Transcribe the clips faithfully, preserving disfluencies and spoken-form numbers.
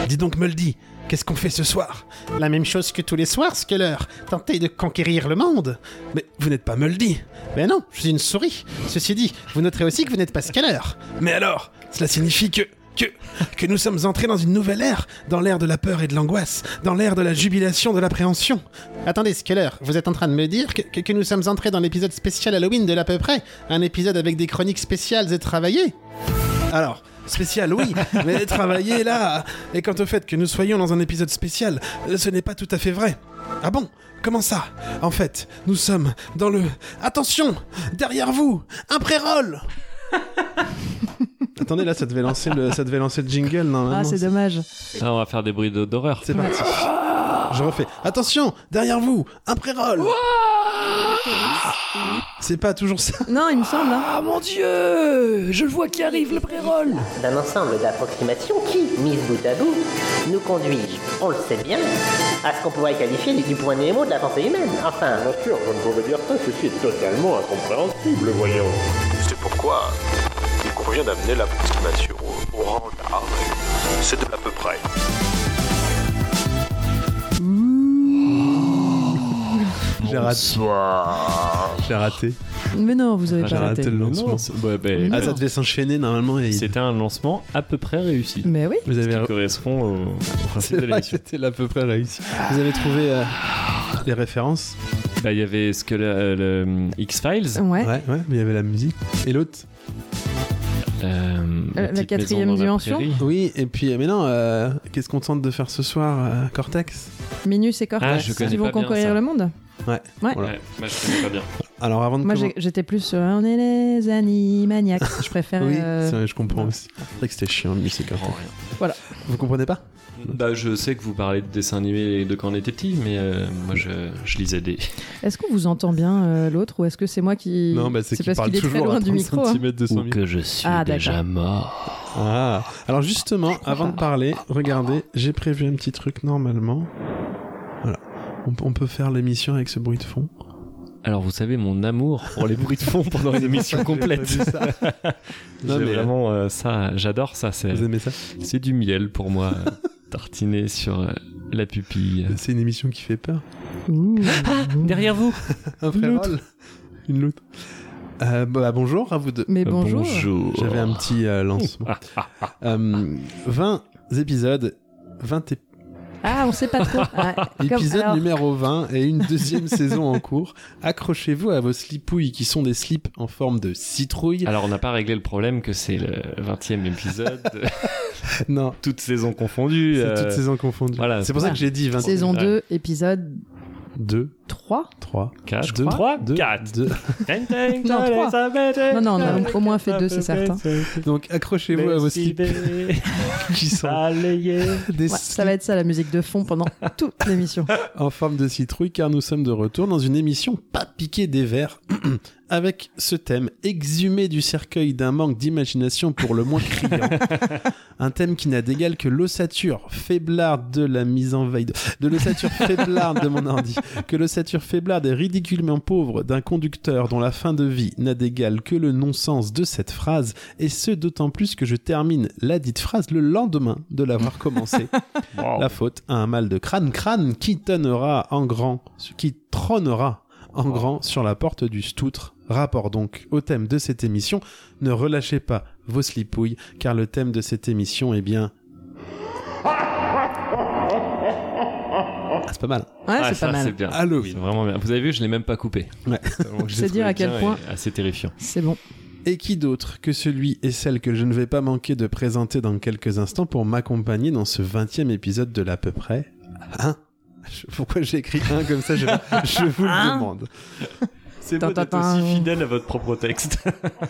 Dis donc, Muldy, qu'est-ce qu'on fait ce soir ? La même chose que tous les soirs, Skeller. Tenter de conquérir le monde. Mais vous n'êtes pas Muldy. Mais non, je suis une souris. Ceci dit, vous noterez aussi que vous n'êtes pas Skeller. Mais alors, cela signifie que... Que, que nous sommes entrés dans une nouvelle ère, dans l'ère de la peur et de l'angoisse, dans l'ère de la jubilation, de l'appréhension. Attendez, Skeller, vous êtes en train de me dire que, que, que nous sommes entrés dans l'épisode spécial Halloween de l'à peu près ? Un épisode avec des chroniques spéciales et travaillées ? Alors, spécial, oui, mais travailler là... Et quant au fait que nous soyons dans un épisode spécial, ce n'est pas tout à fait vrai. Ah bon ? Comment ça ? En fait, nous sommes dans le... Attention ! Derrière vous, un pré-roll. Attendez, là, ça devait lancer le, ça devait lancer le jingle, normalement. Ah, c'est dommage. Ah, on va faire des bruits d'horreur. C'est parti. Je refais. Attention, derrière vous, un pré-roll. C'est pas toujours ça. Non, il me semble. Hein. Ah mon Dieu, je le vois qui arrive, le pré-roll. D'un ensemble d'approximations qui, mises bout à bout, nous conduisent, on le sait bien, à ce qu'on pourrait qualifier du point Nemo de la pensée humaine. Enfin... Bien sûr, je ne pourrais dire ça, ceci est totalement incompréhensible, voyons. C'est pourquoi il convient d'amener l'approximation au, au rang d'art. C'est de l'à peu près. J'ai raté. Bonsoir. J'ai raté. Mais non, vous avez Ah, pas J'ai raté. raté le lancement. Ouais, bah, Mais Ah, non. ça devait s'enchaîner normalement. Et... C'était un lancement à peu près réussi. Mais oui. Vous avez Qui correspond au, au principe C'est de vrai, l'émission. c'était à peu près réussi. Vous avez trouvé euh, les références ? Bah, il y avait ce que le, le, um, X-Files. Ouais. Ouais, ouais, mais il y avait la musique. Et l'autre ? Euh, La petite quatrième maison dans la dimension. prairie. Oui, et puis, mais non, euh, qu'est-ce qu'on tente de faire ce soir, euh, Cortex ? Minus et Cortex Ah, je connais qui vont pas bien conquérir ça. le monde. Ouais. Ouais. Voilà. Ouais, moi je connais pas bien. Alors avant de Moi, commen- j'ai- j'étais plus sur on est les animaniacs. Je préfère. Oui, euh, c'est vrai, je comprends ouais. aussi. C'est vrai que c'était chiant, mais c'est Cortex. Voilà. Vous comprenez pas ? Bah, je sais que vous parlez de dessins animés de quand on était petit, mais euh, moi je, je lisais des. Est-ce qu'on vous entend bien euh, l'autre ou est-ce que c'est moi qui. Non, bah c'est qu'il parce parle qu'il est très toujours loin à du trente micro. hein. centimètres de son Ou micro. que je suis Ah, déjà d'accord. mort. Ah, alors justement, avant de parler, regardez, j'ai prévu un petit truc normalement. Voilà. On, on peut faire l'émission avec ce bruit de fond. Alors vous savez mon amour pour les bruits de fond pendant une émission complète. J'ai prévu ça. Non, J'ai mais vraiment euh, ça, j'adore ça. C'est, Vous aimez ça ? c'est du miel pour moi, euh, tartiné sur euh, la pupille. C'est une émission qui fait peur. Ouh. Derrière vous. Un frérole. Une loutre. Euh, bah, bonjour à vous deux. Mais bonjour. Bonjour. J'avais un petit euh, lancement. Euh, vingt épisodes, vingt épisodes. Ah, on sait pas trop. Ah, comme- Épisode alors, numéro vingt et une deuxième saison en cours. Accrochez-vous à vos slipouilles qui sont des slips en forme de citrouille. Alors on n'a pas réglé le problème que c'est le vingtième épisode, Non, toutes saisons confondues. c'est euh, toutes saisons confondues. voilà. C'est pour ça que j'ai dit vingt. Saison Ouais. deux, épisode deux, trois. trois, quatre, deux, trois, deux, quatre. deux. Non, trois. Non, non, on a au moins fait deux, c'est certain. Donc accrochez-vous à vos slips qui sont des Ouais, ça va être ça la musique de fond pendant toute l'émission. en forme de citrouille car nous sommes de retour dans une émission pas piquée des vers avec ce thème exhumé du cercueil d'un manque d'imagination pour le moins criant. Un thème qui n'a d'égal que l'ossature faiblarde de la mise en veille de, de l'ossature faiblarde de mon ordi, que l'ossature faiblarde et ridiculement pauvre d'un conducteur dont la fin de vie n'a d'égal que le non-sens de cette phrase, et ce d'autant plus que je termine la dite phrase le lendemain de l'avoir commencé. Wow. La faute à un mal de crâne crâne qui tonnera en grand, qui trônera en grand sur la porte du stoutre. Rapport donc au thème de cette émission, ne relâchez pas vos slipouilles, car le thème de cette émission est bien... Ah, c'est pas mal. Ouais, Ah, c'est ça, pas mal. C'est bien. Halloween. C'est vraiment bien. Vous avez vu, je l'ai même pas coupé. Ouais. Tellement que je C'est l'ai dire trouvé à quel bien point- et assez terrifiant. C'est bon. Et qui d'autre que celui et celle que je ne vais pas manquer de présenter dans quelques instants pour m'accompagner dans ce vingtième épisode de l'à peu près. Hein ? Je- Pourquoi j'ai écrit un comme ça, je, je vous le Hein demande. C'est beau d'être aussi fidèle à votre propre texte.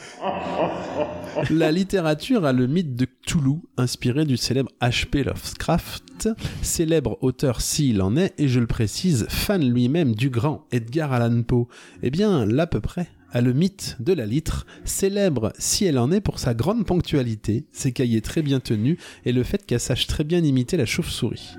La littérature a le mythe de Cthulhu, inspiré du célèbre H P Lovecraft, célèbre auteur s'il en est, et je le précise, fan lui-même du grand Edgar Allan Poe. Eh bien, l'à peu près a le mythe de la litre, célèbre si elle en est pour sa grande ponctualité, ses cahiers très bien tenus, et le fait qu'elle sache très bien imiter la chauve-souris.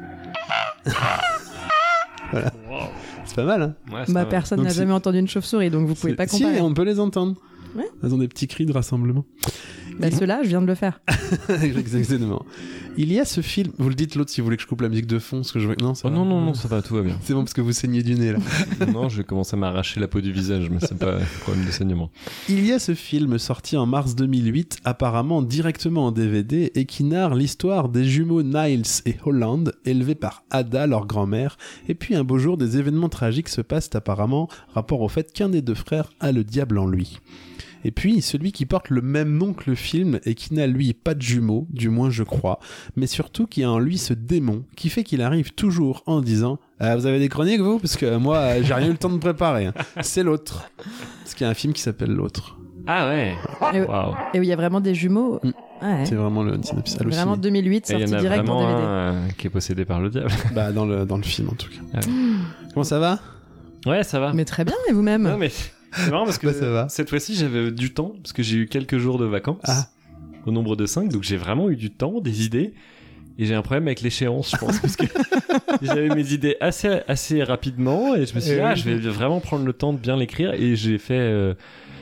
Voilà. Wow. C'est pas mal, hein? Ouais, c'est Bah, pas mal. personne Donc n'a c'est- jamais entendu une chauve-souris, donc vous pouvez C'est- pas Si, comparer. on peut les entendre. Ouais. Elles ont des petits cris de rassemblement. Bah, ceux-là, je viens de le faire. Exactement. Il y a ce film, vous le dites l'autre si vous voulez que je coupe la musique de fond, parce que je vois... Non, ça oh va. non, non, non, ça va, tout va bien. C'est bon parce que vous saignez du nez là. Non, je commence à m'arracher la peau du visage, mais c'est pas un problème de saignement. Il y a ce film sorti en mars deux mille huit, apparemment directement en D V D, et qui narre l'histoire des jumeaux Niles et Holland, élevés par Ada, leur grand-mère, et puis un beau jour, des événements tragiques se passent apparemment, rapport au fait qu'un des deux frères a le diable en lui. Et puis, celui qui porte le même nom que le film et qui n'a lui pas de jumeaux, du moins je crois, mais surtout qui a en lui ce démon qui fait qu'il arrive toujours en disant ah, « Vous avez des chroniques, vous ? Parce que moi, j'ai rien eu le temps de préparer. Hein. C'est l'autre. » Parce qu'il y a un film qui s'appelle L'autre. Ah ouais. Et, Waouh. Et où il y a vraiment des jumeaux. Mm. Ah ouais. C'est vraiment le synopsis halluciné. Vraiment deux mille huit, Et il y sorti en a direct vraiment en D V D. un euh, qui est possédé par le diable. Bah, dans le, dans le film, en tout cas. Ah ouais. Comment ça va ? Ouais, ça va. Mais très bien, et vous-même ? Non, mais c'est marrant parce que Bah, ça va. cette fois-ci, j'avais du temps, parce que j'ai eu quelques jours de vacances, Ah. au nombre de cinq, donc j'ai vraiment eu du temps, des idées, et j'ai un problème avec l'échéance, je pense, parce que j'avais mes idées assez, assez rapidement, et je me suis dit, Et ah, oui. je vais vraiment prendre le temps de bien l'écrire, et j'ai fait euh,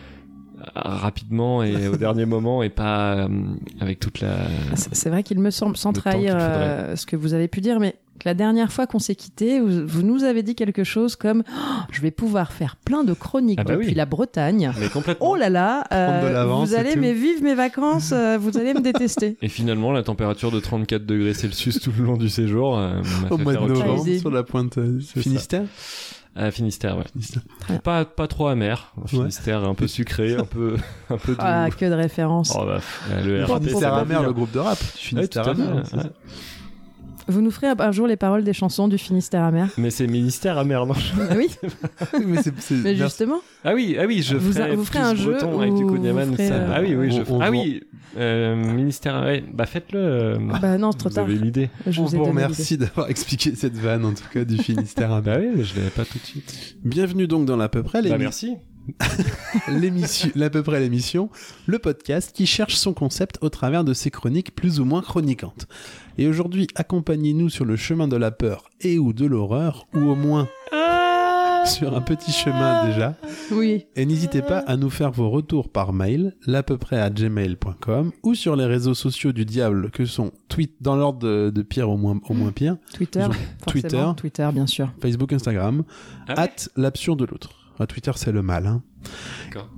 rapidement et au dernier moment, et pas euh, avec toute la... C'est c'est vrai qu'il me semble, sans Le temps trahir qu'il faudrait. euh, ce que vous avez pu dire, mais que la dernière fois qu'on s'est quitté, vous, vous nous avez dit quelque chose comme oh, je vais pouvoir faire plein de chroniques Ah bah depuis oui. la Bretagne. Mais complètement. Oh là là, Prendre de euh, l'avance vous et allez tout. mais vivre mes vacances, euh, vous allez me détester. Et finalement, la température de trente-quatre degrés Celsius tout le long du séjour euh, m'a Au fait mois de faire autre chose. novembre, chose. sur la pointe euh, C'est Finistère. À Finistère, ouais. Finistère. Pas, pas trop amer. Finistère, un peu sucré, un peu, un peu doux. Ah, que de références. Oh bah, pff, le R A P, c'est Finistère la amer, vie, le hein. groupe de rap. Du Ouais, tout Finistère à fait, amer. c'est ouais. ça. Vous nous ferez un jour les paroles des chansons du Finistère amer. Mais c'est Ministère amer, non? Ah oui, Mais c'est- c'est- mais merci. justement. Ah oui, ah oui, je Vous- ferai vous ferez plus un jeu breton avec du où Cognaman, vous ferez, ça. euh, Ah oui, oui, je on- ferai. on Ah vous- oui, euh, Ministère, ouais, bah faites-le. euh, Bah non, c'est trop vous tard. avez l'idée. Je On vous ai vous donné remercie d'avoir expliqué cette vanne, en tout cas, du Finistère amer. Bah oui, mais je l'avais pas tout de suite. Bienvenue donc dans l'à peu près Bah l'émi- merci. l'émission, l'à peu près l'émission, le podcast qui cherche son concept au travers de ses chroniques plus ou moins chroniquantes. Et aujourd'hui, accompagnez-nous sur le chemin de la peur et ou de l'horreur, ou au moins sur un petit chemin déjà. l'idée. Oui. Et n'hésitez pas à nous faire vos retours par mail, l'à peu près à gmail point com, ou sur les réseaux sociaux du diable que sont tweet dans l'ordre de, de pire au moins, au moins pire, Twitter, Ils ont forcément. Twitter. Twitter, bien sûr. Facebook, Instagram, Ah ouais. at l'absurde de l'autre. Ah, Twitter, c'est le mal, hein. D'accord.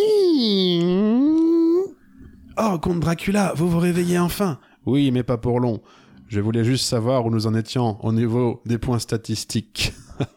Oh, comte Dracula, vous vous réveillez enfin. Oui, mais pas pour long. Je voulais juste savoir où nous en étions au niveau des points statistiques.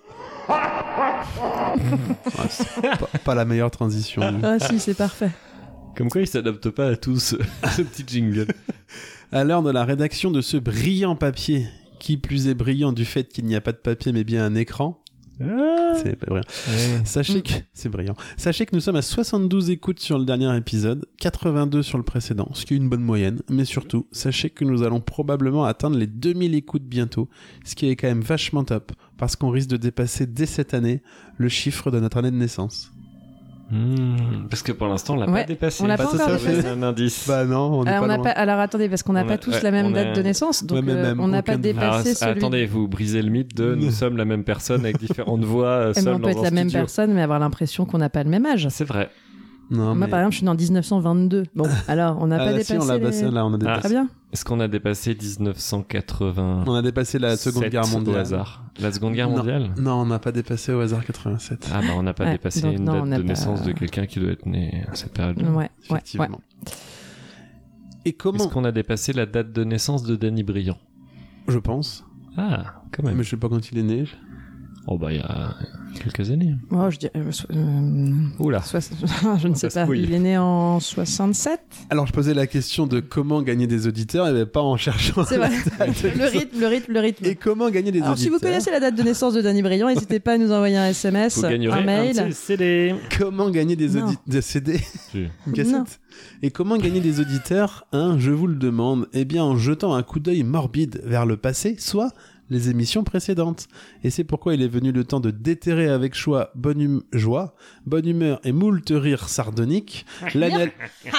Ouais, c'est pas, pas la meilleure transition. Ah si, c'est parfait. Comme quoi, il s'adapte pas à tout ce, ce petit jingle. À l'heure de la rédaction de ce brillant papier, qui plus est brillant du fait qu'il n'y a pas de papier mais bien un écran. C'est pas brillant. Sachez que c'est brillant. Sachez que nous sommes à soixante-douze écoutes sur le dernier épisode, quatre-vingt-deux sur le précédent, ce qui est une bonne moyenne. Mais surtout, sachez que nous allons probablement atteindre les deux mille écoutes bientôt, ce qui est quand même vachement top, parce qu'on risque de dépasser dès cette année le chiffre de notre année de naissance. Hmm, parce que pour l'instant, on l'a Ouais, pas dépassé. on l'a pas Ça, encore ça fait dépassé. un indice. Bah non, on est Alors, pas on n'a loin. pas, alors attendez, parce qu'on n'a On pas a- tous ouais, la même on date a- de naissance, donc Ouais, mais euh, même on n'a pas aucun- dépassé Alors, celui. attendez, vous brisez le mythe de nous sommes la même personne avec différentes voix euh, Eh, mais seules on peut dans être un la même studio. personne, mais avoir l'impression qu'on n'a pas le même âge. C'est vrai. Non, Moi, mais- par exemple, je suis né en dix-neuf cent vingt-deux. Bon, alors, on n'a Ah, pas là, dépassé. si, on l'a les- passé, là, on a dépassé. Très bien. Est-ce qu'on a dépassé dix-neuf cent quatre-vingts On a dépassé la Seconde Guerre mondiale. au hasard. La Seconde Guerre Non. mondiale Non, on n'a pas dépassé au hasard quatre-vingt-sept. Ah bah on n'a pas Ouais, dépassé donc une non, date on n'a de pas- naissance de quelqu'un qui doit être né à cette période. Ouais, ouais, Effectivement. ouais. Et comment Est-ce qu'on a dépassé la date de naissance de Danny Briand? Je pense. Ah, quand même. Mais je sais pas quand il est né. Oh bah il y a quelques années. Oh, je dirais. euh, so- euh, Oula. soix- je ne sais se pas. mouille. Il est né en soixante-sept. Alors je posais la question de comment gagner des auditeurs, et ben pas en cherchant. C'est vrai. la date de Le rythme, le rythme, le rythme. Et comment gagner des Alors, si auditeurs vous connaissez la date de naissance de Danny Briand, n'hésitez pas à nous envoyer un S M S, Vous gagnerez un un mail. petit C D. Comment gagner des Non. auditeurs des C D, Si. une cassette. Non. Et comment gagner des auditeurs hein, je vous le demande. Eh bien en jetant un coup d'œil morbide vers le passé, soit les émissions précédentes. Et c'est pourquoi il est venu le temps de déterrer avec choix bonne hum- joie, bonne humeur et moult rires sardoniques l'anal-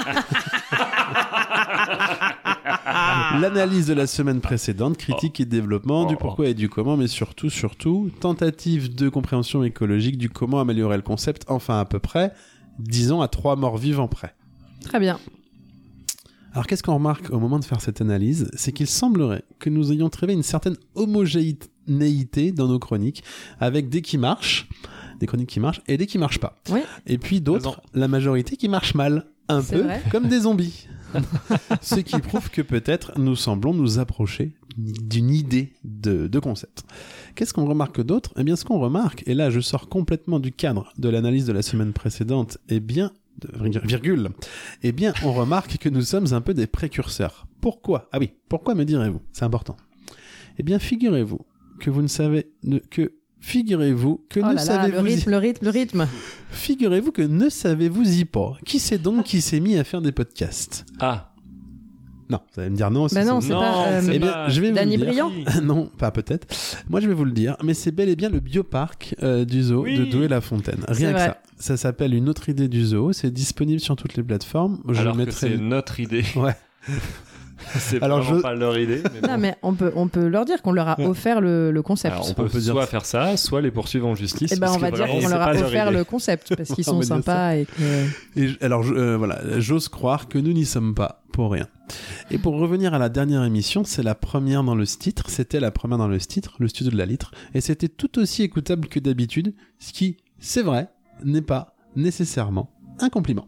l'analyse de la semaine précédente, critique et développement, du pourquoi et du comment, mais surtout, surtout, tentative de compréhension écologique du comment améliorer le concept, enfin à peu près, disons à trois morts vivants près. Très bien. Alors qu'est-ce qu'on remarque au moment de faire cette analyse? C'est qu'il semblerait que nous ayons trouvé une certaine homogénéité dans nos chroniques, avec des qui marchent, des chroniques qui marchent, et des qui marchent pas. Oui. Et puis d'autres, la majorité qui marche mal, un C'est peu vrai. comme des zombies. Ce qui prouve que peut-être nous semblons nous approcher d'une idée de, de concept. Qu'est-ce qu'on remarque d'autre? Eh bien, ce qu'on remarque, et là je sors complètement du cadre de l'analyse de la semaine précédente, eh bien, de virgule, eh bien, on remarque que nous sommes un peu des précurseurs. Pourquoi? Ah oui, pourquoi me direz-vous? C'est important. Eh bien, figurez-vous que vous ne savez, ne, que Figurez-vous que Oh ne là là, savez-vous le y... rythme, le rythme, le rythme. Figurez-vous que ne savez-vous y pas. Qui c'est donc qui s'est mis à faire des podcasts? Ah. Non, vous allez me dire non. Bah non, c'est Non, pas. euh, c'est Eh bien, pas- je vais vous Danny le dire. Briand. Non, pas peut-être. Moi, je vais vous le dire, mais c'est bel et bien le bioparc euh, du zoo Oui. de Douai-la-Fontaine. Rien C'est que vrai. ça. Ça s'appelle Une autre idée du zoo. C'est disponible sur toutes les plateformes. Je Alors que mettrai. c'est notre idée. Ouais. C'est Alors, vraiment je- pas leur idée. Mais Non, bon. mais on peut, on peut leur dire qu'on leur a Ouais. offert le, le concept. Alors, on On peut, peut dire soit ça. faire ça, soit les poursuivre en justice. Eh ben, parce on va que dire vraiment, qu'on c'est leur a pas leur offert idée. le concept parce qu'ils On sont va dire sympas et que. Et je- alors, je- euh, voilà, j'ose croire que nous n'y sommes pas pour rien. Et pour revenir à la dernière émission, c'est la première dans le titre. C'était la première dans le titre, le studio de la litre, et c'était tout aussi écoutable que d'habitude, ce qui, c'est vrai, n'est pas nécessairement un compliment.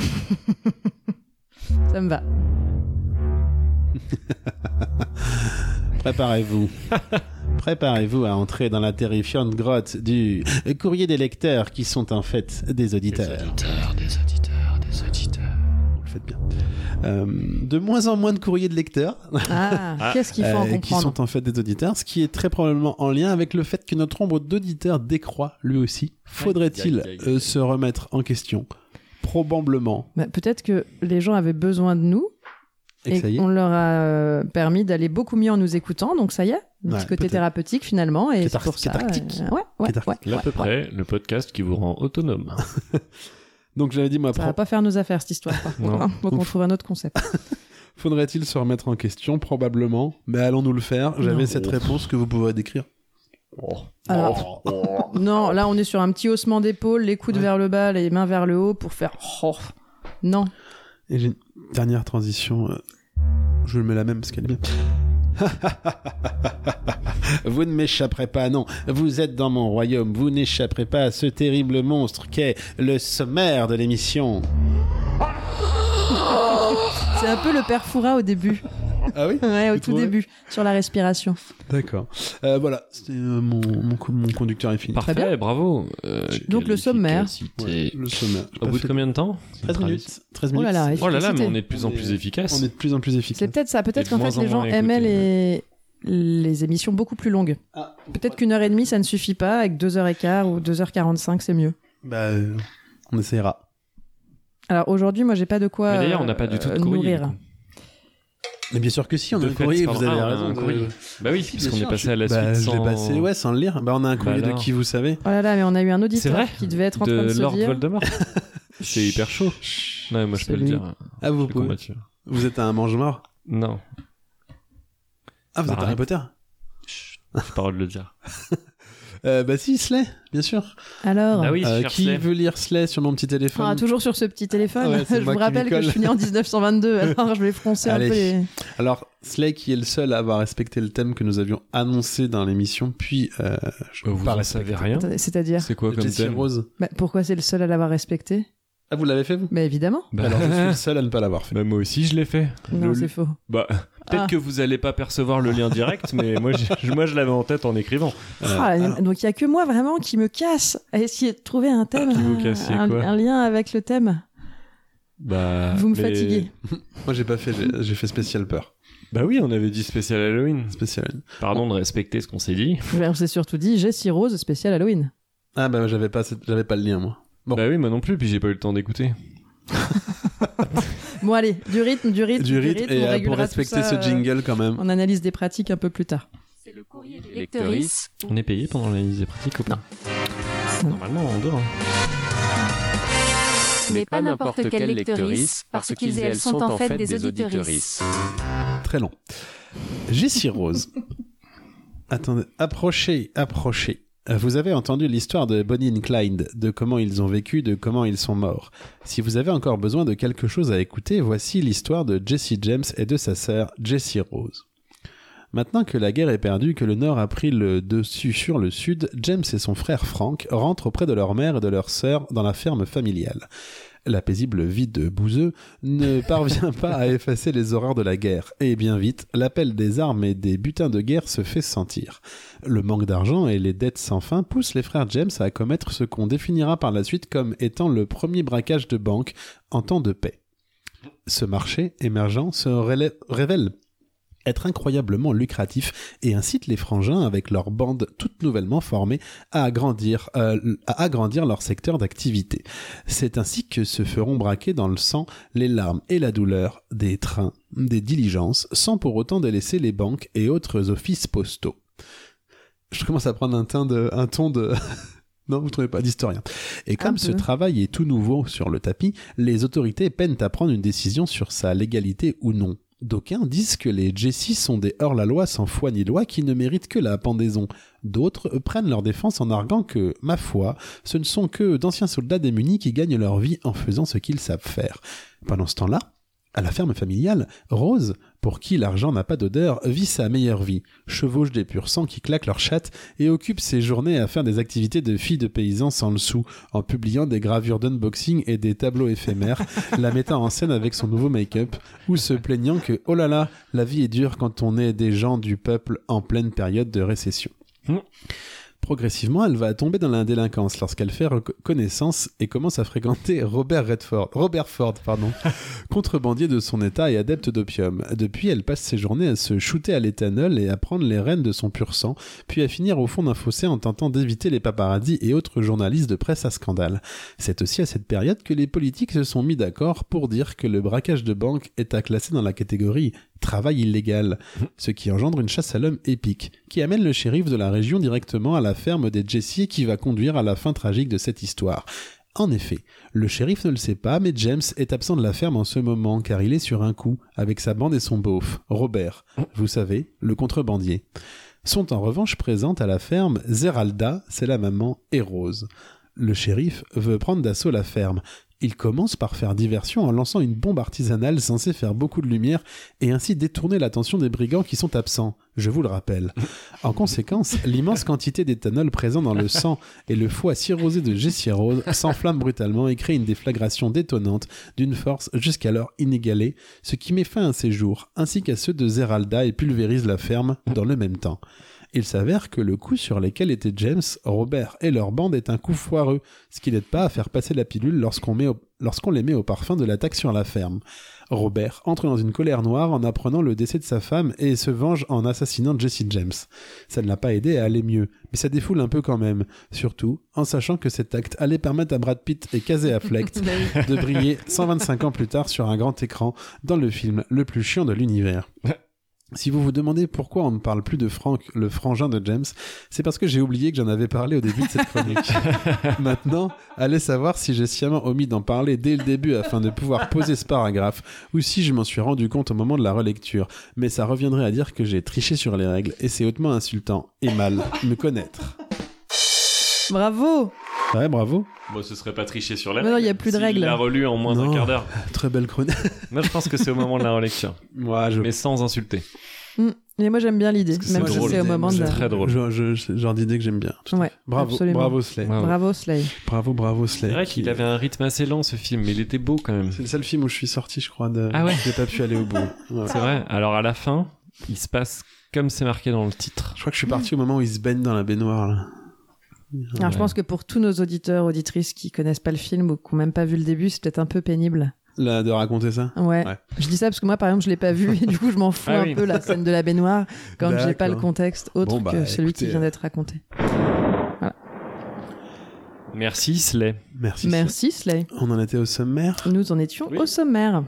Ça me va. Préparez-vous. Préparez-vous à entrer dans la terrifiante grotte du courrier des lecteurs qui sont en fait des auditeurs. Des auditeurs, des auditeurs, des auditeurs. Vous le faites bien. Euh, de moins en moins de courriers de lecteurs. Ah, Ah. qu'est-ce qu'il faut en Euh, qui comprendre? sont en fait des auditeurs, ce qui est très probablement en lien avec le fait que notre nombre d'auditeurs décroît lui aussi. Faudrait-il Aïe, aïe, aïe, aïe. euh, se remettre en question? Probablement. Bah, peut-être que les gens avaient besoin de nous Et que et ça y est. on leur a euh, permis d'aller beaucoup mieux en nous écoutant. Donc ça y est, un Ouais, petit côté peut-être. thérapeutique finalement. Et c'est Cathartique, pour ça. cathartique. euh, ouais, ouais, Cathartique. ouais, Là, à ouais, peu ouais. près, le podcast qui vous rend autonome. Donc j'avais dit, moi, Ça pro- va pas faire nos affaires cette histoire. Par contre, Non. hein. Faut qu'on Ouf. trouve un autre concept. faudrait-il se remettre en question? Probablement. Mais allons-nous le faire? J'avais Non. cette réponse que vous pouvez décrire. Alors, non, là on est sur un petit haussement d'épaule, les coudes Ouais. vers le bas, les mains vers le haut pour faire. Oh, non. Et j'ai une dernière transition. euh, Je mets la même parce qu'elle est bien. Vous ne m'échapperez pas, non. Vous êtes dans mon royaume. Vous n'échapperez pas à ce terrible monstre qu'est le sommaire de l'émission. C'est un peu le père Foura au début. Ah oui? Ouais, au Vous tout trouvez début, sur la respiration. D'accord. Euh, voilà, c'était euh, mon, mon, co- mon conducteur est fini. Très bien. Parfait, bravo. Euh, Donc, quelle le sommaire. efficacité. Ouais, le sommaire. J'ai Au pas bout de fait- combien de temps treize minutes. treize Oh minutes. là là, Oh là là, mais efficacité. on est de plus en On est- plus efficace. On est de plus en plus efficace. C'est peut-être ça. Et Peut-être de qu'en moins fait, en les gens moins aimaient écoutés. les... les émissions beaucoup plus longues. Ah, Peut-être qu'une heure et demie, ça ne suffit pas. Avec deux heures et quart ou deux heures quarante-cinq, c'est mieux. bah, euh, on essaiera. Alors aujourd'hui, moi, j'ai pas de quoi Mais d'ailleurs, on n'a pas du tout de euh, courrier. nourrir. du coup. Mais bien sûr que si, on a De un fait, courrier, pardon. vous avez Ah, on a raison. un de- courrier. Bah oui, Si, parce bien qu'on est sûr, passé je- à la bah, suite Je l'ai sans... passé, ouais, sans le lire. Bah, on a un courrier de alors. qui, vous savez? Oh là là, mais on a eu un C'est auditeur vrai qui devait être en train de de se Lord dire. Voldemort. C'est hyper chaud. Non, moi je peux C'est le lui. dire. Ah, vous Je suis pouvez. combattu. Vous êtes un mange-mort? Non, Ah, vous Bah, êtes Harry arrête. Potter? j'ai pas le droit de le dire. Euh, bah si, Slay, bien sûr. Alors, Ah oui, Euh, cher qui Slay. veut lire Slay sur mon petit téléphone? ah, toujours sur ce petit téléphone. Ouais, c'est je moi vous qui rappelle m'y que je colle. suis né en dix-neuf cent vingt-deux, alors je vais froncer un Allez. peu les... Alors, Slay qui est le seul à avoir respecté le thème que nous avions annoncé dans l'émission, puis euh, je Euh, Vous pas en respecté. savez rien. Attendez, C'est-à-dire C'est quoi comme Jessie thème Rose. Bah, pourquoi c'est le seul à l'avoir respecté? Ah, vous l'avez fait, vous? Mais évidemment. Bah, Alors, je suis le seul à ne pas l'avoir fait. bah, moi aussi je l'ai fait. Non, Le- c'est faux. Bah, peut-être Ah. que vous allez pas percevoir le lien direct, mais moi, j'ai- moi je l'avais en tête en écrivant. Euh, Ah, alors, donc il y a que moi vraiment qui me casse à essayer de trouver un thème, Qui vous un- cassez un, quoi un lien avec le thème. Bah, Vous me mais- fatiguez. moi, j'ai pas fait, j'ai- j'ai fait spécial peur. Bah oui, on avait dit spécial Halloween. Spécial. Pardon de respecter ce qu'on s'est dit. On s'est surtout dit Jessie Rose spécial Halloween. Ah, bah, j'avais pas, cette- j'avais pas le lien, moi. Bon. Bah oui, moi non plus, puis j'ai pas eu le temps d'écouter. Bon allez, du rythme, du rythme, Du rythme, et on euh, pour régulera respecter tout ça, ce jingle, quand même. euh, On analyse des pratiques un peu plus tard. C'est le courrier des lectrices. On est payé pendant l'analyse des pratiques ou pas Normalement, on doit. Mais pas n'importe quelle lectrice, parce qu'ils et elles sont en fait des auditrices. Très long. Jessie Rose. Attendez, approchez, approchez. Vous avez entendu l'histoire de Bonnie and Clyde, de comment ils ont vécu, de comment ils sont morts. Si vous avez encore besoin de quelque chose à écouter, voici l'histoire de Jesse James et de sa sœur Jessie Rose. Maintenant que la guerre est perdue, que le Nord a pris le dessus sur le Sud, James et son frère Frank rentrent auprès de leur mère et de leur sœur dans la ferme familiale. La paisible vie de bouseux ne parvient pas à effacer les horreurs de la guerre, et bien vite, l'appel des armes et des butins de guerre se fait sentir. Le manque d'argent et les dettes sans fin poussent les frères James à commettre ce qu'on définira par la suite comme étant le premier braquage de banque en temps de paix. Ce marché émergent se rélè- révèle être incroyablement lucratif et incite les frangins avec leur bande toute nouvellement formée à agrandir, euh, à agrandir leur secteur d'activité. C'est ainsi que se feront braquer dans le sang les larmes et la douleur des trains, des diligences, sans pour autant délaisser les banques et autres offices postaux. Je commence à prendre un, teint de, un ton de... Non, vous ne trouvez pas d'historien. Et comme ce travail est tout nouveau sur le tapis, les autorités peinent à prendre une décision sur sa légalité ou non. D'aucuns disent que les Jesse sont des hors-la-loi sans foi ni loi qui ne méritent que la pendaison. D'autres prennent leur défense en arguant que, ma foi, ce ne sont que d'anciens soldats démunis qui gagnent leur vie en faisant ce qu'ils savent faire. Pendant ce temps-là, à la ferme familiale, Rose, pour qui l'argent n'a pas d'odeur, vit sa meilleure vie, chevauche des pur sang qui claquent leurs chattes et occupe ses journées à faire des activités de fille de paysan sans le sou, en publiant des gravures d'unboxing et des tableaux éphémères, la mettant en scène avec son nouveau make-up, ou se plaignant que, oh là là, la vie est dure quand on est des gens du peuple en pleine période de récession. Mmh. Progressivement, elle va tomber dans la délinquance lorsqu'elle fait connaissance et commence à fréquenter Robert Redford, Robert Ford, pardon, contrebandier de son état et adepte d'opium. Depuis, elle passe ses journées à se shooter à l'éthanol et à prendre les rênes de son pur sang, puis à finir au fond d'un fossé en tentant d'éviter les paparazzis et autres journalistes de presse à scandale. C'est aussi à cette période que les politiques se sont mis d'accord pour dire que le braquage de banque est à classer dans la catégorie travail illégal, ce qui engendre une chasse à l'homme épique, qui amène le shérif de la région directement à la ferme des Jesse qui va conduire à la fin tragique de cette histoire. En effet, le shérif ne le sait pas, mais James est absent de la ferme en ce moment, car il est sur un coup, avec sa bande et son beauf, Robert, vous savez, le contrebandier. Sont en revanche présentes à la ferme Zeralda, c'est la maman, et Rose. Le shérif veut prendre d'assaut la ferme. Il commence par faire diversion en lançant une bombe artisanale censée faire beaucoup de lumière et ainsi détourner l'attention des brigands qui sont absents, je vous le rappelle. En conséquence, l'immense quantité d'éthanol présent dans le sang et le foie cirrhosé de Jessie Rose s'enflamment brutalement et créent une déflagration détonnante d'une force jusqu'alors inégalée, ce qui met fin à ses jours, ainsi qu'à ceux de Zeralda et pulvérise la ferme dans le même temps. Il s'avère que le coup sur lequel étaient James, Robert et leur bande est un coup foireux, ce qui n'aide pas à faire passer la pilule lorsqu'on, met au, lorsqu'on les met au parfum de l'attaque sur la ferme. Robert entre dans une colère noire en apprenant le décès de sa femme et se venge en assassinant Jesse James. Ça ne l'a pas aidé à aller mieux, mais ça défoule un peu quand même, surtout en sachant que cet acte allait permettre à Brad Pitt et Casey Affleck de briller cent vingt-cinq ans plus tard sur un grand écran dans le film le plus chiant de l'univers. Si vous vous demandez pourquoi on ne parle plus de Frank, le frangin de James, c'est parce que j'ai oublié que j'en avais parlé au début de cette chronique. Maintenant, allez savoir si j'ai sciemment omis d'en parler dès le début afin de pouvoir poser ce paragraphe, ou si je m'en suis rendu compte au moment de la relecture. Mais ça reviendrait à dire que j'ai triché sur les règles, et c'est hautement insultant et mal me connaître. Bravo! Ouais, bravo. Bon, ce serait pas tricher sur les règles. Non, il n'y a plus de règles. Il l'a relu en moins non, d'un quart d'heure. Très belle chronique. Moi, je pense que c'est au moment de la relecture. Moi, je... Mais sans insulter. Mmh. Et moi, j'aime bien l'idée, même si c'est au moment de la... C'est très drôle. Je, je, je, genre d'idée que j'aime bien. Ouais, bravo, absolument. bravo Slay. Bravo, bravo Slay. Bravo, bravo Slay. C'est vrai qu'il avait un rythme assez lent, ce film, mais il était beau quand même. C'est le seul film où je suis sorti, je crois. De... Ah ouais. J'ai pas pu aller au bout. Ouais. C'est vrai. Alors, à la fin, il se passe comme c'est marqué dans le titre. Je crois que je suis parti mmh. au moment où il se baigne dans la baignoire, là. Alors, ouais. Je pense que pour tous nos auditeurs, auditrices qui connaissent pas le film ou qui n'ont même pas vu le début, c'est peut-être un peu pénible. Là, de raconter ça ouais. ouais. Je dis ça parce que moi, par exemple, je l'ai pas vu et du coup, je m'en fous ah, un oui. peu la scène de la baignoire quand D'accord. j'ai pas le contexte autre bon, bah, que celui écoutez, qui vient d'être raconté. Voilà. Merci Slay. Merci. Merci Slay. On en était au sommaire. Nous en étions oui. au sommaire.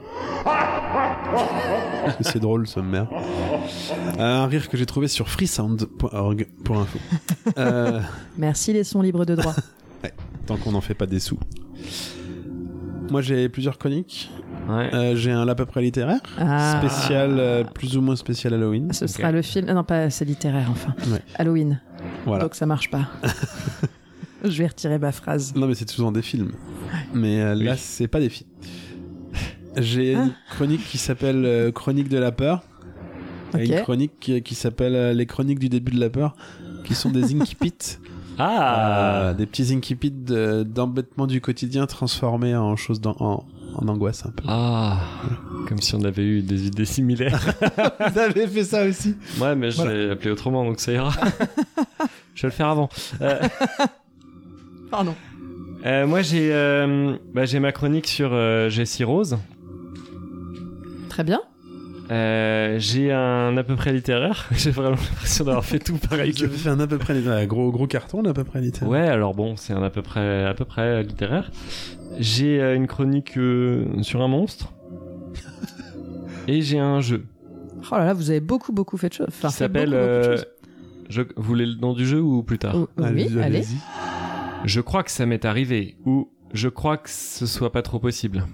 C'est drôle le sommaire. Euh, un rire que j'ai trouvé sur freesound point org pour info. Euh... Merci les sons libres de droit. Ouais, tant qu'on n'en fait pas des sous. Moi j'ai plusieurs chroniques. Ouais. Euh, j'ai un à peu près littéraire, ah. spécial, euh, plus ou moins spécial Halloween. Ce okay. sera le film. Ah non, pas c'est littéraire enfin. Ouais. Halloween. Voilà. Donc ça marche pas. Je vais retirer ma phrase. Non, mais c'est souvent des films. Mais euh, là, Oui. c'est pas des films. J'ai Ah. une chronique qui s'appelle euh, Chronique de la peur. Ok. Et une chronique qui, qui s'appelle euh, Les chroniques du début de la peur, qui sont des incipits. Ah Euh, des petits incipits de- d'embêtement du quotidien transformés en choses d'an- en, en angoisse un peu. Ah, comme si on avait eu des idées similaires. Vous avez fait ça aussi? Ouais, mais je Voilà. l'ai appelé autrement, donc ça ira. Je vais le faire avant. Euh, Pardon. euh, moi, j'ai euh, bah, j'ai ma chronique sur euh, Jessie Rose. Très bien. Euh, j'ai un à peu près littéraire. J'ai vraiment l'impression d'avoir fait tout pareil Vous que avez fait un à peu près littéraire. Gros, gros carton, à peu près littéraire. Ouais, alors bon, c'est un à peu près, à peu près littéraire. J'ai euh, une chronique euh, sur un monstre. Et j'ai un jeu Oh là là, vous avez beaucoup, beaucoup fait de choses. Enfin, qui fait s'appelle... beaucoup, beaucoup de euh, choses. je... Vous voulez le nom du jeu ou plus tard? Oh, oui, Allez-y, allez. allez-y. Je crois que ça m'est arrivé. Ou je crois que ce soit pas trop possible.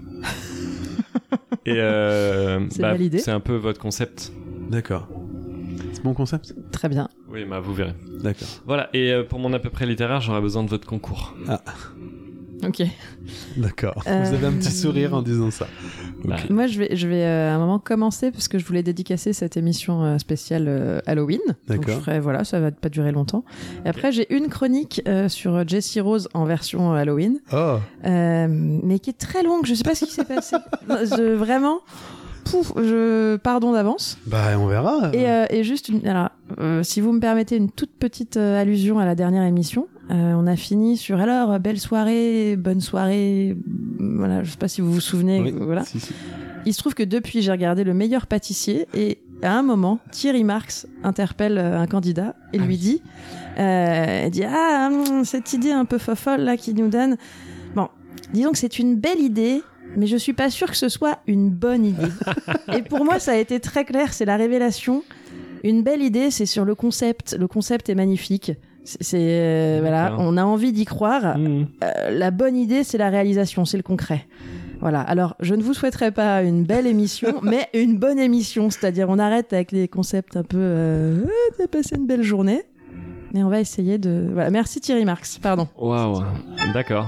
Et euh, C'est validé. c'est un peu votre concept. D'accord. C'est bon concept? Très bien. Oui, bah vous verrez. D'accord. Voilà, et euh, pour mon à peu près littéraire, j'aurais besoin de votre concours. Ok. D'accord. Euh, Vous avez un petit sourire en disant ça. Bah, Moi, je vais, je vais euh, à un moment commencer parce que je voulais dédicacer cette émission euh, spéciale euh, Halloween. Donc, D'accord. je ferai, voilà, ça va pas durer longtemps. Et après, j'ai une chronique euh, sur Jessie Rose en version euh, Halloween, Oh. euh, mais qui est très longue. Je sais pas ce qui s'est passé. Je, vraiment, pouf, je, pardon d'avance. Bah, on verra. Et, euh, et juste, une, alors, euh, si vous me permettez une toute petite euh, allusion à la dernière émission, euh, on a fini sur alors belle soirée, bonne soirée. Voilà, je sais pas si vous vous souvenez. Oui, Voilà. si, si. Il se trouve que depuis, j'ai regardé Le Meilleur Pâtissier et à un moment, Thierry Marx interpelle euh, un candidat et lui dit, euh, il dit ah hum, cette idée un peu fofolle là qui nous donne. Bon, disons que c'est une belle idée. Mais je suis pas sûre que ce soit une bonne idée. Et pour moi, ça a été très clair, c'est la révélation. Une belle idée, c'est sur le concept. Le concept est magnifique. C'est, c'est, euh, voilà, on a envie d'y croire. mmh. Euh, la bonne idée, c'est la réalisation, c'est le concret. Voilà. Alors, je ne vous souhaiterais pas une belle émission, mais une bonne émission. C'est-à-dire, on arrête avec les concepts un peu. Euh, ah, t'as passé une belle journée. Mais on va essayer de. Voilà. Merci Thierry Marx. Pardon. Waouh, d'accord.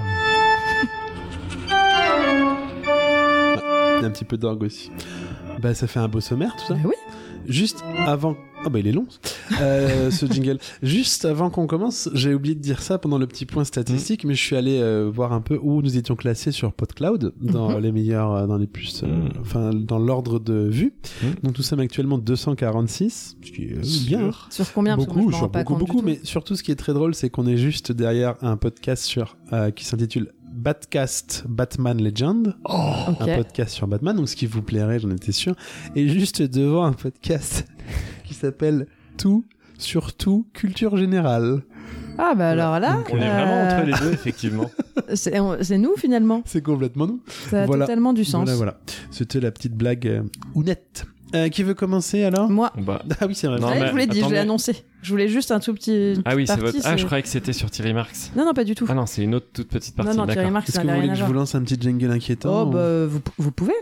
Il y a un petit peu d'orgue aussi. Bah, ça fait un beau sommaire, tout ça. Bah oui. Juste avant... Ah bah il est long, euh, ce jingle. Juste avant qu'on commence, j'ai oublié de dire ça pendant le petit point statistique, mais je suis allé euh, voir un peu où nous étions classés sur PodCloud, dans Mhm. les meilleurs, euh, dans les plus... euh, Enfin, dans l'ordre de vue. Mhm. Donc nous sommes actuellement deux cent quarante-six, ce qui est bien. Sur combien Parce que moi, Beaucoup, je m'en sur rends pas beaucoup, compte du beaucoup. tout. Mais surtout, ce qui est très drôle, c'est qu'on est juste derrière un podcast sur, euh, qui s'intitule Batcast Batman Legend. Ok. Un podcast sur Batman, donc ce qui vous plairait, j'en étais sûr. Et juste devant un podcast qui s'appelle Tout sur tout culture générale. Ah bah alors là, On est vraiment euh, entre les deux, effectivement. c'est, on- c'est nous finalement. C'est complètement nous. Ça a Voilà. totalement du sens. Voilà, voilà. C'était la petite blague euh, ounette. Euh, qui veut commencer alors? Moi, Bah, Ah oui, c'est vrai. Non, Ouais, mais je vous l'ai dit, je attendez. l'ai annoncé. Je voulais juste un tout petit. ah oui, c'est partie, votre. Ah, c'est- je croyais que c'était sur Thierry Marx. Non, non, pas du tout. Ah non, c'est une autre toute petite partie. non, non, Thierry d'accord. Marx, Est-ce ça que vous n'a voulez rien à que je voir. vous lance un petit jingle inquiétant? Oh, ou- bah, vous, vous pouvez.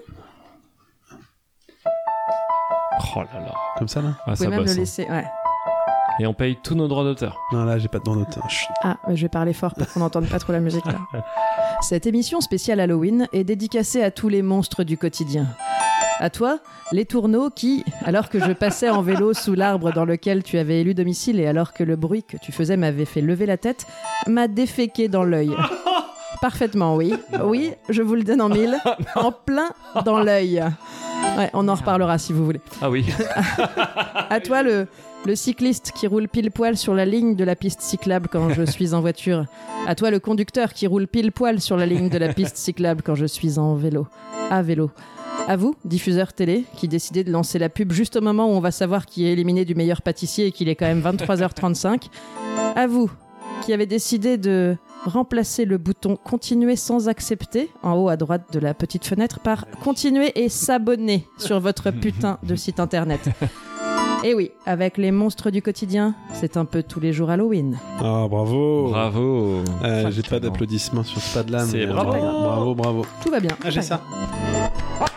Oh là là. Comme ça, là? Ah, Vous ça pouvez même bosse, le hein. laisser. Ouais. Et on paye tous nos droits d'auteur. Non, là, j'ai pas de droit d'auteur. Chut. Ah, je vais parler fort pour qu'on n'entende pas trop la musique là. Cette émission spéciale Halloween est dédicacée à tous les monstres du quotidien. À toi, les tourneaux qui, alors que je passais en vélo sous l'arbre dans lequel tu avais élu domicile et alors que le bruit que tu faisais m'avait fait lever la tête, m'a déféqué dans l'œil. Parfaitement, oui. Oui, je vous le donne en mille. En plein dans l'œil. Ouais, on en reparlera si vous voulez. Ah oui. À toi, le, le cycliste qui roule pile poil sur la ligne de la piste cyclable quand je suis en voiture. À toi, le conducteur qui roule pile poil sur la ligne de la piste cyclable quand je suis en vélo. À vélo. À vous, diffuseur télé, qui décidez de lancer la pub juste au moment où on va savoir qui est éliminé du meilleur pâtissier et qu'il est quand même vingt-trois heures trente-cinq. À vous, qui avez décidé de remplacer le bouton « Continuer sans accepter » en haut à droite de la petite fenêtre par « Continuer et s'abonner » sur votre putain de site internet. Et oui, avec les monstres du quotidien, c'est un peu tous les jours Halloween. Ah, bravo. Bravo. Euh, j'ai Franchement. pas d'applaudissements sur ce pas de là. C'est mais, euh, bravo. bravo, bravo. Tout va bien. Ah, j'ai ça.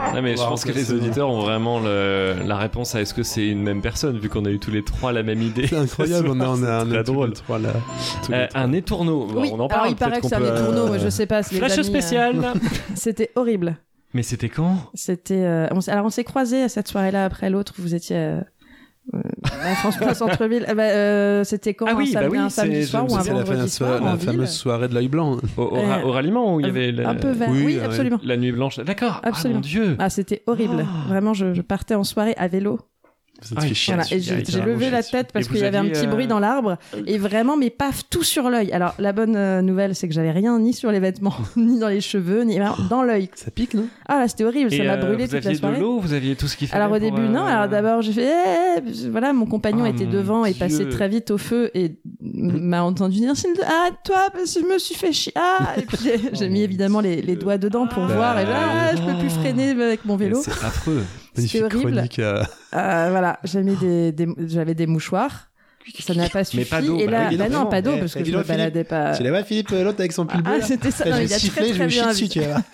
Non, mais je Wow, pense que les c'est auditeurs ont vraiment le, la réponse à est-ce que c'est une même personne, vu qu'on a eu tous les trois la même idée. C'est incroyable, on a, on a un très drôle. Trois, là. Tous les Euh, trois. un étourneau. Bon, Oui, on en parle. alors il paraît peut-être que c'est qu'on un peut, étourneau, euh, mais je sais pas. c'est les Flash amis, spécial. euh, C'était horrible. Mais c'était quand? C'était. euh, on s- Alors on s'est croisés à cette soirée-là après l'autre. Vous étiez. Euh... euh, à France Place Centre-Ville. Ah bah, euh, c'était quand Ah oui, un bah samedi, oui, un c'est- samedi je soir me ou un C'est la, vendredi fameuse soir soirée- en la ville. fameuse soirée de l'œil blanc. Au, au, ra- Euh, au ralliement où il y avait la, Un peu vert. Oui, Oui, ouais. absolument. la nuit blanche. D'accord. Absolument. Ah, mon Dieu. Ah, c'était horrible. Oh. Vraiment, je, je partais en soirée à vélo. Ça te Ah, fait il chier. Voilà, et il y a- j'ai il y a j'ai vraiment levé la chier tête parce Et qu'il y vous avait un aviez, petit euh, bruit dans l'arbre et vraiment, mais paf, tout sur l'œil. Alors, la bonne euh, nouvelle, c'est que j'avais rien ni sur les vêtements, ni dans les cheveux, ni vraiment dans l'œil. Ça pique, non? Ah là, c'était horrible, ça Et, m'a euh, brûlé vous toute la aviez de soirée. l'eau, vous aviez tout ce qu'il fallait. Alors au pour, début, euh, non. Alors d'abord, j'ai fait. Eh voilà, mon compagnon Ah, était mon devant et Dieu. passait très vite au feu et m'a entendu dire S'il te- Ah, toi, parce que je me suis fait chier. Ah Et puis j'ai- j'ai mis évidemment les, les doigts dedans pour Ah. voir. Et là, ah, je peux plus freiner avec mon vélo. C'est affreux. Magnifique horrible. chronique. euh, Euh, voilà, j'ai mis des, des- j'avais des mouchoirs. Ça n'a pas suffi. pas d'eau, Et bah là, oui, bah non, évidemment. pas d'eau Eh, parce que eh, je dis-le, me baladais pas. Tu les vois, Philippe, l'autre avec son pull bleu Ah, là c'était ça. Là, Non, je il vais a siffler, très je très vais chier bien. dessus, tu vois.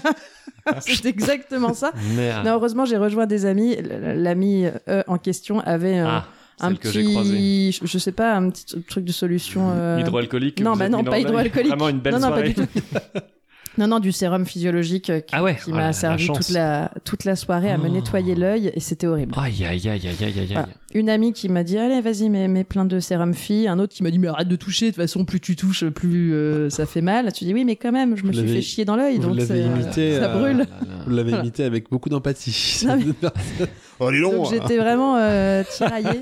C'est exactement ça. Merde. Non, heureusement, j'ai rejoint des amis. L- L'ami euh, en question avait euh, Ah, un celle que j'ai croisée. petit, je, je sais pas, un petit truc de solution. euh, Hydroalcoolique. que Non, vous bah êtes non, mis dans pas l'œil. hydroalcoolique. Vraiment une belle non, non, soirée. pas du tout. Non, non, du sérum physiologique euh, qui, Ah ouais. qui Oh, m'a la- la servi chance. toute la, toute la soirée à me Oh. nettoyer l'œil et c'était horrible. Aïe, aïe, aïe, aïe, aïe, aïe, Voilà. aïe. Une amie qui m'a dit allez vas-y mets, mets plein de sérum fille, un autre qui m'a dit mais arrête de toucher, de toute façon plus tu touches plus euh, ça fait mal. Tu dis oui mais quand même je me Vous suis l'avez- fait chier dans l'œil vous donc l'avez c'est- imité, ça euh, brûle. Vous l'avez imité avec beaucoup d'empathie. Ah oui. Oh, dis donc, Donc j'étais vraiment euh, tiraillée.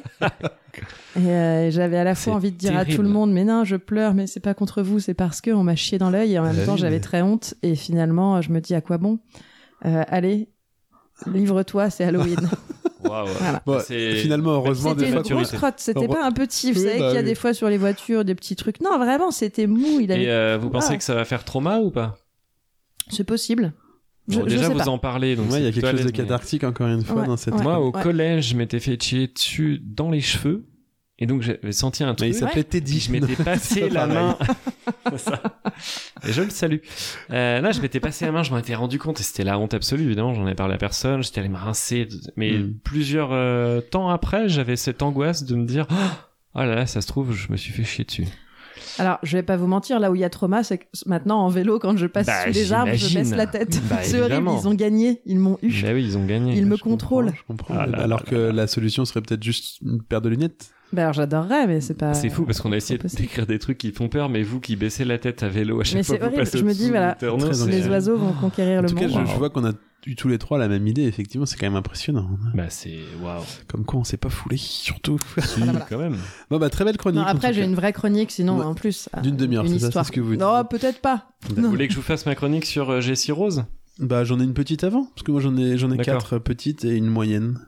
Et euh, j'avais à la fois C'est envie de dire à terrible. tout le monde mais non je pleure mais c'est pas contre vous c'est parce que on m'a chié dans l'œil et en même Ah temps oui, j'avais mais- très honte et finalement je me dis à quoi bon. Euh, allez livre-toi c'est Halloween. Waouh. Voilà. Bon, C'est- finalement, heureusement, C'était des une fois, grosse qu'on- crotte, c'était Heure- pas un petit. Vous Oui, savez bah qu'il y a oui. des fois sur les voitures des petits trucs. Non, vraiment, c'était mou. Il avait... Et euh, vous pensez Ah. que ça va faire trauma ou pas? C'est possible. Je, Bon, je déjà, sais vous pas. en parlez. Donc Ouais, il y a c'est quelque plutôt chose de à l'aise, mais- cathartique, encore une fois, Ouais, dans cette. ouais. Moi, au Ouais. collège, je m'étais fait chier dessus dans les cheveux. Et donc, j'avais senti un Mais truc. il s'appelait Teddy. Je m'étais passé C'est la pareil. main. C'est ça. Et je le salue. Euh, là, je m'étais passé la main, je m'en étais rendu compte et c'était la honte absolue, évidemment. J'en ai parlé à personne, j'étais allé me rincer. Mais Mm. plusieurs euh, temps après, j'avais cette angoisse de me dire oh là là, ça se trouve, je me suis fait chier dessus. Alors, je vais pas vous mentir, là où il y a trauma, c'est que maintenant en vélo, quand je passe Bah, sous les arbres, je j'imagine. baisse la tête. Bah, c'est horrible, évidemment. ils ont gagné, ils m'ont eu. Bah oui, ils ont gagné. Ils me Je comprends, contrôlent. Je comprends. Ah là Alors là que là. la solution serait peut-être juste une paire de lunettes. Bah alors j'adorerais, mais c'est pas. C'est fou parce qu'on a essayé pas possible. d'écrire des trucs qui font peur, mais vous qui baissez la tête à vélo à chaque Mais fois c'est que vous horrible, passez je me dis, au-dessous voilà, du Terno, Très c'est- Les oiseaux vont conquérir En le tout cas, monde. je, je vois qu'on a eu tous les trois la même idée. Effectivement, c'est quand même impressionnant. Bah c'est waouh. Comme quoi, on s'est pas foulé, surtout. Si, Voilà, voilà. quand même. Bon, bah, très belle chronique. Non, en après, tout j'ai cas. une vraie chronique, sinon Ouais. en plus. D'une euh, demi-heure, une c'est ça, histoire. c'est ce que vous Non, dites. peut-être pas. D'accord. Vous voulez que je vous fasse ma chronique sur euh, Jessie Rose? Bah, j'en ai une petite avant, parce que moi, j'en ai, j'en ai D'accord. quatre petites et une moyenne.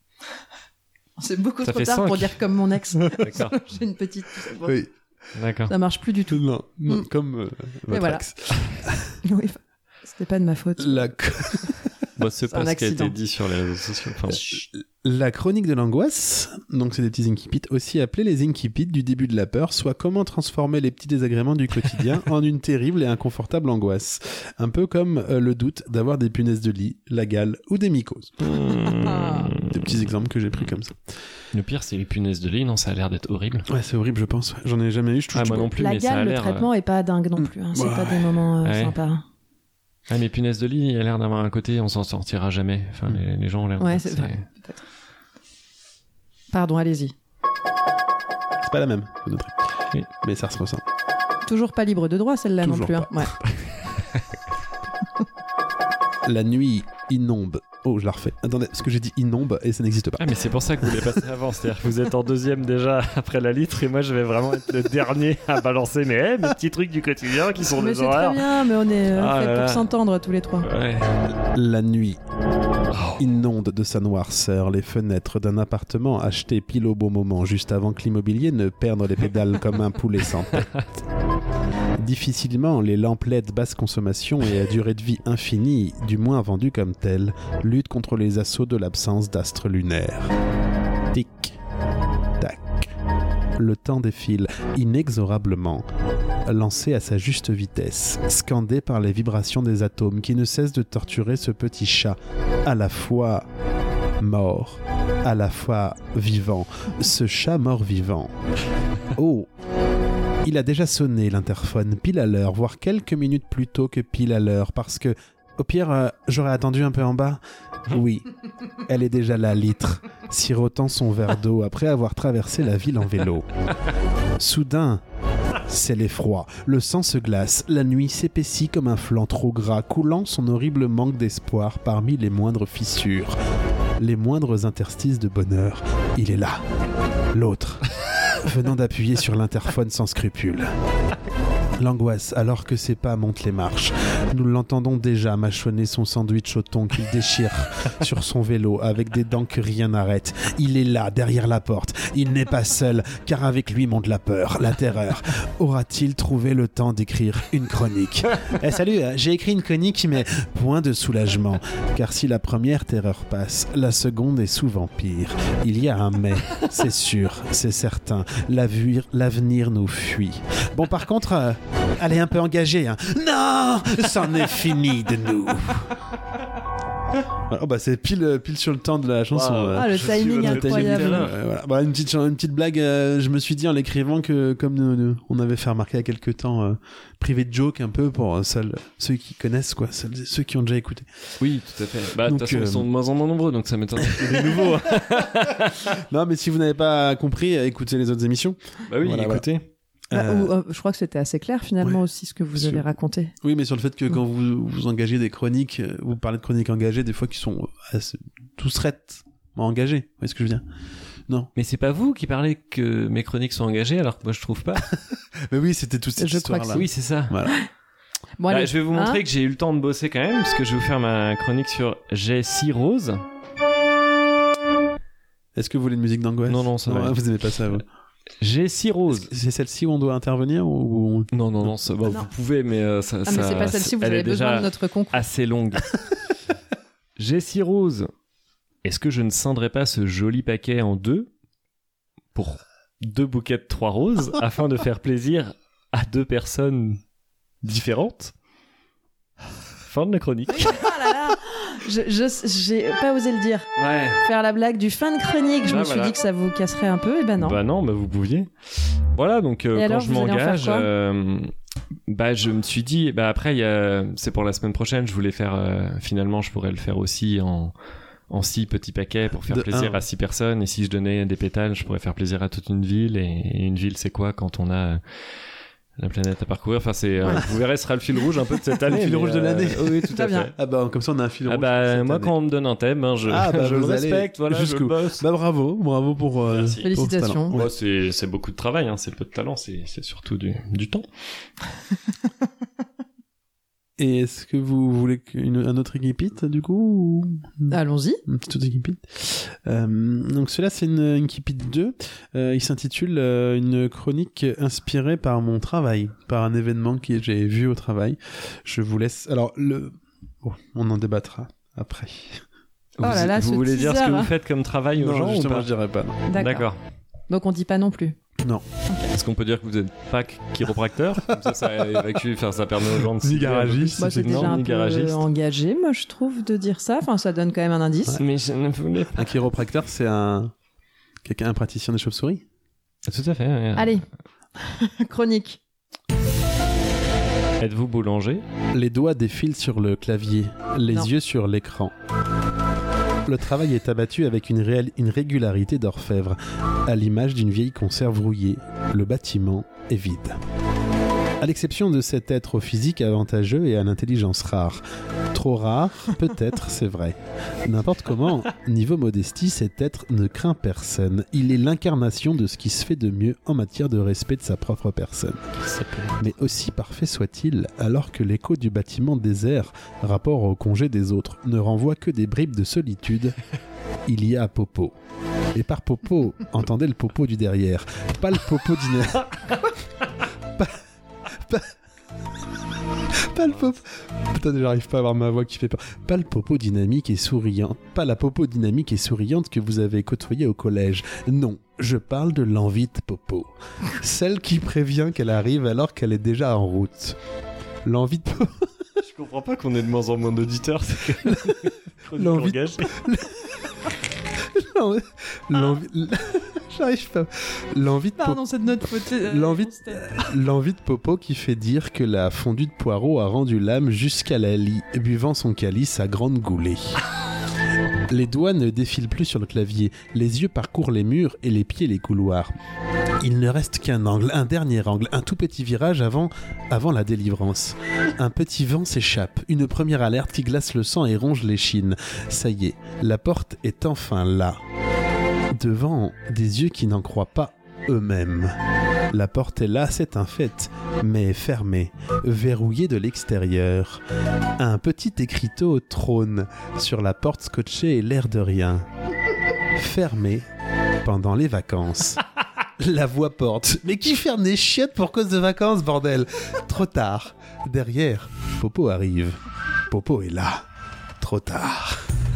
C'est beaucoup Ça trop fait tard cinq. pour dire comme mon ex. D'accord. J'ai une petite. Bon, Oui. D'accord. Ça marche plus du tout. Non, non, Mm. comme euh, votre voilà. ex. Oui, c'était pas de ma faute. La, Bon, c'est C'est pas un ce qui a été accident. dit sur les réseaux sociaux. Enfin, la chronique de l'angoisse, donc c'est des petits incipits, aussi appelés les incipits du début de la peur, soit comment transformer les petits désagréments du quotidien en une terrible et inconfortable angoisse. Un peu comme euh, le doute d'avoir des punaises de lit, la gale ou des mycoses. Des petits exemples que j'ai pris comme ça. le pire, c'est les punaises de lit. Non, ça a l'air d'être horrible. Ouais, c'est horrible, je pense. J'en ai jamais eu, je touche Ah, du moi bois. non plus, La mais ça a gale, le l'air. traitement est pas dingue non plus. Hein. C'est Ouais. pas des moments euh, Ouais. sympas. Ah, mais punaises de lit, il a l'air d'avoir un côté, on s'en sortira jamais. Enfin, Mm. les, les gens ont l'air. Ouais, c'est vrai. Peut-être. Pardon, allez-y. C'est pas la même, vous noterez. Oui. Mais ça se ressent. Toujours pas libre de droit celle-là non Toujours plus. hein. Ouais. La nuit innombe. Oh, je la refais. Attendez, parce que j'ai dit innombe et ça n'existe pas. Ah, mais c'est pour ça que vous voulez passer avant. C'est-à-dire que vous êtes en deuxième déjà après la litre et moi je vais vraiment être le dernier à balancer mes, eh, mes petits trucs du quotidien qui sont Mais des c'est horreurs. très bien, mais on est euh, Ah fait là pour là. s'entendre tous les trois. Ouais. La nuit Oh. inonde de sa noirceur les fenêtres d'un appartement acheté pile au bon moment, juste avant que l'immobilier ne perde les pédales comme un poulet sans tête. Difficilement, les lampes L E D basse consommation et à durée de vie infinie, du moins vendues comme telles, luttent contre les assauts de l'absence d'astres lunaires. Tic, tac. Le temps défile inexorablement. lancé à sa juste vitesse, scandé par les vibrations des atomes qui ne cessent de torturer ce petit chat, à la fois mort, à la fois vivant, ce chat mort-vivant. Oh, il a déjà sonné l'interphone pile à l'heure, voire quelques minutes plus tôt que pile à l'heure, parce que, au pire, euh, j'aurais attendu un peu en bas. Oui, elle est déjà là, litre, sirotant son verre d'eau après avoir traversé la ville en vélo. Soudain, c'est l'effroi. Le sang se glace, la nuit s'épaissit comme un flanc trop gras, coulant son horrible manque d'espoir parmi les moindres fissures, les moindres interstices de bonheur. Il est là, l'autre, venant d'appuyer sur l'interphone sans scrupule. L'angoisse alors que ses pas montent les marches. Nous l'entendons déjà mâchonner son sandwich au thon qu'il déchire sur son vélo avec des dents que rien n'arrête. Il est là, derrière la porte. Il n'est pas seul, car avec lui monte la peur, la terreur. Aura-t-il trouvé le temps d'écrire une chronique ? Eh salut, j'ai écrit une chronique, mais point de soulagement. Car si la première terreur passe, la seconde est souvent pire. Il y a un mais, c'est sûr, c'est certain. L'avenir, l'avenir nous fuit. Bon, par contre... Euh, elle est un peu engagée, hein. Non, c'en est fini de nous. Oh bah c'est pile, pile sur le temps de la chanson. Wow. Ah, le timing incroyable. Euh, voilà. Bah, une, petite, une petite blague, euh, je me suis dit en l'écrivant que comme nous, nous, on avait fait remarquer il y a quelques temps, euh, privé de joke un peu pour euh, seuls, ceux qui connaissent, quoi, ceux, ceux qui ont déjà écouté. Oui, tout à fait. Bah, de toute façon, euh... ils sont de moins en moins nombreux, donc ça m'étonne des nouveaux. Non, mais si vous n'avez pas compris, écoutez les autres émissions. Bah oui, voilà, écoutez. Voilà. Bah, euh... ou, euh, je crois que c'était assez clair finalement ouais, aussi ce que vous sur... avez raconté. Oui, mais sur le fait que quand vous, vous engagez des chroniques, vous parlez de chroniques engagées, des fois qui sont assez... tous raides engagées. Vous voyez ce que je veux dire ? Non. Mais c'est pas vous qui parlez que mes chroniques sont engagées alors que moi je trouve pas. Mais oui, c'était toute cette histoire-là. Oui, c'est ça. Voilà. Bon, allez, bah, je vais vous montrer hein que j'ai eu le temps de bosser quand même, parce que je vais vous faire ma chronique sur Jessie Rose. Est-ce que vous voulez une musique d'angoisse ? Non, non, ça non, va. Vous aimez pas ça, vous. Jessie Rose. C'est celle-ci où on doit intervenir ou... Non, non, non, ça, bah, non. Vous pouvez, mais euh, ça, ah, ça... mais c'est pas celle-ci, vous avez besoin de notre concours. Assez longue. Jessie Rose. Est-ce que je ne scindrais pas ce joli paquet en deux pour deux bouquets de trois roses afin de faire plaisir à deux personnes différentes ? Fin de la chronique. Oh là là, je, je, j'ai pas osé le dire. Ouais. Faire la blague du fin de chronique, je bah, me voilà. suis dit que ça vous casserait un peu, et ben non. Bah non, bah vous pouviez. Voilà, donc euh, quand alors, je m'engage, en euh, bah je me suis dit, bah après, y a, c'est pour la semaine prochaine, je voulais faire, euh, finalement, je pourrais le faire aussi en, en six petits paquets pour faire de plaisir un. à six personnes. Et si je donnais des pétales, je pourrais faire plaisir à toute une ville. Et, et une ville, c'est quoi quand on a... la planète à parcourir, enfin c'est, voilà. euh, vous verrez, ce sera le fil rouge un peu de cette année. Le fil rouge euh, de l'année. Oui, tout à bien. fait. Ah bah comme ça on a un fil ah rouge. Bah moi année. quand on me donne un thème, hein, je, ah bah je le respecte, voilà, jusqu'où. je le bosse. Bah bravo, bravo pour. Euh, Merci. Félicitations. Pour ouais, c'est c'est beaucoup de travail, hein, c'est peu de talent, c'est c'est surtout du du temps. Et est-ce que vous voulez une, un autre équipit du coup ou... Allons-y. Un petit autre équipit. Euh, donc celui-là c'est une, une équipit deux. Euh, il s'intitule euh, une chronique inspirée par mon travail, par un événement que j'ai vu au travail. Je vous laisse. Alors le, oh, on en débattra après. Oh là là, vous ce voulez dire ce que teaser, vous faites comme travail aux non, gens ou justement, pas ? je dirais pas. Non. D'accord. D'accord. Donc on dit pas non plus. Non. Okay. Est-ce qu'on peut dire que vous êtes pas chiropracteur ? Comme ça, ça évacue, enfin, ça permet aux gens de Ni cibler. garagiste. Bah, c'est Non, déjà un ni peu garagiste. engagé, moi je trouve, de dire ça. Enfin, ça donne quand même un indice. Mais je ne voulais pas. Un chiropracteur, c'est un quelqu'un, un praticien des chauves-souris. Tout à fait. Ouais. Allez, chronique. Êtes-vous boulanger ? Les doigts défilent sur le clavier, les Non. yeux sur l'écran. Le travail est abattu avec une, réelle, une régularité d'orfèvre, à l'image d'une vieille conserve rouillée. Le bâtiment est vide. À l'exception de cet être au physique avantageux et à l'intelligence rare. Trop rare, peut-être, c'est vrai. N'importe comment, niveau modestie, cet être ne craint personne. Il est l'incarnation de ce qui se fait de mieux en matière de respect de sa propre personne. Mais aussi parfait soit-il, alors que l'écho du bâtiment désert, rapport au congé des autres, ne renvoie que des bribes de solitude, il y a Popo. Et par Popo, entendez le Popo du derrière, pas le Popo dîner. Pas, pas, Pas le popo. Putain, j'arrive pas à avoir ma voix qui fait peur. Pas le popo dynamique et souriant. Pas la popo dynamique et souriante que vous avez côtoyée au collège. Non, je parle de l'envie de popo. Celle qui prévient qu'elle arrive alors qu'elle est déjà en route. L'envie de popo. Je comprends pas qu'on ait de moins en moins d'auditeurs. C'est que... L'envie de... L'envie... J'arrive pas. L'envie de Pardon, c'est de notre faute. Euh, L'envie de... L'envie de popo qui fait dire que la fondue de poireau a rendu l'âme jusqu'à la lie, buvant son calice à grande goulée. Les doigts ne défilent plus sur le clavier, les yeux parcourent les murs et les pieds les couloirs. Il ne reste qu'un angle, un dernier angle, un tout petit virage avant, avant la délivrance. Un petit vent s'échappe, une première alerte qui glace le sang et ronge l'échine. Ça y est, la porte est enfin là. Devant des yeux qui n'en croient pas eux-mêmes. La porte est là, c'est un fait, mais fermée, verrouillée de l'extérieur. Un petit écriteau trône sur la porte scotchée et l'air de rien. Fermée pendant les vacances. La voix porte. Mais qui ferme des chiottes pour cause de vacances, bordel? Trop tard. Derrière, Popo arrive. Popo est là. Trop tard.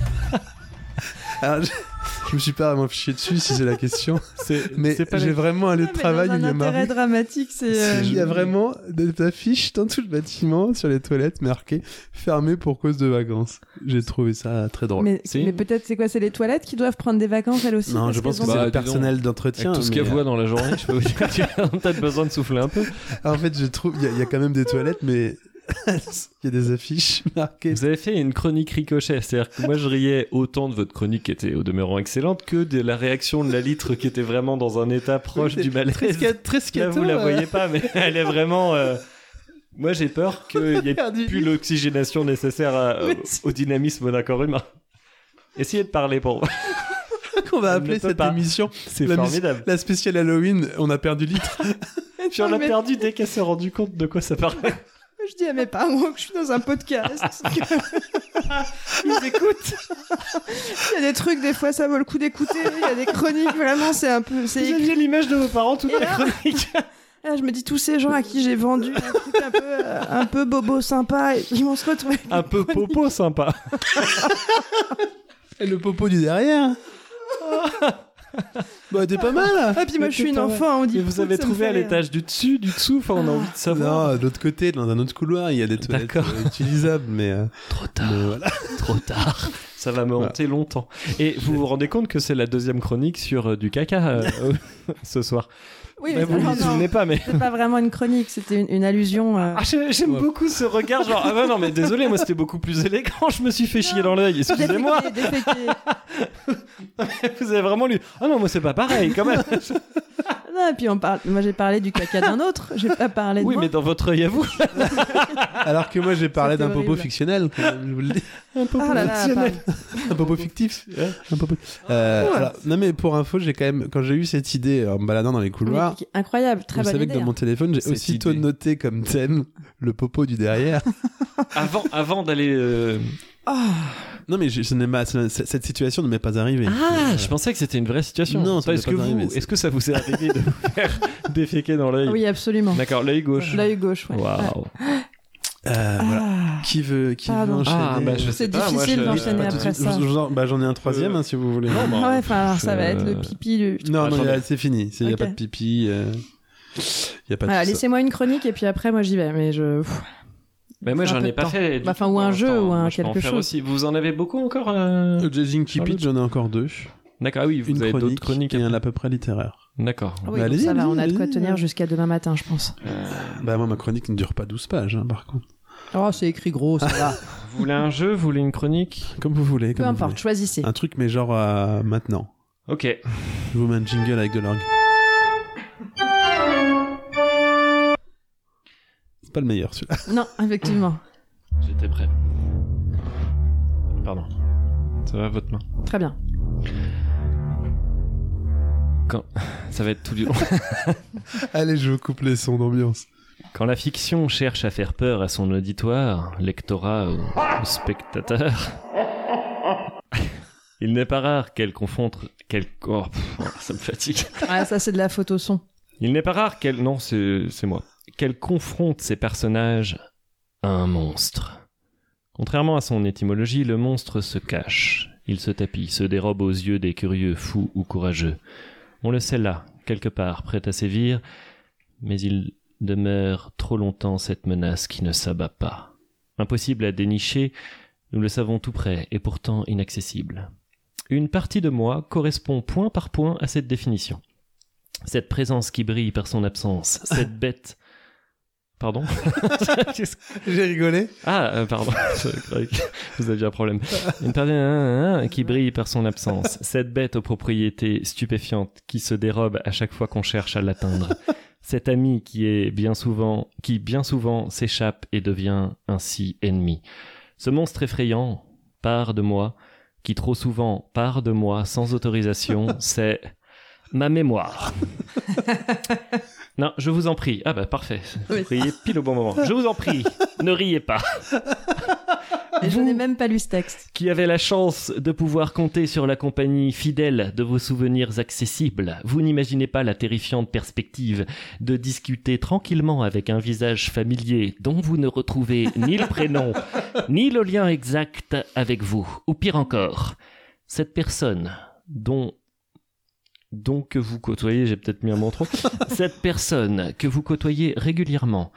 Alors, je... Je me suis pas vraiment fiché dessus si c'est la question. C'est, mais c'est j'ai la... vraiment un lieu de travail où il y a un intérêt dramatique, c'est. Euh... Il y a vraiment des affiches dans tout le bâtiment sur les toilettes marquées fermées pour cause de vacances. J'ai trouvé ça très drôle. Mais, mais peut-être c'est quoi? C'est les toilettes qui doivent prendre des vacances elles aussi? Non, je pense que c'est bah, le personnel d'entretien. Avec tout ce qu'elle voit dans la journée, je peux vous dire qu'il a peut-être besoin de souffler un peu. En fait, je trouve il y, y a quand même des toilettes, mais. Il y a des affiches marquées. Vous avez fait une chronique ricochet, c'est-à-dire que moi je riais autant de votre chronique qui était au demeurant excellente que de la réaction de la litre qui était vraiment dans un état proche oui, du malaise. Très, sca- très scato, là vous la euh... voyez pas, mais elle est vraiment. Euh... Moi j'ai peur qu'il n'y ait plus l'oxygénation nécessaire à, au, au dynamisme d'un corps humain. Essayez de parler pour moi. Qu'on va appeler cette pas. émission. C'est la formidable. Mis- la spéciale Halloween, on a perdu litre. Puis on l'a mais... perdu dès qu'elle s'est rendue compte de quoi ça parlait. Je dis à mes parents que je suis dans un podcast. Ils écoutent. Il y a des trucs, des fois, ça vaut le coup d'écouter. Il y a des chroniques, vraiment, c'est un peu... C'est Vous aviez l'image de vos parents, toute la chronique. Là, je me dis, tous ces gens à qui j'ai vendu un truc un peu, euh, un peu bobo sympa, ils vont se retrouver... Un peu chronique. Popo sympa. Et le popo du derrière. Bah t'es pas mal. Ah puis moi je suis une enfant, on dit. Et vous avez trouvé à l'étage du dessus, du dessous, enfin on a envie de savoir. Non, de l'autre côté, dans un autre couloir, il y a des toilettes euh, utilisables, mais euh... trop tard. Mais voilà. Trop tard. Ça va me hanter voilà. longtemps. Et vous vous rendez compte que c'est la deuxième chronique sur euh, du caca euh, ce soir. Oui, mais vous ne vous souvenez pas, mais c'est pas vraiment une chronique, c'était une, une allusion. Euh... Ah, j'aime, j'aime ouais. beaucoup ce regard, genre ah bah non mais désolé, moi c'était beaucoup plus élégant, je me suis fait chier dans l'œil, excusez-moi. Déféqué, déféqué. Vous avez vraiment lu. Ah non, moi c'est pas pareil quand même. Non, et puis on parle. Moi j'ai parlé du caca d'un autre, j'ai pas parlé de oui, moi. mais dans votre œil à vous. Alors que moi j'ai parlé C'était d'un horrible. popo fictionnel, je vous le dis. Un popo ah là là, fictionnel. Un popo fictif. Un popo. Euh, ouais. alors, non mais pour info, j'ai quand même, quand j'ai eu cette idée en me baladant dans les couloirs, oui, incroyable, très vous bonne savez idée, que dans hein. mon téléphone, j'ai cette aussitôt idée. noté comme thème le popo du derrière. avant, avant d'aller. Euh... Oh. Non mais je, ce n'est pas, ce, cette situation ne m'est pas arrivée. Ah, euh... je pensais que c'était une vraie situation. Non, ça est-ce pas que vous, arrivé, est-ce que ça vous est arrivé de vous faire déféquer dans l'œil? Oui, absolument. D'accord, l'œil gauche. L'œil gauche, ouais. Waouh. Ouais. Euh, ah. voilà. Qui veut, qui veut enchaîner? Ah, bah, je sais c'est pas, difficile moi, je... d'enchaîner bah, après ça. J'en, bah, j'en ai un troisième euh... hein, si vous voulez. Non, bah, ouais, enfin, alors, je... ça va être le pipi. Le... Non, non, Attendez. a, c'est fini. Il n'y a okay. pas de pipi. Il euh... y a pas de voilà, tout laissez-moi une chronique et puis après, moi j'y vais. Mais je. Mais moi j'en ai pas fait. Bah, enfin, ou un jeu ou un quelque chose. Aussi. Vous en avez beaucoup encore euh... Le Jazzing Keep It, j'en ai encore deux. D'accord, ah oui, vous une avez chronique d'autres chroniques et un à peu près littéraire. D'accord. Oui, bah, donc ça va, on a de quoi allez-y. tenir jusqu'à demain matin, je pense. Euh... Bah moi ma chronique ne dure pas douze pages, hein, par contre. Oh, c'est écrit gros, ça va. Vous voulez un jeu, vous voulez une chronique? Comme vous voulez. Peu comme importe, vous voulez. choisissez. Un truc mais genre euh, maintenant. Ok. Je vous mets un jingle avec de l'orgue. C'est pas le meilleur celui-là. Non, effectivement. J'étais prêt. Pardon. Ça va votre main? Très bien. Quand... Ça va être tout du long. Allez, je vous coupe les sons d'ambiance. Quand la fiction cherche à faire peur à son auditoire, lectorat ou, ou spectateur, il n'est pas rare qu'elle confonde... Qu'elle... Oh, pff, ça me fatigue. Ah, ça c'est de la photo son. Il n'est pas rare qu'elle... Non, c'est, c'est moi. Qu'elle confronte ses personnages un monstre. Contrairement à son étymologie, le monstre se cache. Il se tapit, se dérobe aux yeux des curieux, fous ou courageux. On le sait là, quelque part, prêt à sévir, mais il demeure trop longtemps cette menace qui ne s'abat pas. Impossible à dénicher, nous le savons tout près, et pourtant inaccessible. Une partie de moi correspond point par point à cette définition. Cette présence qui brille par son absence, cette bête... Pardon? J'ai rigolé. Ah, euh, pardon, je croyais que vous aviez un problème. Une partie qui brille par son absence, cette bête aux propriétés stupéfiantes qui se dérobe à chaque fois qu'on cherche à l'atteindre. Cet ami qui est bien souvent, qui bien souvent s'échappe et devient ainsi ennemi. Ce monstre effrayant, part de moi, qui trop souvent part de moi sans autorisation, c'est ma mémoire. Non, je vous en prie. Ah bah parfait. Vous riez pile au bon moment. Je vous en prie, ne riez pas. Et je n'ai même pas lu ce texte. Qui avez la chance de pouvoir compter sur la compagnie fidèle de vos souvenirs accessibles, vous n'imaginez pas la terrifiante perspective de discuter tranquillement avec un visage familier dont vous ne retrouvez ni le prénom, ni le lien exact avec vous. Ou pire encore, cette personne dont... donc que vous côtoyez, j'ai peut-être mis un mot trop, cette personne que vous côtoyez régulièrement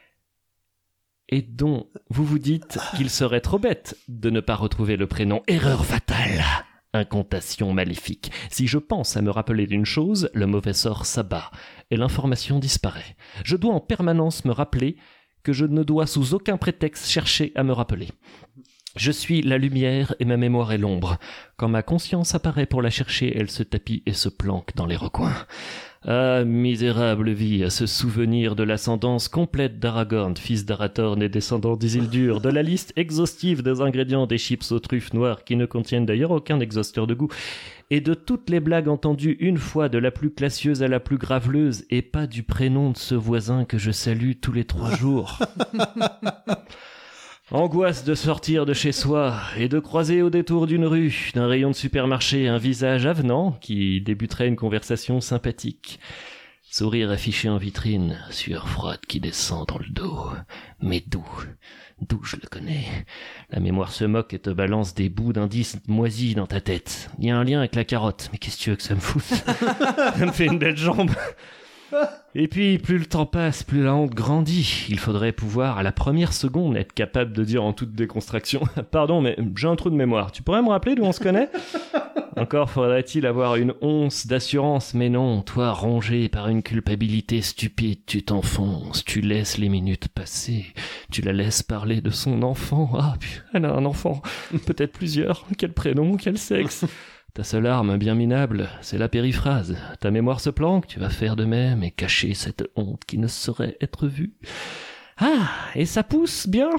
et dont vous vous dites qu'il serait trop bête de ne pas retrouver le prénom. Erreur fatale, incantation maléfique. Si je pense à me rappeler d'une chose, le mauvais sort s'abat et l'information disparaît. Je dois en permanence me rappeler que je ne dois sous aucun prétexte chercher à me rappeler. Je suis la lumière et ma mémoire est l'ombre. Quand ma conscience apparaît pour la chercher, elle se tapit et se planque dans les recoins. Ah, misérable vie, à se souvenir de l'ascendance complète d'Aragorn, fils d'Arathorn et descendant d'Isildur, de la liste exhaustive des ingrédients des chips aux truffes noires qui ne contiennent d'ailleurs aucun exhausteur de goût, et de toutes les blagues entendues une fois de la plus classieuse à la plus graveleuse, et pas du prénom de ce voisin que je salue tous les trois jours. Angoisse de sortir de chez soi et de croiser au détour d'une rue, d'un rayon de supermarché, un visage avenant qui débuterait une conversation sympathique. Sourire affiché en vitrine, sueur froide qui descend dans le dos. Mais d'où? D'où je le connais? La mémoire se moque et te balance des bouts d'indices moisis dans ta tête. Il y a un lien avec la carotte, mais qu'est-ce que tu veux que ça me foute? Ça me fait une belle jambe. Et puis, plus le temps passe, plus la honte grandit. Il faudrait pouvoir, à la première seconde, être capable de dire en toute déconstruction « Pardon, mais j'ai un trou de mémoire. Tu pourrais me rappeler d'où on se connaît ?» Encore faudrait-il avoir une once d'assurance, mais non, toi, rongé par une culpabilité stupide, tu t'enfonces, tu laisses les minutes passer, tu la laisses parler de son enfant. Ah, elle a un enfant, peut-être plusieurs. Quel prénom, quel sexe? Ta seule arme bien minable, c'est la périphrase. Ta mémoire se planque, tu vas faire de même et cacher cette honte qui ne saurait être vue. Ah, et ça pousse bien.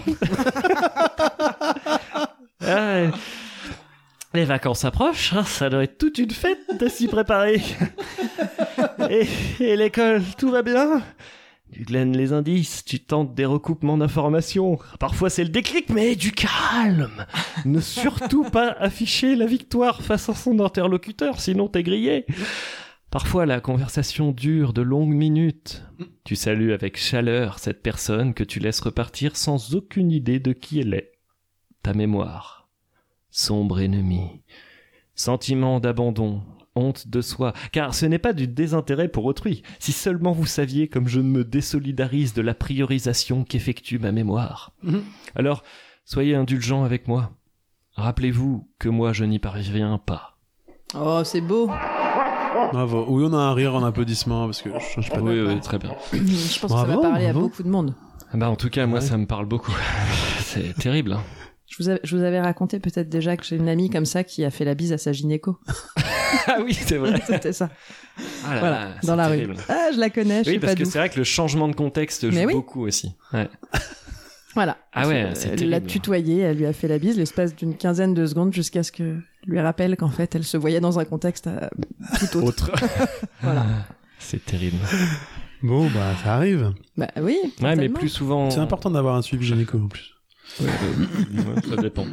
Ah, les vacances approchent, hein, ça doit être toute une fête de s'y préparer. Et, et l'école, tout va bien? Tu glanes les indices, tu tentes des recoupements d'informations. Parfois c'est le déclic, mais du calme. Ne surtout pas afficher la victoire face à son interlocuteur, sinon t'es grillé. Parfois la conversation dure de longues minutes. Tu salues avec chaleur cette personne que tu laisses repartir sans aucune idée de qui elle est. Ta mémoire. Sombre ennemi. Sentiment d'abandon. Honte de soi, car ce n'est pas du désintérêt pour autrui. Si seulement vous saviez comme je me désolidarise de la priorisation qu'effectue ma mémoire. Mmh. Alors, soyez indulgents avec moi. Rappelez-vous que moi je n'y parviens pas. Oh, c'est beau. Bravo. Oui, on a un rire en applaudissement parce que je change pas. Oui, oui, très bien. Je pense bravo, que ça va parler bravo. à beaucoup de monde. Bah, en tout cas, moi, ouais. ça me parle beaucoup. C'est terrible. Hein. Je vous, avais, je vous avais raconté peut-être déjà que j'ai une amie comme ça qui a fait la bise à sa gynéco. Ah oui, c'est vrai. C'était ça. Ah là, voilà, là, dans la terrible. rue. Ah, je la connais, je oui, sais pas parce que d'où. c'est vrai que le changement de contexte joue oui. beaucoup aussi. Ouais. Voilà. Ah ouais, c'est Elle terrible. l'a tutoyé, elle lui a fait la bise l'espace d'une quinzaine de secondes jusqu'à ce que lui rappelle qu'en fait, elle se voyait dans un contexte euh, tout autre. autre. Voilà. C'est terrible. Bon, bah, ça arrive. Bah oui. Ouais, mais plus souvent. C'est important d'avoir un suivi gynéco en plus. Ouais, ouais, ça dépend.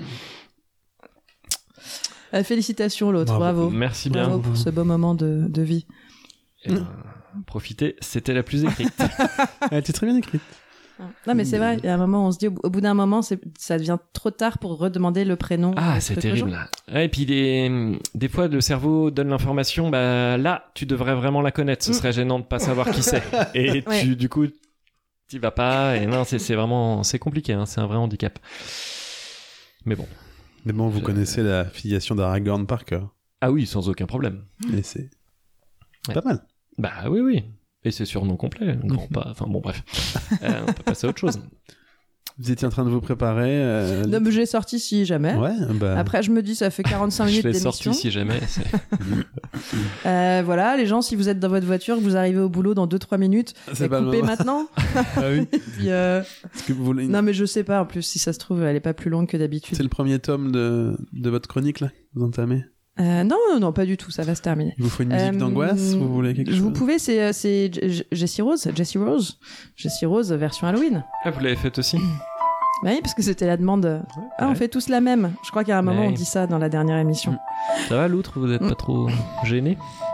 Euh, félicitations l'autre, bravo. bravo. Merci bien. Bravo pour ce beau moment de, de vie. Eh ben, profitez, c'était la plus écrite. Elle était très bien écrite. Non, mais c'est vrai, il y a un moment, on se dit, au, au bout d'un moment, c'est, ça devient trop tard pour redemander le prénom. Ah, c'est terrible. Ouais, et puis, les... des fois, le cerveau donne l'information, bah, là, tu devrais vraiment la connaître. Ce serait gênant de pas savoir qui c'est. Et tu, ouais. du coup, t'y vas pas. Et non, c'est, c'est vraiment, c'est compliqué, hein, c'est un vrai handicap. Mais bon. Mais bon, vous Je... connaissez la filiation d'Aragorn par cœur. Ah oui, sans aucun problème. Et c'est ouais. pas mal. Bah oui, oui. Et c'est sur nom complet, grand pas. Enfin bon, bref. Euh, on peut passer à autre chose. Vous étiez en train de vous préparer euh... Non, mais je l'ai sorti si jamais. Ouais, bah... Après, je me dis, ça fait quarante-cinq minutes d'émission. Je l'ai sorti si jamais. C'est... euh, voilà, les gens, si vous êtes dans votre voiture, vous arrivez au boulot dans deux trois minutes, c'est bah, coupez maintenant. Ah oui. Puis, euh... que vous voulez... Non, mais je sais pas, en plus, si ça se trouve, elle est pas plus longue que d'habitude. C'est le premier tome de, de votre chronique, là, vous entamez Euh, non, non, non, pas du tout, ça va se terminer. Il vous faut une musique euh, d'angoisse, vous voulez quelque chose? Vous pouvez, c'est, c'est Jessie Rose, Jessie Rose, Jessie Rose version Halloween. Ah, vous l'avez faite aussi? Bah oui, parce que c'était la demande. Ouais, ah, ouais. On fait tous la même. Je crois qu'à un moment, ouais. on dit ça dans la dernière émission. Ça va, l'outre, vous n'êtes mm. pas trop gêné?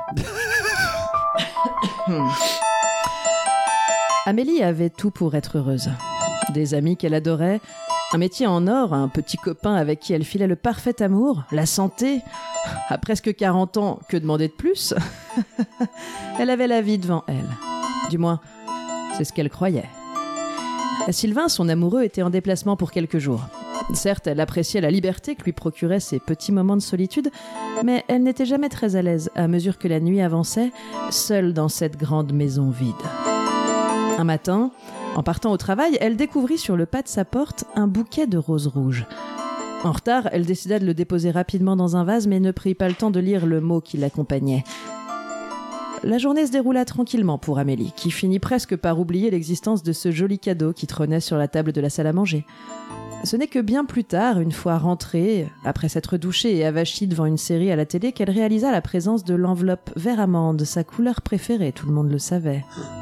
Amélie avait tout pour être heureuse. Des amis qu'elle adorait, un métier en or, un petit copain avec qui elle filait le parfait amour, la santé. À presque quarante ans, que demander de plus? Elle avait la vie devant elle. Du moins, c'est ce qu'elle croyait. Sylvain, son amoureux, était en déplacement pour quelques jours. Certes, elle appréciait la liberté que lui procuraient ces petits moments de solitude, mais elle n'était jamais très à l'aise à mesure que la nuit avançait, seule dans cette grande maison vide. Un matin, en partant au travail, elle découvrit sur le pas de sa porte un bouquet de roses rouges. En retard, elle décida de le déposer rapidement dans un vase, mais ne prit pas le temps de lire le mot qui l'accompagnait. La journée se déroula tranquillement pour Amélie, qui finit presque par oublier l'existence de ce joli cadeau qui trônait sur la table de la salle à manger. Ce n'est que bien plus tard, une fois rentrée, après s'être douchée et avachie devant une série à la télé, qu'elle réalisa la présence de l'enveloppe vert amande, sa couleur préférée, tout le monde le savait.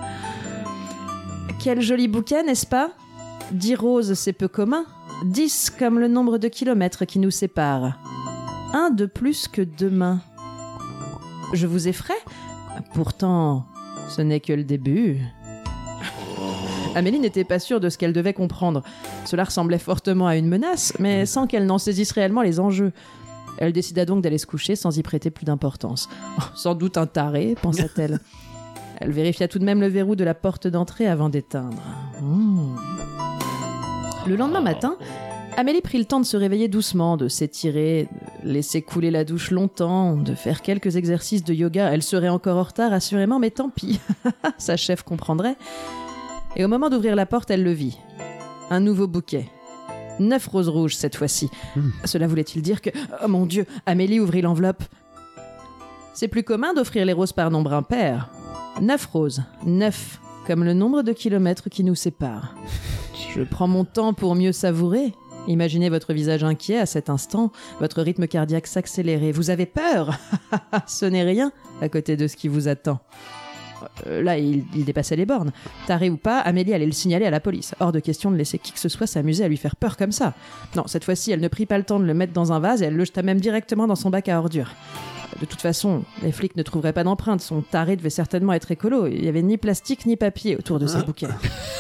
Quel joli bouquet, n'est-ce pas? Dix roses, c'est peu commun. Dix comme le nombre de kilomètres qui nous séparent. Un de plus que demain. Je vous effraie? Pourtant, ce n'est que le début. Amélie n'était pas sûre de ce qu'elle devait comprendre. Cela ressemblait fortement à une menace, mais sans qu'elle n'en saisisse réellement les enjeux. Elle décida donc d'aller se coucher sans y prêter plus d'importance. Oh, sans doute un taré, pensa-t-elle. Elle vérifia tout de même le verrou de la porte d'entrée avant d'éteindre. Mmh. Le lendemain matin, Amélie prit le temps de se réveiller doucement, de s'étirer, de laisser couler la douche longtemps, de faire quelques exercices de yoga. Elle serait encore en retard, assurément, mais tant pis. Sa chef comprendrait. Et au moment d'ouvrir la porte, elle le vit. Un nouveau bouquet. Neuf roses rouges, cette fois-ci. Mmh. Cela voulait-il dire que... Oh mon Dieu, Amélie ouvrit l'enveloppe. C'est plus commun d'offrir les roses par nombre impair. Neuf roses. Neuf, comme le nombre de kilomètres qui nous séparent. Je prends mon temps pour mieux savourer. Imaginez votre visage inquiet à cet instant, votre rythme cardiaque s'accélérer. Vous avez peur? Ce n'est rien à côté de ce qui vous attend. Euh, là, il, il dépassait les bornes. Tarée ou pas, Amélie allait le signaler à la police. Hors de question de laisser qui que ce soit s'amuser à lui faire peur comme ça. Non, cette fois-ci, elle ne prit pas le temps de le mettre dans un vase et elle le jeta même directement dans son bac à ordures. De toute façon, les flics ne trouveraient pas d'empreinte. Son taré devait certainement être écolo. Il n'y avait ni plastique ni papier autour de ces bouquets.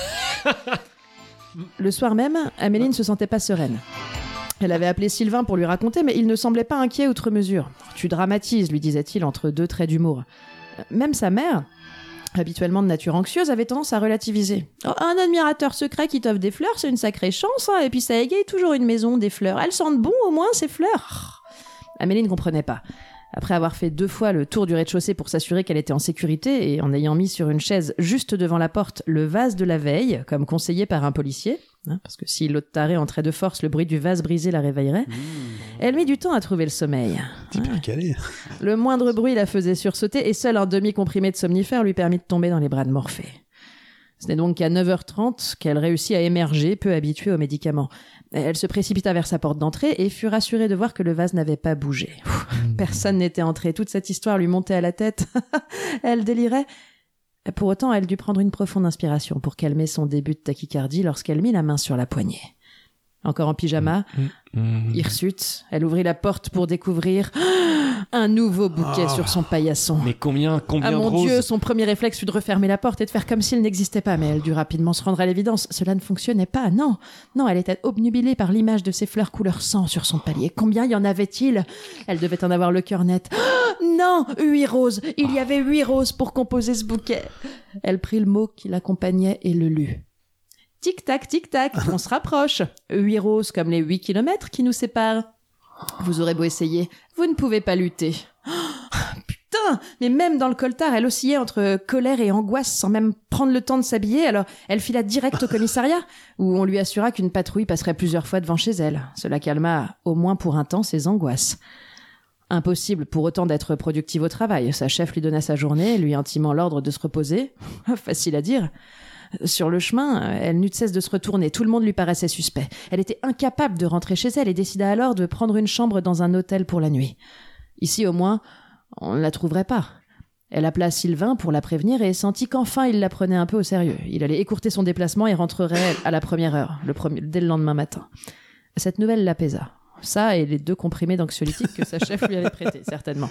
Le soir même, Amélie ne se sentait pas sereine. Elle avait appelé Sylvain pour lui raconter, mais il ne semblait pas inquiet outre mesure. « Tu dramatises », lui disait-il entre deux traits d'humour. Même sa mère, habituellement de nature anxieuse, avait tendance à relativiser. Oh, « Un admirateur secret qui t'offre des fleurs, c'est une sacrée chance, hein, et puis ça égaye toujours une maison, des fleurs. Elles sentent bon au moins, ces fleurs. » Amélie ne comprenait pas. Après avoir fait deux fois le tour du rez-de-chaussée pour s'assurer qu'elle était en sécurité et en ayant mis sur une chaise juste devant la porte le vase de la veille, comme conseillé par un policier, hein, parce que si l'autre taré entrait de force, le bruit du vase brisé la réveillerait, mmh. elle mit du temps à trouver le sommeil. Ouais. Le moindre bruit la faisait sursauter et seul un demi-comprimé de somnifère lui permit de tomber dans les bras de Morphée. Ce n'est donc qu'à neuf heures trente qu'elle réussit à émerger, peu habituée aux médicaments. Elle se précipita vers sa porte d'entrée et fut rassurée de voir que le vase n'avait pas bougé. Mmh. Personne n'était entré. Toute cette histoire lui montait à la tête. Elle délirait. Pour autant, elle dut prendre une profonde inspiration pour calmer son début de tachycardie lorsqu'elle mit la main sur la poignée. Encore en pyjama, mmh. Mmh. Hirsute, elle ouvrit la porte pour découvrir Un nouveau bouquet Oh. sur son paillasson. Mais combien, combien Ah de mon roses Dieu, son premier réflexe fut de refermer la porte et de faire comme s'il n'existait pas, mais elle dut rapidement se rendre à l'évidence. Cela ne fonctionnait pas, non. Non, elle était obnubilée par l'image de ces fleurs couleur sang sur son palier. Combien y en avait-il ? Elle devait en avoir le cœur net. Oh, non, huit roses. Il y avait huit roses pour composer ce bouquet. Elle prit le mot qui l'accompagnait et le lut. Tic-tac, tic-tac, on se rapproche. Huit roses comme les huit kilomètres qui nous séparent. Vous aurez beau essayer, vous ne pouvez pas lutter. Oh, putain, mais même dans le coltard, elle oscillait entre colère et angoisse sans même prendre le temps de s'habiller, alors elle fila direct au commissariat, où on lui assura qu'une patrouille passerait plusieurs fois devant chez elle. Cela calma, au moins pour un temps, ses angoisses. Impossible pour autant d'être productive au travail. Sa chef lui donna sa journée, lui intimant l'ordre de se reposer. Facile à dire. Sur le chemin, elle n'eut de cesse de se retourner. Tout le monde lui paraissait suspect. Elle était incapable de rentrer chez elle et décida alors de prendre une chambre dans un hôtel pour la nuit. Ici, au moins, on ne la trouverait pas. Elle appela Sylvain pour la prévenir et sentit qu'enfin il la prenait un peu au sérieux. Il allait écourter son déplacement et rentrerait à la première heure, le premier, dès le lendemain matin. Cette nouvelle l'apaisa. Ça et les deux comprimés d'anxiolytiques que sa chef lui avait prêtés, certainement.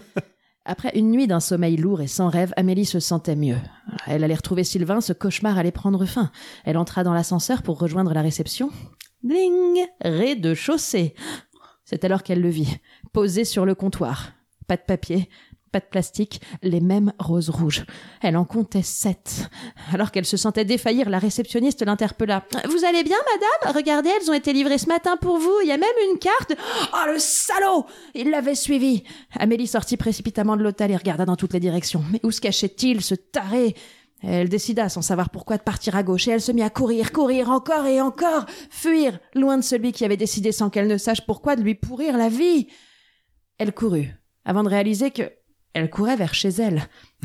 Après une nuit d'un sommeil lourd et sans rêve, Amélie se sentait mieux. Elle allait retrouver Sylvain, ce cauchemar allait prendre fin. Elle entra dans l'ascenseur pour rejoindre la réception. Bling ! Rez-de-chaussée. C'est alors qu'elle le vit, posé sur le comptoir. Pas de papier, pas de plastique, les mêmes roses rouges. Elle en comptait sept. Alors qu'elle se sentait défaillir, la réceptionniste l'interpella. « Vous allez bien, madame ? Regardez, elles ont été livrées ce matin pour vous. Il y a même une carte. » Oh, le salaud ! Il l'avait suivi. Amélie sortit précipitamment de l'hôtel et regarda dans toutes les directions. Mais où se cachait-il, ce taré ? Elle décida, sans savoir pourquoi, de partir à gauche, et elle se mit à courir, courir encore et encore, fuir, loin de celui qui avait décidé, sans qu'elle ne sache pourquoi, de lui pourrir la vie. Elle courut, avant de réaliser que elle courait vers chez elle.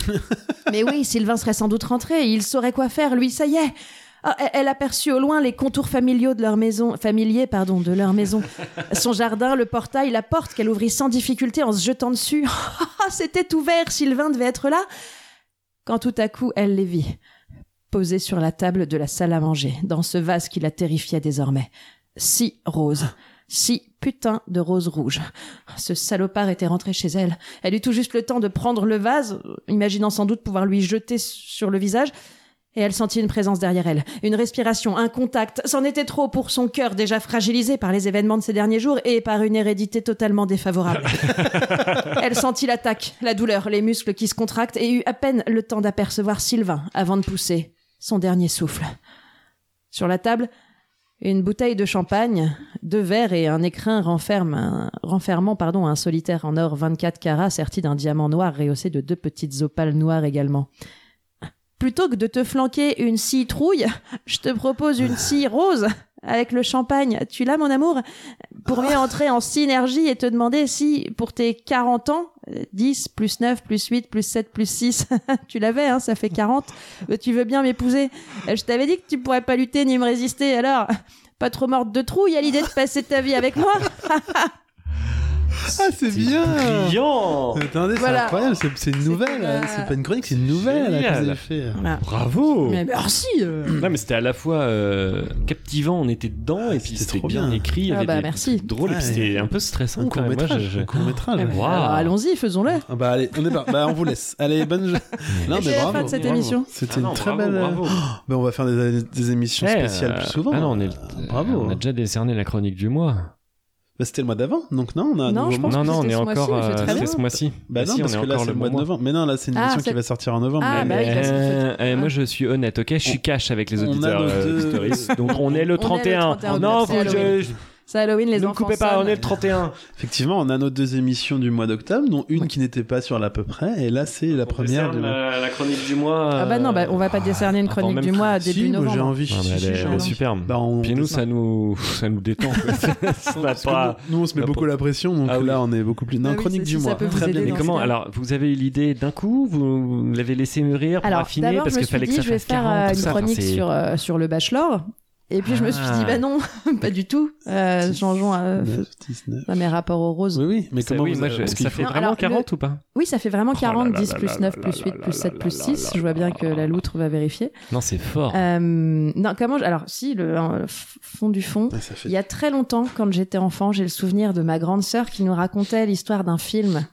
Mais oui, Sylvain serait sans doute rentré, il saurait quoi faire, lui, ça y est. Ah, elle aperçut au loin les contours familiaux de leur maison, familiers, pardon, de leur maison. Son jardin, le portail, la porte qu'elle ouvrit sans difficulté en se jetant dessus. C'était ouvert, Sylvain devait être là. Quand tout à coup, elle les vit, posés sur la table de la salle à manger, dans ce vase qui la terrifiait désormais. Six roses. Six putains de roses rouges. Ce salopard était rentré chez elle. Elle eut tout juste le temps de prendre le vase, imaginant sans doute pouvoir lui jeter sur le visage, et elle sentit une présence derrière elle. Une respiration, un contact. C'en était trop pour son cœur déjà fragilisé par les événements de ces derniers jours et par une hérédité totalement défavorable. Elle sentit l'attaque, la douleur, les muscles qui se contractent et eut à peine le temps d'apercevoir Sylvain avant de pousser son dernier souffle. Sur la table, une bouteille de champagne, deux verres et un écrin renferme un, renfermant pardon, un solitaire en or vingt-quatre carats serti d'un diamant noir rehaussé de deux petites opales noires également. Plutôt que de te flanquer une scie trouille, je te propose une scie rose avec le champagne. Tu l'as, mon amour ? Pour mieux entrer en synergie et te demander si, pour tes quarante ans, dix plus neuf plus huit plus sept plus six, tu l'avais, hein, ça fait quarante, tu veux bien m'épouser ? Je t'avais dit que tu pourrais pas lutter ni me résister, alors pas trop morte de trouille à l'idée de passer ta vie avec moi ? Ah, c'est bien. Brillant. Attendez, Voilà. c'est incroyable, c'est, c'est une nouvelle. euh, C'est pas une chronique, c'est une nouvelle là, que vous Génial. avez fait. Voilà. Bravo. Mais merci euh. Non, mais c'était à la fois euh, captivant, on était dedans, et puis C'était c'était trop bien, bien. écrit, il y Ah avait bah, des merci. trucs drôles, et puis Ah, c'était un peu stressant Un quand court même. Moi, métrage. je- je- Un court métrage. Ah, mais Wow. alors, allons-y, faisons-le. Ah bah allez, on est pas. Bah on vous laisse. Allez, bonne. Non Et mais c'est la bravo. fin de cette bravo. émission. C'était Ah non, une très bravo, belle. bravo. Bah on va faire des, des émissions Eh, spéciales euh, plus souvent. Ah non, on est. Bravo. On a déjà décerné la chronique du mois. Bah c'était le mois d'avant, donc non, on a un Non, nouveau je mois. pense Non, que non, on c'était est ce mois-ci, encore. mais c'est euh, très C'est bien. ce mois-ci. Bah non, si, parce on est que là encore c'est le le mois de mois. novembre. Mais non, là c'est une Ah, émission c'est- qui va sortir en novembre. Ah, mais- bah oui, parce qu'il faut- Euh, euh, Ah. moi je suis honnête, ok, je suis cash avec les on a auditeurs, nos euh, deux- auditeuristes. Donc on est On est le le trente et un. trente et un, Non, c'est vous, Halloween. je- C'est Halloween, les ne me enfants coupez pas, sonnent. on est le trente et un. Effectivement, on a nos deux émissions du mois d'octobre, dont une qui n'était pas sur l'à peu près, et là c'est la première. décerne de- la, la chronique du mois. Ah bah non, bah, on va pas décerner une Attends, chronique même du plus. mois début Si, moi, novembre. j'ai envie. Ah, si, mais si, elle est, j'ai elle est envie. superbe. Bah, on Puis nous, descend. ça nous, ça nous détend. Ça n'a Parce que pas- nous, nous, on se met n'a beaucoup pas- la pression, donc Ah oui. là on est beaucoup plus. Non, Ah oui, chronique c'est- du si ça mois. peut vous Très aider bien. Mais dans comment ce cas. alors vous avez eu l'idée d'un coup, vous l'avez laissé mûrir pour Alors, affiner d'abord, parce je me qu'il suis fallait dit, que ça je vais fasse faire quarante, euh, tout une ça. Enfin, chronique c'est- sur, euh, sur le Bachelor. Et puis je me suis Ah. dit, bah non, pas du tout. Euh, changeons euh, neuf, dix-neuf. f- mes rapports aux roses. Oui, oui, mais Ça, comment oui, vous- moi, je- parce qu'il ça faut- fait Non, vraiment alors, quarante ou pas? Oui, ça fait vraiment Oh quarante, là là dix là plus là neuf là plus là huit là plus là sept là plus là six. là Je vois bien là que là la loutre va vérifier. Non, c'est fort. Euh, non, comment je- Alors, si, le euh, f- fond du fond. Ah, ça fait- Il y a très longtemps, quand j'étais enfant, j'ai le souvenir de ma grande sœur qui nous racontait l'histoire d'un film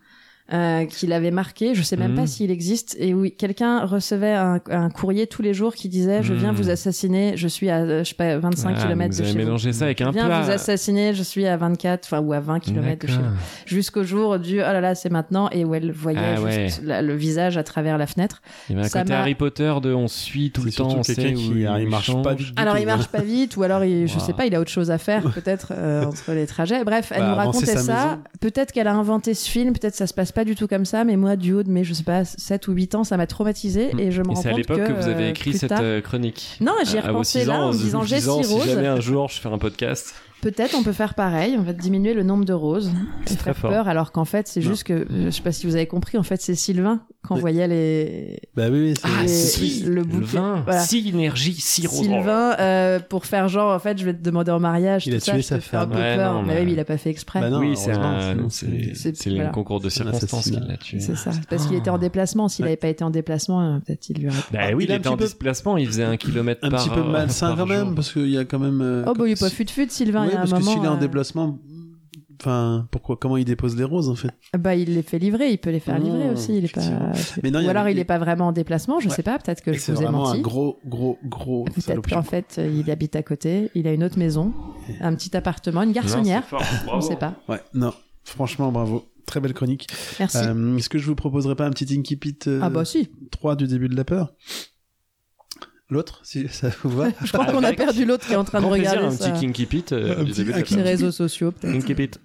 euh, qui l'avait marqué. Je sais même Mmh. pas s'il existe. Et oui, quelqu'un recevait un, un courrier tous les jours qui disait je viens Mmh. vous assassiner, je suis à euh, je sais pas vingt-cinq Ah, kilomètres vous de avez chez vous. mélangé ça avec Je un viens plat. vous assassiner, je suis à vingt-quatre enfin ou à vingt kilomètres de chez vous. D'accord. Jusqu'au jour du oh là là c'est maintenant et où elle voyait Ah, juste ouais. la- le visage à travers la fenêtre. Il y avait un Ça côté m'a- Harry Potter de on suit tout C'est le temps, surtout on sait quelqu'un où qui il, il marche change. pas vite. du Alors tout, il marche pas vite ou alors il, je Wow. sais pas, il a autre chose à faire peut-être euh, entre les trajets. Bref, elle Bah, nous avancer racontait sa ça. maison. Peut-être qu'elle a inventé ce film, peut-être ça se passe pas du tout comme ça, mais moi du haut de mes je sais pas sept ou huit ans, ça m'a traumatisé et je me Et rends c'est à compte l'époque que, vous avez euh, écrit plus cette tard- euh, chronique. Non, j'y ai À vos repensé six là ans, en me disant vous Jessie disant, si Rose. jamais un jour je fais un podcast. Peut-être on peut faire pareil, on va diminuer le nombre de roses et C'est très faire fort. peur alors qu'en fait c'est Non. juste que euh, je sais pas si vous avez compris, en fait c'est Sylvain qu'on Mais- voyait les Bah oui, oui, c'est- Ah, c'est- si. le le bouquet. vin, Voilà. si énergie, si rose. Sylvain euh, pour faire genre en fait je vais te demander en mariage Il tout a ça, tué je sa te fais un femme. peu Ouais, peur non, mais mais- oui il a pas fait exprès. Bah non, oui, c'est heureusement, un, sinon, c'est, c'est- c'est voilà. le concours de C'est un circonstances qui assassinat. l'a tué. C'est ça, parce qu'il était en déplacement. S'il Ouais. avait pas été en déplacement, euh, peut-être il lui aurait. Bah Ah, oui, il il a un était en petit peu- déplacement, il faisait un kilomètre un par petit peu euh, malsain par quand même, jour. parce qu'il y a quand même. euh, Oh bah il est comme- pas fut-fut Sylvain, Oui, il y a un parce que moment. s'il est en euh, déplacement, enfin, pourquoi, comment il dépose les roses en fait Bah il les fait livrer, il peut les faire Mmh, livrer aussi. Il est pas. effectivement. Mais non, il y Ou a- alors il il- est pas vraiment en déplacement, je Ouais. sais pas. Peut-être que Et je c'est vous ai vraiment menti. un gros, gros, gros. Peut-être salopion. qu'en fait euh, il habite à côté, il a une autre maison, un petit appartement, une garçonnière. Non, c'est fort, On bravo. sait pas. Ouais, non, franchement, bravo. Très belle chronique. Merci. Euh, Est-ce que je vous proposerais pas un petit Inky Pit euh, Ah bah si. trois du début de la peur L'autre, si ça vous va Je crois qu'on a Avec perdu l'autre qui est en train de Grand plaisir, regarder un ça. petit Kinky Pit euh, Un du petit- début de un la Kinky Les peur. réseaux sociaux peut-être. Kinky Pit.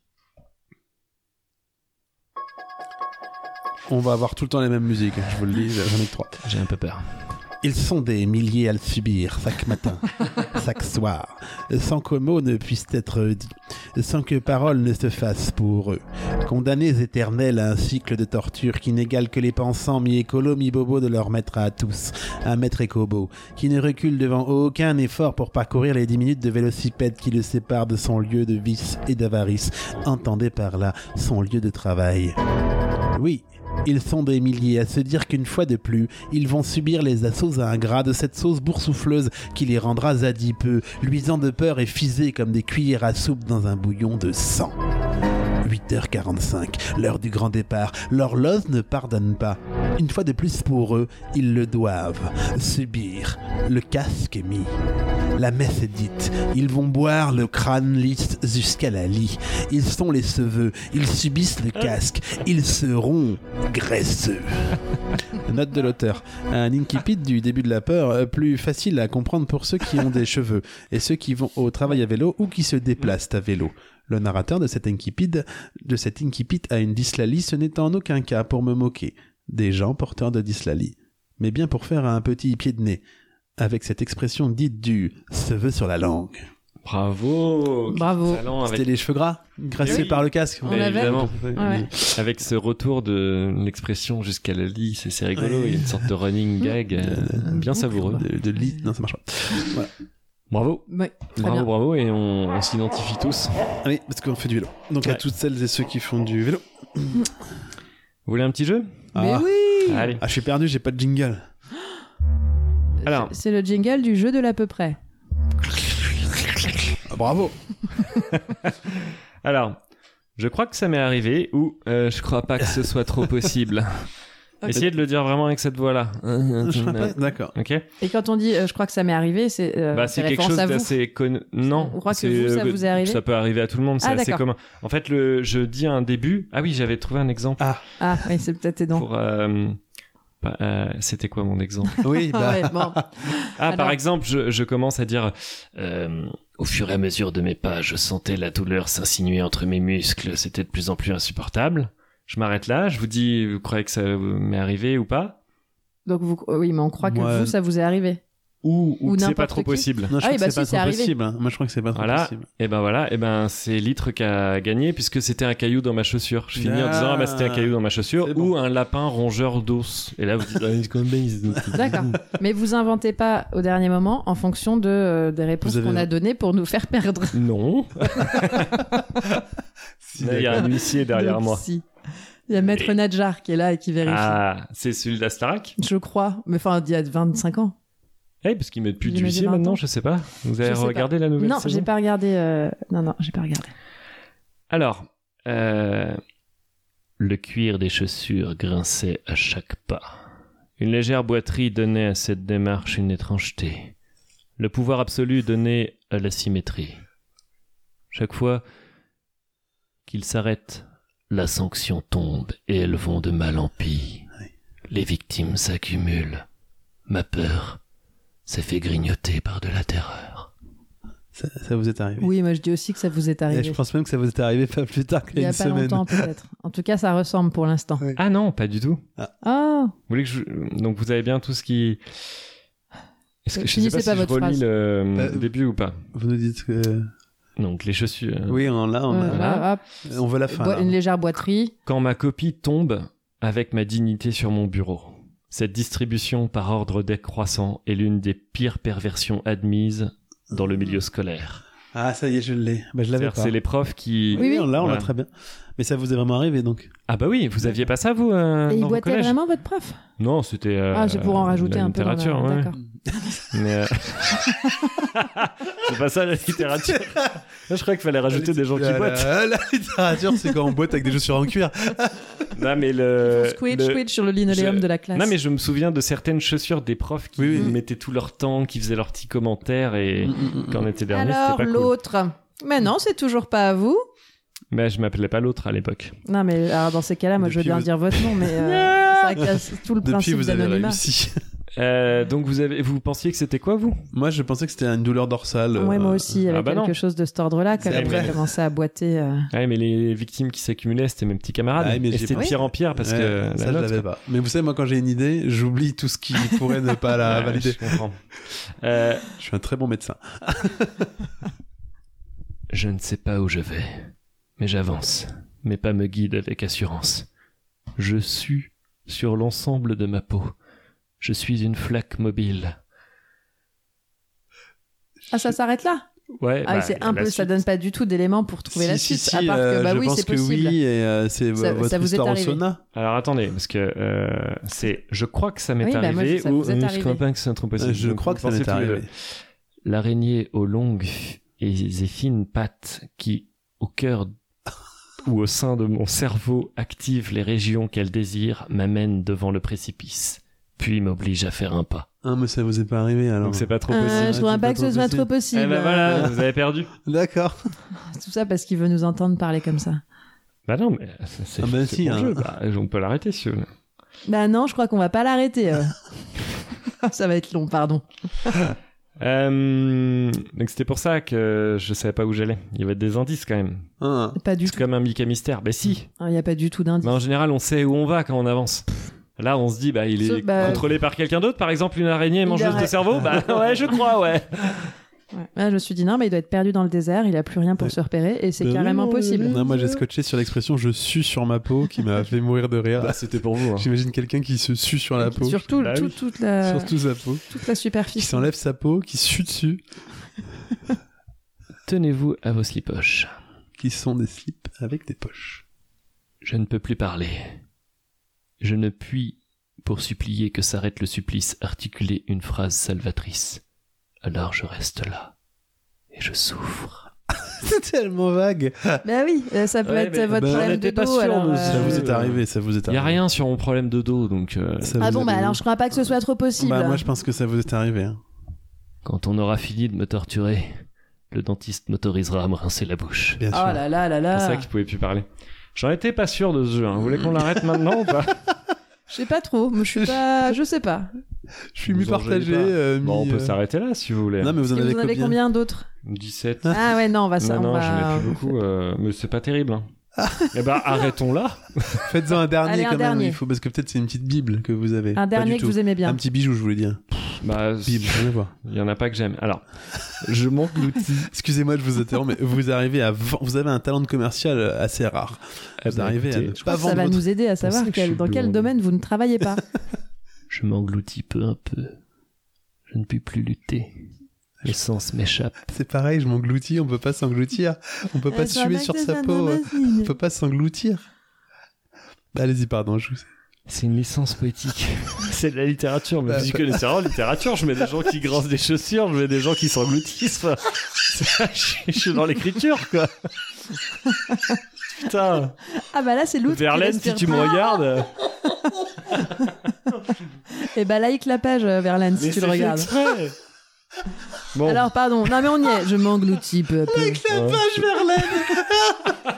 On va avoir tout le temps les mêmes musiques, je vous le dis, j'en ai que trois. J'ai un peu peur. Ils sont des milliers à le subir, chaque matin, chaque soir, sans qu'un mot ne puisse être dit, sans que parole ne se fasse pour eux. Condamnés éternels à un cycle de torture qui n'égale que les pensants mi-écolo, mi-bobo de leur maître à tous, un maître écobo, qui ne recule devant aucun effort pour parcourir les dix minutes de vélocipède qui le séparent de son lieu de vice et d'avarice, entendez par là son lieu de travail. Oui, ils sont des milliers à se dire qu'une fois de plus, ils vont subir les assauts ingrats de cette sauce boursoufleuse qui les rendra zadipeux, luisant de peur et fisés comme des cuillères à soupe dans un bouillon de sang. huit heures quarante-cinq, l'heure du grand départ, l'horloge ne pardonne pas. Une fois de plus pour eux, ils le doivent subir. Le casque est mis. La messe est dite. Ils vont boire le crâne lisse jusqu'à la lie. Ils sont les seveux. Ils subissent le casque. Ils seront graisseux. Note de l'auteur. Un incipit du début de la peur, euh, plus facile à comprendre pour ceux qui ont des cheveux et ceux qui vont au travail à vélo ou qui se déplacent à vélo. Le narrateur de cet incipit, de cet incipit a une dyslalie, ce n'est en aucun cas pour me moquer des gens porteurs de dyslalie, mais bien pour faire un petit pied de nez, avec cette expression dite du « se veut sur la langue Bravo. Bravo. Talent ». avec, C'était les cheveux gras, graissés Oui. par le casque. On Mais avait. évidemment. Ouais. avec ce retour de l'expression jusqu'à la lie, c'est, c'est rigolo. Ouais. Il y a une sorte de running gag euh, bien savoureux. De, de lit, non ça marche pas. Voilà. Bravo. Ouais, très Bravo, bien. bravo. Et on, on s'identifie tous. Ah oui, parce qu'on fait du vélo. Donc à Ouais. toutes celles et ceux qui font du vélo. Vous voulez un petit jeu? Mais Ah. oui. Allez. Ah, je suis perdu, j'ai pas de jingle. Alors. C'est le jingle du jeu de l'à peu près. Ah, bravo. Alors, je crois que ça m'est arrivé ou euh, je crois pas que ce soit trop possible. Essayez de le dire vraiment avec cette voix-là. Je crois pas- D'accord. Ok. Et quand on dit euh, je crois que ça m'est arrivé, c'est euh, Bah, c'est c'est quelque référence chose à vous. d'assez connu. Non. On croit que c'est, vous, ça euh, vous est arrivé Ça peut arriver à tout le monde, c'est Ah, assez d'accord. commun. En fait, le, je dis un début. Ah oui, j'avais trouvé un exemple. Ah, Ah oui, c'est peut-être aidant. Pour, euh, pas- euh, c'était quoi mon exemple? oui, Ah bah. ouais, bon. Ah, Alors- par exemple, je, je commence à dire euh, au fur et à mesure de mes pas, je sentais la douleur s'insinuer entre mes muscles. C'était de plus en plus insupportable. Je m'arrête là. Je vous dis, vous croyez que ça m'est arrivé ou pas? Donc vous, oui, mais on croit que Moi- vous, ça vous est arrivé. Ou, Ou ou que c'est n'importe pas trop qui. possible? Non, je Ah crois oui, que bah c'est si, pas c'est trop arrivé. possible. hein. Moi, je crois que c'est pas trop Voilà. possible. Et ben voilà. Et ben c'est Litre qui a gagné puisque c'était un caillou dans ma chaussure. Je finis en Ah. disant ah bah c'était un caillou dans ma chaussure C'est bon. ou un lapin rongeur d'os. Et là vous dites ah, ils se connaissent. D'accord. Mais vous inventez pas au dernier moment en fonction de, euh, des réponses Vous avez- qu'on a données pour nous faire perdre. Non. Si, Là, il y a un d'accord. huissier derrière Donc, moi. si. Il y a Maître Et- Nadjar qui est là et qui vérifie. Ah, c'est celui d'Astarac. Je crois. Mais enfin, il y a vingt-cinq ans. Eh, parce qu'ils mettent plus Il met d'huissier vingt maintenant, ans. je sais pas. Vous avez Je sais regardé la nouvelle Non, saison j'ai pas regardé. euh, Non, non, j'ai pas regardé. Alors, euh, Le cuir des chaussures grinçait à chaque pas. Une légère boiterie donnait à cette démarche une étrangeté. Le pouvoir absolu donnait à la symétrie. Chaque fois qu'il s'arrête, la sanction tombe et elles vont de mal en pis. Les victimes s'accumulent. Ma peur s'est fait grignoter par de la terreur. Ça, ça vous est arrivé? Oui, moi je dis aussi que ça vous est arrivé. Et je pense même que ça vous est arrivé pas plus tard qu'il y a une semaine. Il y a pas longtemps peut-être. En tout cas, ça ressemble pour l'instant. Ouais. Ah non, pas du tout. Ah. Oh. Vous voulez que je... Donc vous avez bien tout ce qui... Est-ce que je sais pas si pas je votre relis phrase. le Bah, début ou pas? Vous nous dites que... Donc les chaussures... Oui, on, là, on, a... Euh, là, hop. on veut la fin. Bo- là. Une légère boiterie. Quand ma copie tombe avec ma dignité sur mon bureau. Cette distribution par ordre décroissant est l'une des pires perversions admises dans le milieu scolaire. Ah, ça y est, je l'ai. Bah, je l'avais C'est-à-dire, pas. c'est les profs qui... Oui, oui, là, on Voilà. l'a très bien. Mais ça vous est vraiment arrivé, donc? Ah bah oui, vous aviez pas ça, vous, euh, Et il dans vos boitait collèges? vraiment votre prof? Non, c'était... euh, Ah, c'est pour en rajouter la un peu dans la... littérature, ouais. D'accord. Mais euh, c'est pas ça la littérature. Là, je crois qu'il fallait rajouter des gens qui la, boitent. La, la littérature, c'est quand on boite avec des chaussures en cuir. Non mais le. Squidge, le- squidge sur le linoléum je- de la classe. Non mais je me souviens de certaines chaussures des profs qui Oui, oui. mettaient tout leur temps, qui faisaient leurs petits commentaires et quand on était dernier, Alors, c'était pas cool. l'autre. Mais non, c'est toujours pas à vous. Mais je m'appelais pas l'autre à l'époque. Non, mais alors, dans ces cas-là, moi, je veux Depuis, bien vous- dire votre nom, mais euh, ça casse tout le Depuis, principe vous avez d'anonymat. réussi. Euh, donc vous avez, vous pensiez que c'était quoi vous? Moi, je pensais que c'était une douleur dorsale. Ouais, moi euh, aussi, il y avait ah bah quelque non. chose de cet ordre-là quand C'est même. après. J'ai commencé à boiter. euh. Ouais mais les victimes qui s'accumulaient c'était mes petits camarades. Ah, mais et j'ai c'était de pas- pire en pire parce ouais, que ça, la je note, l'avais quoi. pas. Mais vous savez, moi, quand j'ai une idée, j'oublie tout ce qui pourrait ne pas la Ouais, valider. je comprends. Euh, Je suis un très bon médecin. Je ne sais pas où je vais, mais j'avance. Mes pas me guident avec assurance. Je sue sur l'ensemble de ma peau. Je suis une flaque mobile. Ah, ça s'arrête là? Ouais, Ah, bah, c'est un la peu, ça suite. donne pas du tout d'éléments pour trouver si, la si, suite. si, à part que, euh, bah je oui, pense c'est que possible. oui, et euh, c'est Ça- votre ça vous est histoire au arrivé. sauna. Alors attendez, parce que euh, c'est, je crois que ça m'est Oui, bah, moi, arrivé ça ou vous est euh, je arrivé. crois pas que c'est un truc possible. Euh, Je Donc, crois vous que ça pensez m'est tous les deux. arrivé. L'araignée aux longues et et fines pattes qui, au cœur ou au sein de mon cerveau, active les régions qu'elle désire, m'amène devant le précipice, puis m'oblige à faire un pas. Ah, mais ça vous est pas arrivé, alors. Donc c'est pas trop Euh, possible. je crois c'est pas pas que ce trop soit possible. trop possible. Eh ben voilà, vous avez perdu. D'accord. Tout ça parce qu'il veut nous entendre parler comme ça. Bah non, mais c'est, c'est, Ah bah c'est si, mon hein. jeu. Bah, on peut l'arrêter si vous voulez. Bah non, je crois qu'on va pas l'arrêter. euh. Ça va être long, pardon. Euh, donc c'était pour ça que je savais pas où j'allais. Il y avait des indices quand même. Ah. Pas du C'est tout. comme un Mickey Mystère. Bah si. Il n'y a pas du tout d'indice. Mais en général, on sait où on va quand on avance. Là, on se dit, bah, il est Ce- bah, contrôlé par quelqu'un d'autre, par exemple une araignée Une mangeuse de araignée. cerveau. Bah ouais, je crois, ouais. Ouais. Là, je me suis dit non, mais il doit être perdu dans le désert, il a plus rien pour Ouais. se repérer et c'est Bah carrément non, possible. Non, moi j'ai scotché sur l'expression je sue sur ma peau qui m'a fait mourir de rire. Bah, c'était pour vous. hein. J'imagine quelqu'un qui se sue sur la peau, Surtout Bah tout- oui. toute, la, sur toute sa peau, toute la qui superficie. s'enlève sa peau, qui sue dessus, Tenez-vous à vos slipoches. qui sont des slips avec des poches. Je ne peux plus parler. Je ne puis, pour supplier que s'arrête le supplice, articuler une phrase salvatrice. Alors je reste là. Et je souffre. C'est tellement vague. Bah oui, euh, ça peut Ouais, être mais- votre bah, problème on de était pas dos. sûrs, alors, nous, euh, Ça vous est Euh, arrivé, ça vous est Il y arrivé. a rien sur mon problème de dos, donc euh, Ça Ah vous bon, est bah arrivé. alors je crois pas que ce soit trop possible. Bah moi je pense que ça vous est arrivé. hein. quand on aura fini de me torturer, le dentiste m'autorisera à me rincer la bouche. Bien Oh sûr. là là là C'est pour ça là. qu'il pouvait plus parler. J'en étais pas sûr de ce jeu. Hein. Vous voulez qu'on l'arrête maintenant ou pas? Je sais pas trop, moi, je suis pas, je sais pas. Je suis Vous mi-partagé. enjaillez pas. euh, Bon, on mi, peut euh, s'arrêter là si vous voulez. Non mais vous en Et avez vous en avez combien, combien d'autres? dix-sept. Ah ouais, non, on va ça. non, on non, va... j'en ai plus beaucoup. euh, mais c'est pas terrible. Hein. Eh ben, arrêtons là. Faites-en un dernier Allez, un quand même. dernier. Il faut parce que peut-être c'est une petite bible que vous avez. Un Pas dernier du que tout. vous aimez bien. Un petit bijou, je voulais dire. Bah, Bible, on va voir. il y en a pas que j'aime. Alors, je m'engloutis. Excusez-moi, je vous interromps, mais vous arrivez à vend- vous avez un talent de commercial assez rare. Eh Vous ben, arrivez à écoutez, ne Je pas pense que ça vendre va votre... nous aider à savoir que je quel- suis dans quel blonde. domaine vous ne travaillez pas. Je m'engloutis peu à peu. Je ne puis plus lutter. L'essence m'échappe. C'est pareil, je m'engloutis, on peut pas s'engloutir. On peut pas suer sur sa peau. On peut pas s'engloutir. Bah, allez-y, pardon, je vous... C'est une licence poétique. C'est de la littérature. Mais Bah, vous y bah. connaissez rien en littérature. Je mets des gens qui grincent des chaussures, je mets des gens qui s'engloutissent. Enfin, c'est- je suis- je suis dans l'écriture, quoi. Putain. Ah bah là, c'est l'autre. Verlaine, si tu me regardes. Et bah like la page, Verlaine, si Mais tu c'est le fait regardes. exprès. Bon. Alors, pardon. Non, mais on y est. Je m'engloutis peu à peu. Avec la Ouais. page Verlaine.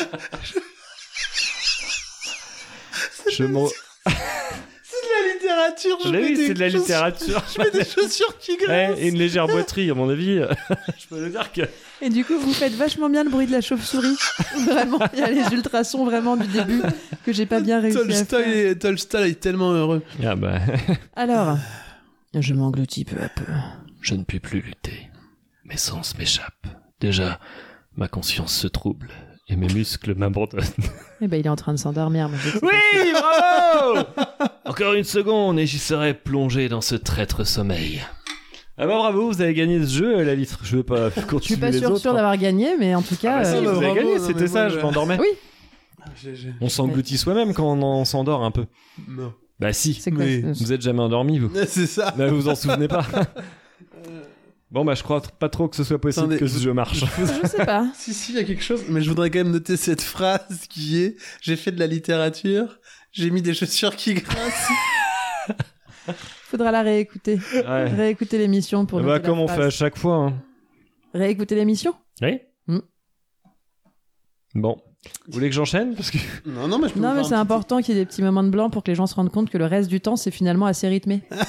Je m'en... C'est de la littérature. Je Je l'ai mets vu, des c'est de la chaussures- littérature. Je mets des chaussures qui Ouais, grincent. et une légère boiterie, à mon avis. Je peux le dire que... Et du coup, vous faites vachement bien le bruit de la chauve-souris. Vraiment, il y a les ultrasons vraiment du début que j'ai pas bien réussi à Tolstoy faire. est, Tolstoy est tellement heureux. Ah bah... Alors, je m'engloutis peu à peu. Je ne puis plus lutter. Mes sens m'échappent. Déjà, ma conscience se trouble et mes muscles m'abandonnent. Eh ben, il est en train de s'endormir. mais je sais Oui, bravo! Encore une seconde et j'y serai plongé dans ce traître sommeil. Ah bah bravo, vous avez gagné ce jeu, la litre. Je veux pas Je suis continuer pas les sûr, autres. sûr d'avoir gagné, mais en tout cas. Ah bah si, euh, vous avez bravo, gagné, non, c'était mais ça, moi, je je- m'endormais. Oui. J'ai- j'ai- On s'engloutit soi-même quand on, on s'endort un peu. Non. Bah si. C'est quoi Mais- ce- Vous êtes jamais endormi, vous. C'est ça. Mais vous vous en souvenez pas. Bon bah je crois pas trop que ce soit possible Attendez, que ce jeu marche. Je sais pas. Si, si, il y a quelque chose. Mais je voudrais quand même noter cette phrase qui est « J'ai fait de la littérature, j'ai mis des chaussures qui grincent. Faudra la réécouter. Ouais. Réécouter l'émission pour Bah noter la comme on fait à phrase. chaque fois. Hein. Réécouter l'émission. Oui. Hmm. Bon. Vous voulez que j'enchaîne parce que... » Non, non, mais je peux Non, vous mais faire c'est un important qu'il y ait des petits moments de blanc pour que les gens se rendent compte que le reste du temps, c'est finalement assez rythmé. petit-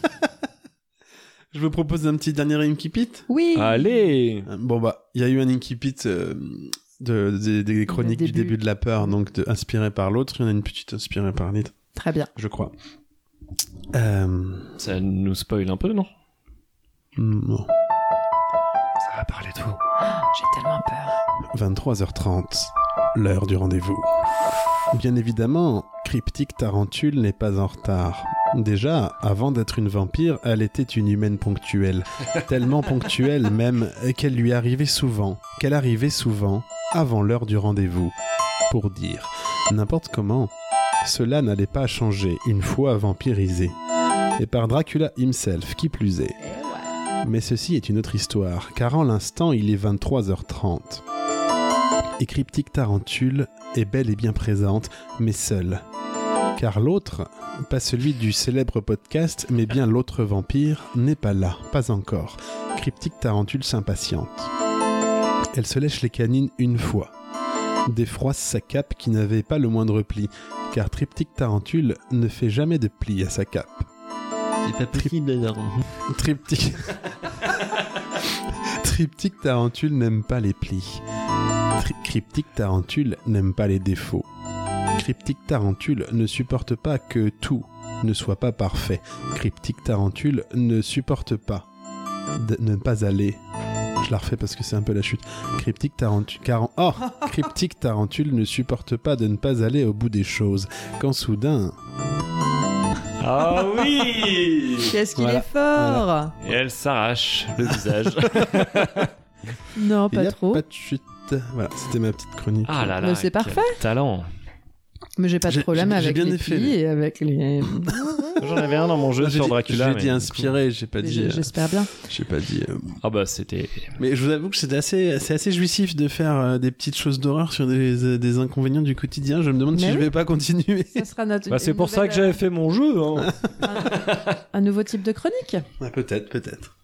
Je vous propose un petit dernier Inkipit. Oui. Allez. Euh, Bon, bah, il y a eu un Inkipit euh, de, des- des chroniques Le du début. début de la peur, donc de, inspiré par l'autre. Il y en a une petite inspirée par l'autre, Très bien. je crois. Euh... Ça nous spoil un peu, non? non. Ça va parler de vous. J'ai tellement peur. vingt-trois heures trente, l'heure du rendez-vous. Bien évidemment, Cryptique Tarentule n'est pas en retard. Déjà, avant d'être une vampire, elle était une humaine ponctuelle. Tellement ponctuelle même qu'elle lui arrivait souvent, qu'elle arrivait souvent avant l'heure du rendez-vous. Pour dire, n'importe comment, cela n'allait pas changer une fois vampirisée. Et par Dracula himself, qui plus est. Mais ceci est une autre histoire, car en l'instant, il est vingt-trois heures trente. Et Cryptique Tarentule est bel et bien présente, mais seule. Car l'autre, pas celui du célèbre podcast, mais bien l'autre vampire, n'est pas là, pas encore. Cryptique Tarentule s'impatiente. Elle se lèche les canines une fois. Défroisse sa cape qui n'avait pas le moindre pli, car Triptyque Tarentule ne fait jamais de pli à sa cape. C'est pas possible alors. Triptyque... Triptyque Tarentule n'aime pas les plis. Tri- Cryptique Tarentule n'aime pas les défauts. Cryptique Tarentule ne supporte pas que tout ne soit pas parfait. Cryptique Tarentule ne supporte pas de ne pas aller. Je la refais parce que c'est un peu la chute. Cryptique Tarentule... Caran... Oh Cryptique Tarentule ne supporte pas de ne pas aller au bout des choses. Quand soudain... Ah oui. Qu'est-ce qu'il Voilà. est fort. Et elle s'arrache le visage. Non, Il pas y a trop. pas de chute. Voilà, c'était ma petite chronique. Ah là là. Mais c'est quel parfait. Talent. Mais j'ai pas de J'ai- problème j'ai- j'ai avec bien les effet, plis les- et avec les... J'en avais un dans mon jeu J'ai sur dit- Dracula. J'ai mais- dit inspiré, j'ai pas Mais dit... j'- euh, J'espère bien. J'ai pas dit... euh, Ah bah c'était. Mais je vous avoue que c'était assez, c'est assez jouissif de faire euh, des petites choses d'horreur sur des, euh, des inconvénients du quotidien. Je me demande si Mais je oui. vais pas continuer. Ça sera notre... Bah c'est une pour ça nouvelle, que j'avais fait mon jeu. Hein. euh, un nouveau type de chronique. Ouais, peut-être, peut-être.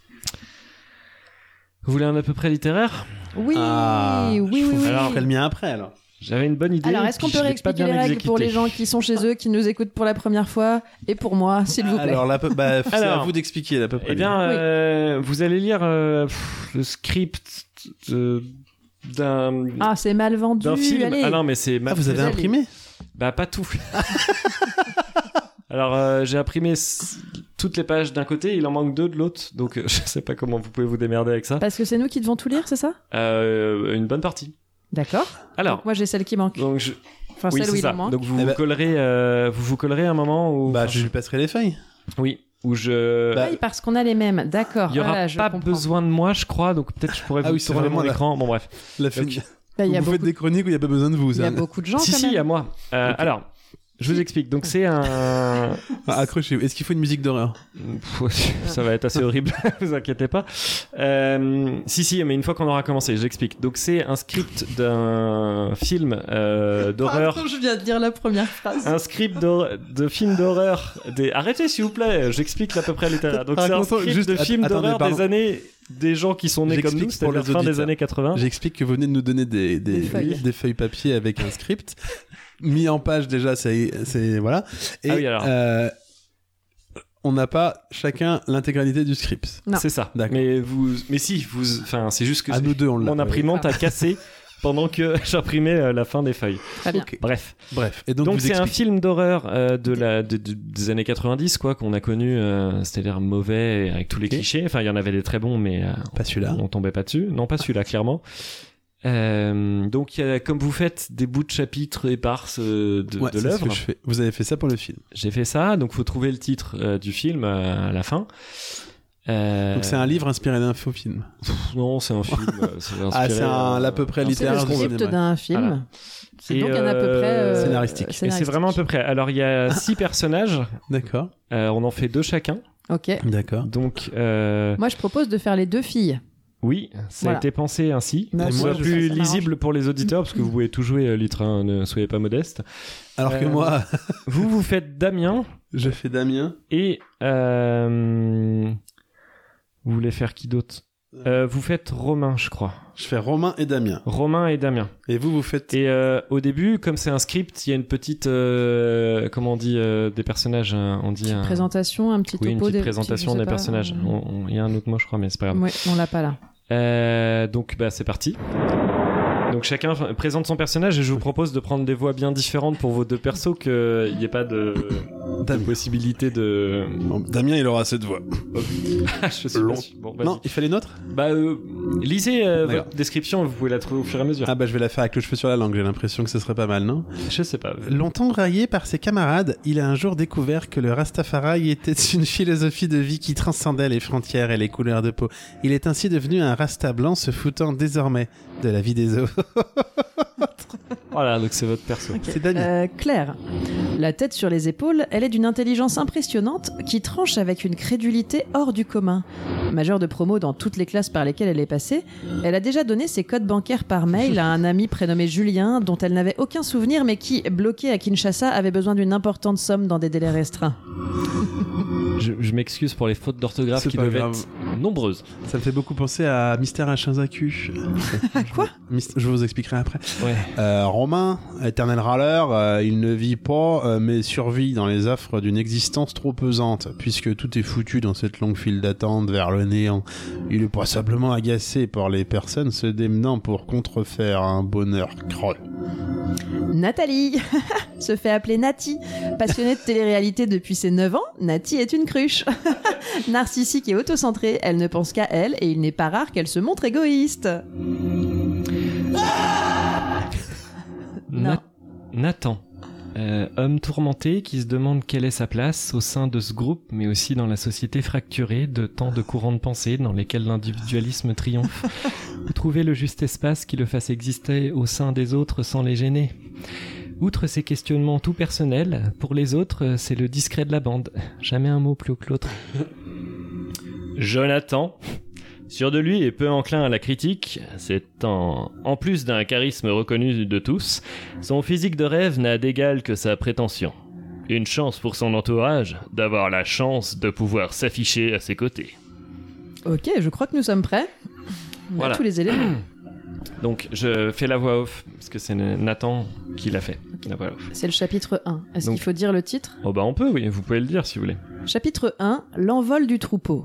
Vous voulez un à peu près littéraire? Oui, Ah, oui, je oui, vous oui. ferai le mien après alors. J'avais une bonne idée. Alors, est-ce qu'on puis peut je l'ai pas réexpliquer bien les règles pour exécutée. les gens qui sont chez eux, qui nous écoutent pour la première fois, et pour moi, s'il vous plaît. Alors là, peu- bah, c'est à Alors, vous d'expliquer à peu près. Eh bien, Oui. euh, vous allez lire euh, pff, le script de- d'un Ah, c'est mal vendu. d'un film. Allez. Ah non, mais c'est Ah, vous avez Allez. imprimé? bah pas tout. Alors euh, j'ai imprimé s- toutes les pages d'un côté, il en manque deux de l'autre, donc euh, je sais pas comment vous pouvez vous démerder avec ça. Parce que c'est nous qui devons tout lire, c'est ça? Euh, une bonne partie. D'accord. Alors, Donc, moi, j'ai celle qui manque. donc je... Enfin, oui celle où c'est il ça. en manque. Donc vous Eh vous ben- collerez, euh, vous vous collerez un moment où, Bah, enfin, je lui passerai les feuilles. oui, où je. Bah, Oui, parce qu'on a les mêmes. D'accord. il y aura Voilà, je pas comprends. besoin de moi, je crois, donc peut-être je pourrais Ah vous oui, c'est tourner vraiment mon la- écran. Bon bref. La fait... Donc, Bah, il y a vous beaucoup... faites des chroniques où il n'y a pas besoin de vous, il y a ça. beaucoup de gens, Si quand si, même. à moi. Euh, Ok. Alors, Je vous explique. Donc c'est un. Ah, accrochez-vous. Est-ce qu'il faut une musique d'horreur? Pff, ça va être assez horrible, vous inquiétez pas. Euh, si si, mais une fois qu'on aura commencé, j'explique. Donc c'est un script d'un film euh, d'horreur. Pardon, je viens de dire la première phrase. Un script de, de film d'horreur. Des... Arrêtez s'il vous plaît, j'explique à peu près littéralement. Donc c'est un script juste de film attendez, d'horreur pardon. des années. Des gens qui sont nés comme J'explique nous, pour c'est-à-dire les fin des auditeurs. années quatre-vingts. J'explique que vous venez de nous donner des, des, Des feuilles. des feuilles papier avec un script. Mis en page déjà, c'est, c'est voilà. Et Ah oui, alors. euh, on n'a pas chacun l'intégralité du script. Non. C'est ça. D'accord. Mais vous, mais si, vous, enfin, c'est juste que À nous deux, on l'a. mon imprimante a cassé pendant que j'imprimais euh, la fin des feuilles. Très bien. Ok. Bref. Bref. Et donc, Donc vous c'est un expliquez. film d'horreur euh, de la de- de- des années quatre-vingt-dix quoi qu'on a connu, euh, c'est-à-dire mauvais avec tous les Ok. clichés. Enfin, il y en avait des très bons, mais euh, Pas celui-là. on tombait pas dessus. Non, pas celui-là, clairement. Euh, donc, il y a, comme vous faites des bouts de chapitres éparses euh, de, Ouais, de c'est ce l'œuvre, que je fais. Vous avez fait ça pour le film. j'ai fait ça. Donc, faut trouver le titre euh, du film euh, à la fin. Euh, Donc c'est un livre inspiré d'un faux film. pff, Non, c'est un film. euh, c'est Ah, inspiré, c'est un, euh, à peu près Alors, c'est le littéraire. du script cinéma. d'un film. Voilà. C'est Et, donc un à peu près euh, Scénaristique. Et Et c'est vraiment à peu près. Alors, il y a six personnages. D'accord. Euh, on en fait deux chacun. Ok. D'accord. Donc, euh, Moi, je propose de faire les deux filles. oui, ça Voilà. a été pensé ainsi. Bah, Pour que ce moi, soit je- plus ça m'arrange. lisible pour les auditeurs, parce que vous pouvez tout jouer, euh, litre, hein, ne soyez pas modeste. Alors que Euh, moi, Vous, vous faites Damien je fais Damien. et... Euh... Vous voulez faire qui d'autre euh, Vous faites Romain, je crois. Je fais Romain et Damien. Romain et Damien. Et vous, vous faites. Et euh, au début, comme c'est un script, il y a une petite... euh, comment on dit euh, des personnages hein, On dit un... Présentation, un petit topo. Oui, une petite des, présentation je sais des pas, personnages. euh, On- on- Il y a un autre mot, je crois, mais c'est pas grave. Ouais, on l'a pas là. Euh, donc bah c'est parti. Donc chacun f- présente son personnage et je vous propose de prendre des voix bien différentes pour vos deux persos, qu'il n'y ait pas de, de Damien. possibilité de... Bon, Damien, il aura cette voix. Ah, je suis Long. pas sûr. Bon, vas-y. Non, il fallait nôtre. Bah euh, lisez euh, D'accord. votre description, vous pouvez la trouver au fur et à mesure. Ah bah je vais la faire avec le cheveu sur la langue. J'ai l'impression que ce serait pas mal, non? Je sais pas. Longtemps raillé par ses camarades, il a un jour découvert que le Rastafari était une philosophie de vie qui transcendait les frontières et les couleurs de peau. Il est ainsi devenu un Rasta blanc, se foutant désormais de la vie des autres. Voilà, donc c'est votre perso. C'est Damien. Euh, Claire, la tête sur les épaules, elle est d'une intelligence impressionnante qui tranche avec une crédulité hors du commun. Majeure de promo dans toutes les classes par lesquelles elle est passée, elle a déjà donné ses codes bancaires par mail à un ami prénommé Julien dont elle n'avait aucun souvenir mais qui, bloqué à Kinshasa, avait besoin d'une importante somme dans des délais restreints. Je, je m'excuse pour les fautes d'orthographe C'est qui pas doivent grave. être nombreuses. Ça me fait beaucoup penser à Mystère à Shinzaku. Quoi Myst- Je vous expliquerai après. Ouais. Euh, Romain, éternel râleur, euh, il ne vit pas, euh, mais survit dans les affres d'une existence trop pesante, puisque tout est foutu dans cette longue file d'attente vers le néant. Il est passablement agacé par les personnes se démenant pour contrefaire un bonheur creux. Nathalie se fait appeler Nati. Passionnée de télé-réalité depuis ses neuf ans, Nati est une cruche. Narcissique et autocentrée, elle ne pense qu'à elle et il n'est pas rare qu'elle se montre égoïste. Non. Na- Nathan, euh, homme tourmenté qui se demande quelle est sa place au sein de ce groupe, mais aussi dans la société fracturée de tant de courants de pensée dans lesquels l'individualisme triomphe. Où trouver le juste espace qui le fasse exister au sein des autres sans les gêner. Outre ces questionnements tout personnels, pour les autres, c'est le discret de la bande. Jamais un mot plus haut que l'autre. Jonathan, sûr de lui et peu enclin à la critique, c'est en, en plus d'un charisme reconnu de tous, son physique de rêve n'a d'égal que sa prétention. Une chance pour son entourage d'avoir la chance de pouvoir s'afficher à ses côtés. Ok, je crois que nous sommes prêts. On a Voilà. tous les éléments. Donc je fais la voix off, parce que c'est Nathan qui l'a fait, la voix off. C'est le chapitre un. Est-ce Donc- qu'il faut dire le titre? Oh bah on peut, oui, vous pouvez le dire si vous voulez. Chapitre un, l'envol du troupeau.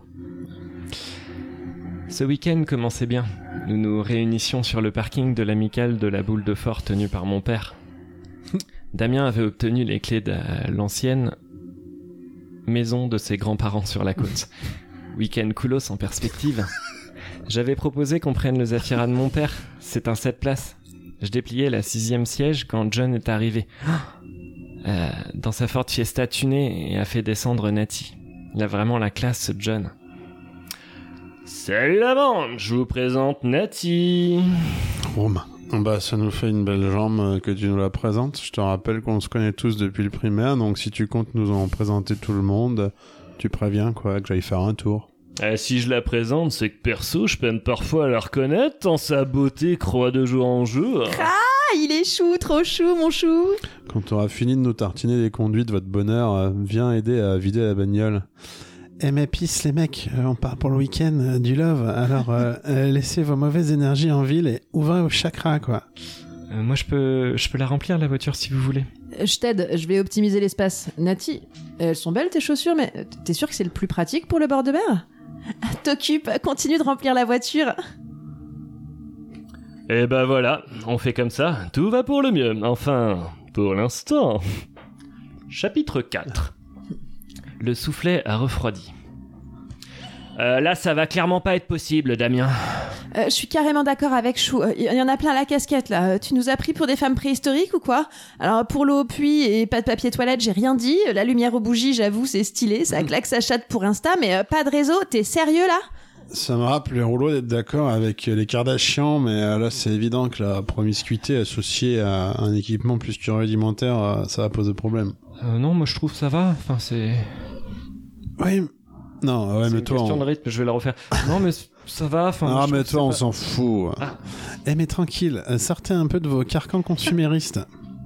Ce week-end commençait bien. Nous nous réunissions sur le parking de l'amicale de la boule de fort tenue par mon père. Damien avait obtenu les clés de l'ancienne maison de ses grands-parents sur la côte. Week-end coolos en perspective. J'avais proposé qu'on prenne le Zafira de mon père. C'est un sept places. Je dépliais la sixième siège quand John est arrivé. Euh, dans sa Ford Fiesta tunée et a fait descendre Nati. Il a vraiment la classe, ce John. Salut la bande, je vous présente Nati. Romain. Bah, ça nous fait une belle jambe que tu nous la présentes. Je te rappelle qu'on se connaît tous depuis le primaire, donc si tu comptes nous en présenter tout le monde, tu préviens quoi, que j'aille faire un tour. Eh, si je la présente, c'est que perso, je peine parfois à la reconnaître, tant sa beauté croit de jour en jour. Ah, il est chou, trop chou, mon chou. Quand tu auras fini de nous tartiner les conduits de votre bonheur, euh, viens aider à vider la bagnole. Eh mais pisse les mecs, euh, on part pour le week-end, euh, du love, alors euh, euh, laissez vos mauvaises énergies en ville et ouvrez vos chakras quoi. Euh, moi, je peux, je peux la remplir, la voiture, si vous voulez. Euh, Je t'aide, je vais optimiser l'espace. Nati, elles sont belles tes chaussures, mais t'es sûr que c'est le plus pratique pour le bord de mer ? T'occupe, continue de remplir la voiture. Et ben voilà, on fait comme ça, tout va pour le mieux. Enfin, pour l'instant. Chapitre quatre. Le soufflet a refroidi. Euh, là, ça va clairement pas être possible, Damien. Euh, je suis carrément d'accord avec Chou. Il y en a plein la casquette là. Euh, Tu nous as pris pour des femmes préhistoriques ou quoi ? Alors pour l'eau au puits et pas de papier toilette, j'ai rien dit. La lumière aux bougies, j'avoue, c'est stylé. Ça claque sa chatte pour Insta, mais euh, pas de réseau. T'es sérieux là ? Ça me rappelle les rouleaux d'être d'accord avec les Kardashians, mais euh, là c'est évident que la promiscuité associée à un équipement plus que rudimentaire, euh, ça va poser problème. Euh, non, moi, je trouve ça va. Enfin, c'est... Oui, non, ouais, c'est mais une toi... question on- de rythme, je vais la refaire. Non, mais ça va. Enfin, moi, Ah je mais trouve toi on que c'est s'en fout. Ah. Eh mais tranquille, euh, sortez un peu de vos carcans consuméristes.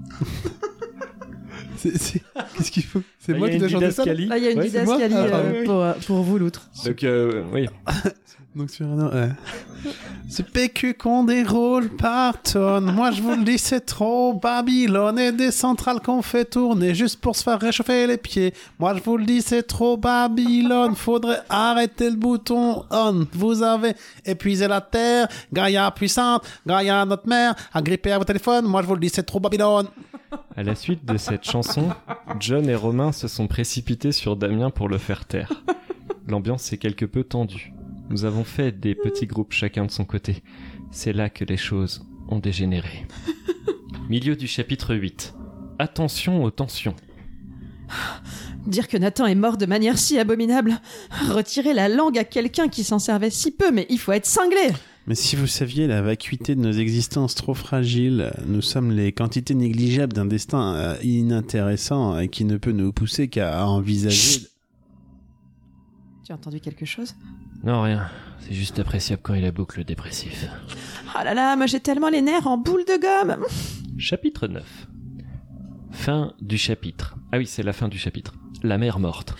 c'est, c'est... Qu'est-ce qu'il faut ? C'est pas- moi Il y qui a dois une chanter ça là didascalie. Là, il y a une Ouais, c'est moi didascalie Ah, euh, oui, oui. pour, euh, pour vous l'outre. Donc, euh, oui. Donc sur un ouais. Ce P Q qu'on déroule par tonnes, moi je vous le dis c'est trop Babylone et des centrales qu'on fait tourner juste pour se faire réchauffer les pieds. Moi je vous le dis c'est trop Babylone, faudrait arrêter le bouton on. Vous avez épuisé la terre, Gaïa puissante, Gaïa notre mère, agrippée à vos téléphones, moi je vous le dis c'est trop Babylone. À la suite de cette chanson, John et Romain se sont précipités sur Damien pour le faire taire. L'ambiance est quelque peu tendue. Nous avons fait des petits groupes chacun de son côté. C'est là que les choses ont dégénéré. Milieu du chapitre huit. Attention aux tensions. Dire que Nathan est mort de manière si abominable. Retirer la langue à quelqu'un qui s'en servait si peu, mais il faut être cinglé. Mais si vous saviez la vacuité de nos existences trop fragiles, nous sommes les quantités négligeables d'un destin euh, inintéressant et qui ne peut nous pousser qu'à envisager... Tu as entendu quelque chose ? Non, rien. C'est juste appréciable quand il a boucle dépressif. Ah là là, moi j'ai tellement les nerfs en boule de gomme. Chapitre neuf. Fin du chapitre. Ah oui, c'est la fin du chapitre. La mère morte.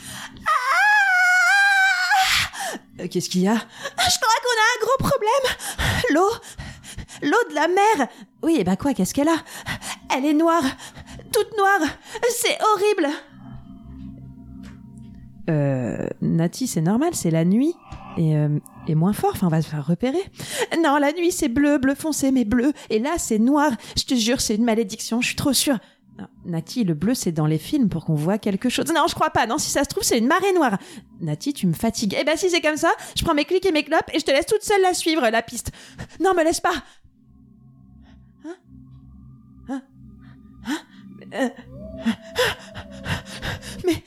Euh, Qu'est-ce qu'il y a ? Je crois qu'on a un gros problème. L'eau, l'eau de la mer. Oui, et ben quoi, qu'est-ce qu'elle a ? Elle est noire, toute noire. C'est horrible. Euh, Nati, c'est normal, c'est la nuit. Et, euh, et moins fort, enfin on va se faire repérer. Non, la nuit c'est bleu, bleu foncé, mais bleu. Et là c'est noir. Je te jure, c'est une malédiction, je suis trop sûre. Non, Nati, le bleu c'est dans les films pour qu'on voit quelque chose. Non, je crois pas. Non, si ça se trouve, c'est une marée noire. Nati, tu me fatigues. Eh ben si c'est comme ça, je prends mes clics et mes clopes et je te laisse toute seule la suivre, la piste. Non, me laisse pas. Hein Hein Hein Euh, Mais...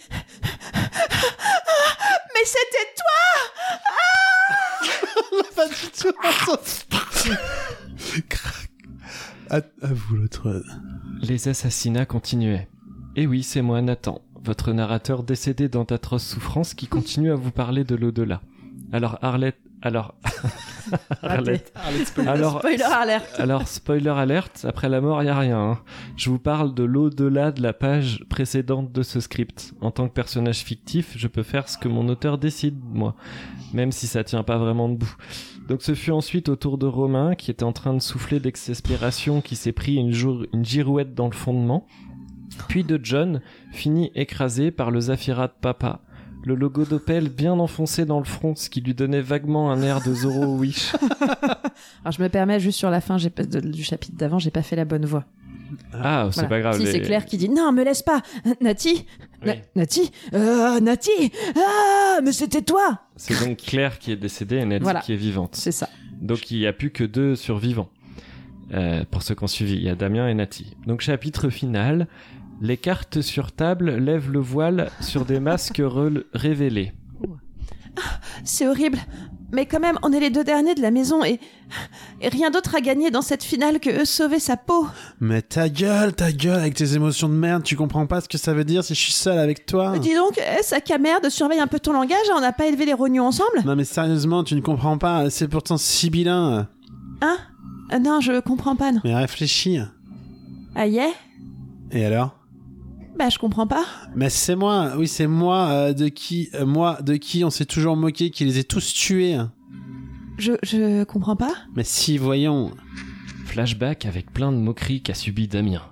Mais c'était toi. Pas du tout. Crac. À, à vous l'autre. Les assassinats continuaient. Et oui, c'est moi, Nathan, votre narrateur décédé dans d'atroces souffrances qui continue à vous parler de l'au-delà. Alors, Arlette... Alors... Arlette... Alors, Spoiler alert. alors, spoiler alerte, après la mort, y a rien. Hein. Je vous parle de l'au-delà de la page précédente de ce script. En tant que personnage fictif, je peux faire ce que mon auteur décide, moi. Même si ça tient pas vraiment debout. Donc ce fut ensuite au tour de Romain, qui était en train de souffler d'exaspération, qui s'est pris une, jour, une girouette dans le fondement. Puis de John, fini écrasé par le Zafira de papa. Le logo d'Opel bien enfoncé dans le front, ce qui lui donnait vaguement un air de Zorro Wish. Alors je me permets juste sur la fin j'ai pas, de- du chapitre d'avant, j'ai pas fait la bonne voix. Ah, c'est Voilà. pas grave. Si les- c'est Claire qui dit non, me laisse pas. Nati, Na- Oui. Nati, euh, Nati, ah, mais c'était toi. C'est donc Claire qui est décédée et Nathalie Voilà. qui est vivante. C'est ça. Donc il n'y a plus que deux survivants. Euh, pour ceux qui ont suivi, il y a Damien et Nati. Donc chapitre final, les cartes sur table lèvent le voile sur des masques re- révélés. C'est horrible. Mais quand même, on est les deux derniers de la maison et Et rien d'autre à gagner dans cette finale que sauver sa peau. Mais ta gueule, ta gueule, avec tes émotions de merde, tu comprends pas ce que ça veut dire si je suis seul avec toi? Dis donc, eh, sac à merde, surveille un peu ton langage, on n'a pas élevé les rognons ensemble? Non mais sérieusement, tu ne comprends pas, c'est pourtant sibyllin. Hein? euh, Non, je comprends pas, non. Mais réfléchis. Ah yeah? Et alors? Bah, je comprends pas. Mais c'est moi, oui c'est moi, euh, de qui, euh, moi, de qui on s'est toujours moqué, qui les ait tous tués. Je, je comprends pas. Mais si, voyons. Flashback avec plein de moqueries qu'a subi Damien.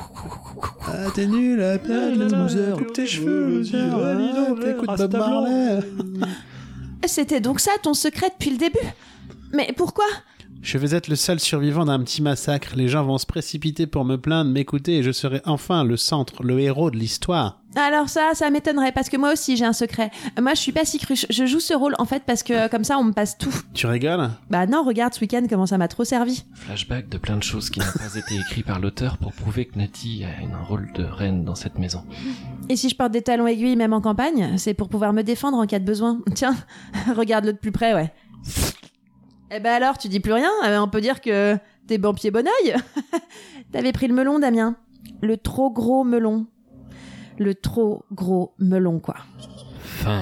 Ah, t'es nul, la pelle, coupe tes cheveux, t'écoutes Bob Marley. C'était donc ça ton secret depuis le début? Mais pourquoi? Je vais être le seul survivant d'un petit massacre. Les gens vont se précipiter pour me plaindre, m'écouter, et je serai enfin le centre, le héros de l'histoire. Alors ça, ça m'étonnerait, parce que moi aussi j'ai un secret. Moi je suis pas si cruche, je joue ce rôle en fait parce que comme ça on me passe tout. Tu rigoles? Bah non, regarde ce week-end comment ça m'a trop servi. Flashback de plein de choses qui n'ont pas été écrites par l'auteur pour prouver que Natty a un rôle de reine dans cette maison. Et si je porte des talons aiguilles même en campagne, c'est pour pouvoir me défendre en cas de besoin. Tiens, regarde-le de plus près, ouais. Eh ben alors, tu dis plus rien? Eh ben, on peut dire que t'es bon pied bon oeil. T'avais pris le melon, Damien. Le trop gros melon. Le trop gros melon, quoi. Fin.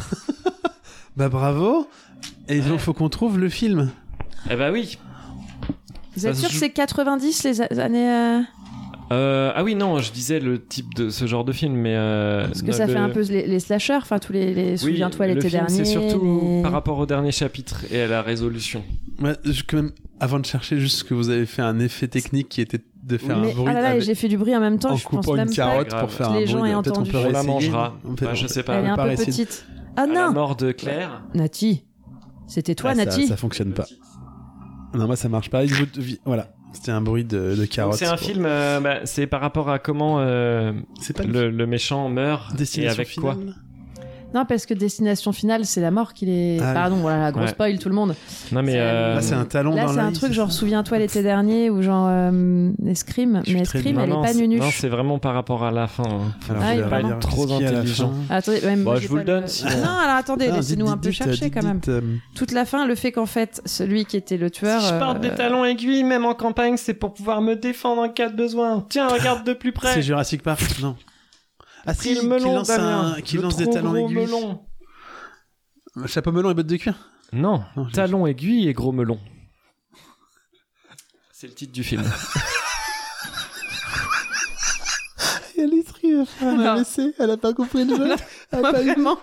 Bah bravo. Et donc Ouais. faut qu'on trouve le film. Eh bah oui. Vous êtes Ça sûr se que joue- c'est quatre-vingt-dix les a- années... euh, Euh, ah oui, non, je disais le type de ce genre de film, mais... Euh, Parce que ça le- fait un peu les, les slashers, enfin tous les... les Oui, Souviens-toi le l'été film, dernier. c'est surtout les- par rapport au dernier chapitre et à la résolution. Ouais, je, quand même, avant de chercher juste ce que vous avez fait un effet technique qui était de faire Mais un bruit ah là là, avec- j'ai fait du bruit en même temps, en je pense coupant même une pas carotte grave. pour faire que un les bruit. gens aient de- Peut-être on entendu. peut On la réessayer. mangera. On peut- Bah, je sais pas. Elle est un on peu peut essayer. petite. Ah À la non, mort de Claire. Nati. C'était toi, Ah, ça- Nati. Ça fonctionne pas. Non, moi ça marche pas. Il vous- Voilà, c'était un bruit de, de Donc, carotte. c'est un film, euh, bah, c'est par rapport à comment euh, C'est pas le, le méchant meurt et Destination avec finale. quoi. Non, parce que Destination Finale, c'est la mort qui les... Ah oui. Pardon, voilà, la grosse Ouais. spoil, tout le monde. Non mais C'est- euh, Là, c'est un talon Là, dans c'est l'œil, un truc c'est genre ça Souviens-toi l'été dernier ou genre euh, Escrime. Je suis Mais très Escrime, nul. elle non, est pas c'est- nunuche. Non, c'est vraiment par rapport à la fin. hein. Alors, Ah, je oui, vais vraiment. dire Trop qu'est-ce qu'il y a à la intelligent. fin. Attendez, ouais, moi, Bah, j'ai je vous pas le donne, sinon. Non, alors attendez, Ah, laissez-nous dites- un peu dites- chercher dites- quand même. dites, euh, Toute la fin, le fait qu'en fait, celui qui était le tueur. Si je porte euh, des talons aiguilles, même en campagne, c'est pour pouvoir me défendre en cas de besoin. Tiens, regarde de plus près. C'est Jurassic Park, non. Ah si, Pris le qui melon, lance, Damien. un... qui Le lance des trop talons gros aiguilles. melon. Chapeau melon et bottes de cuir. Non, Non, je- talons aiguilles et gros melon. C'est le titre du film. Et Alistri va faire un Alors. A V C, elle a pas compris le jeu. Elle a Moi, pas eu- vraiment.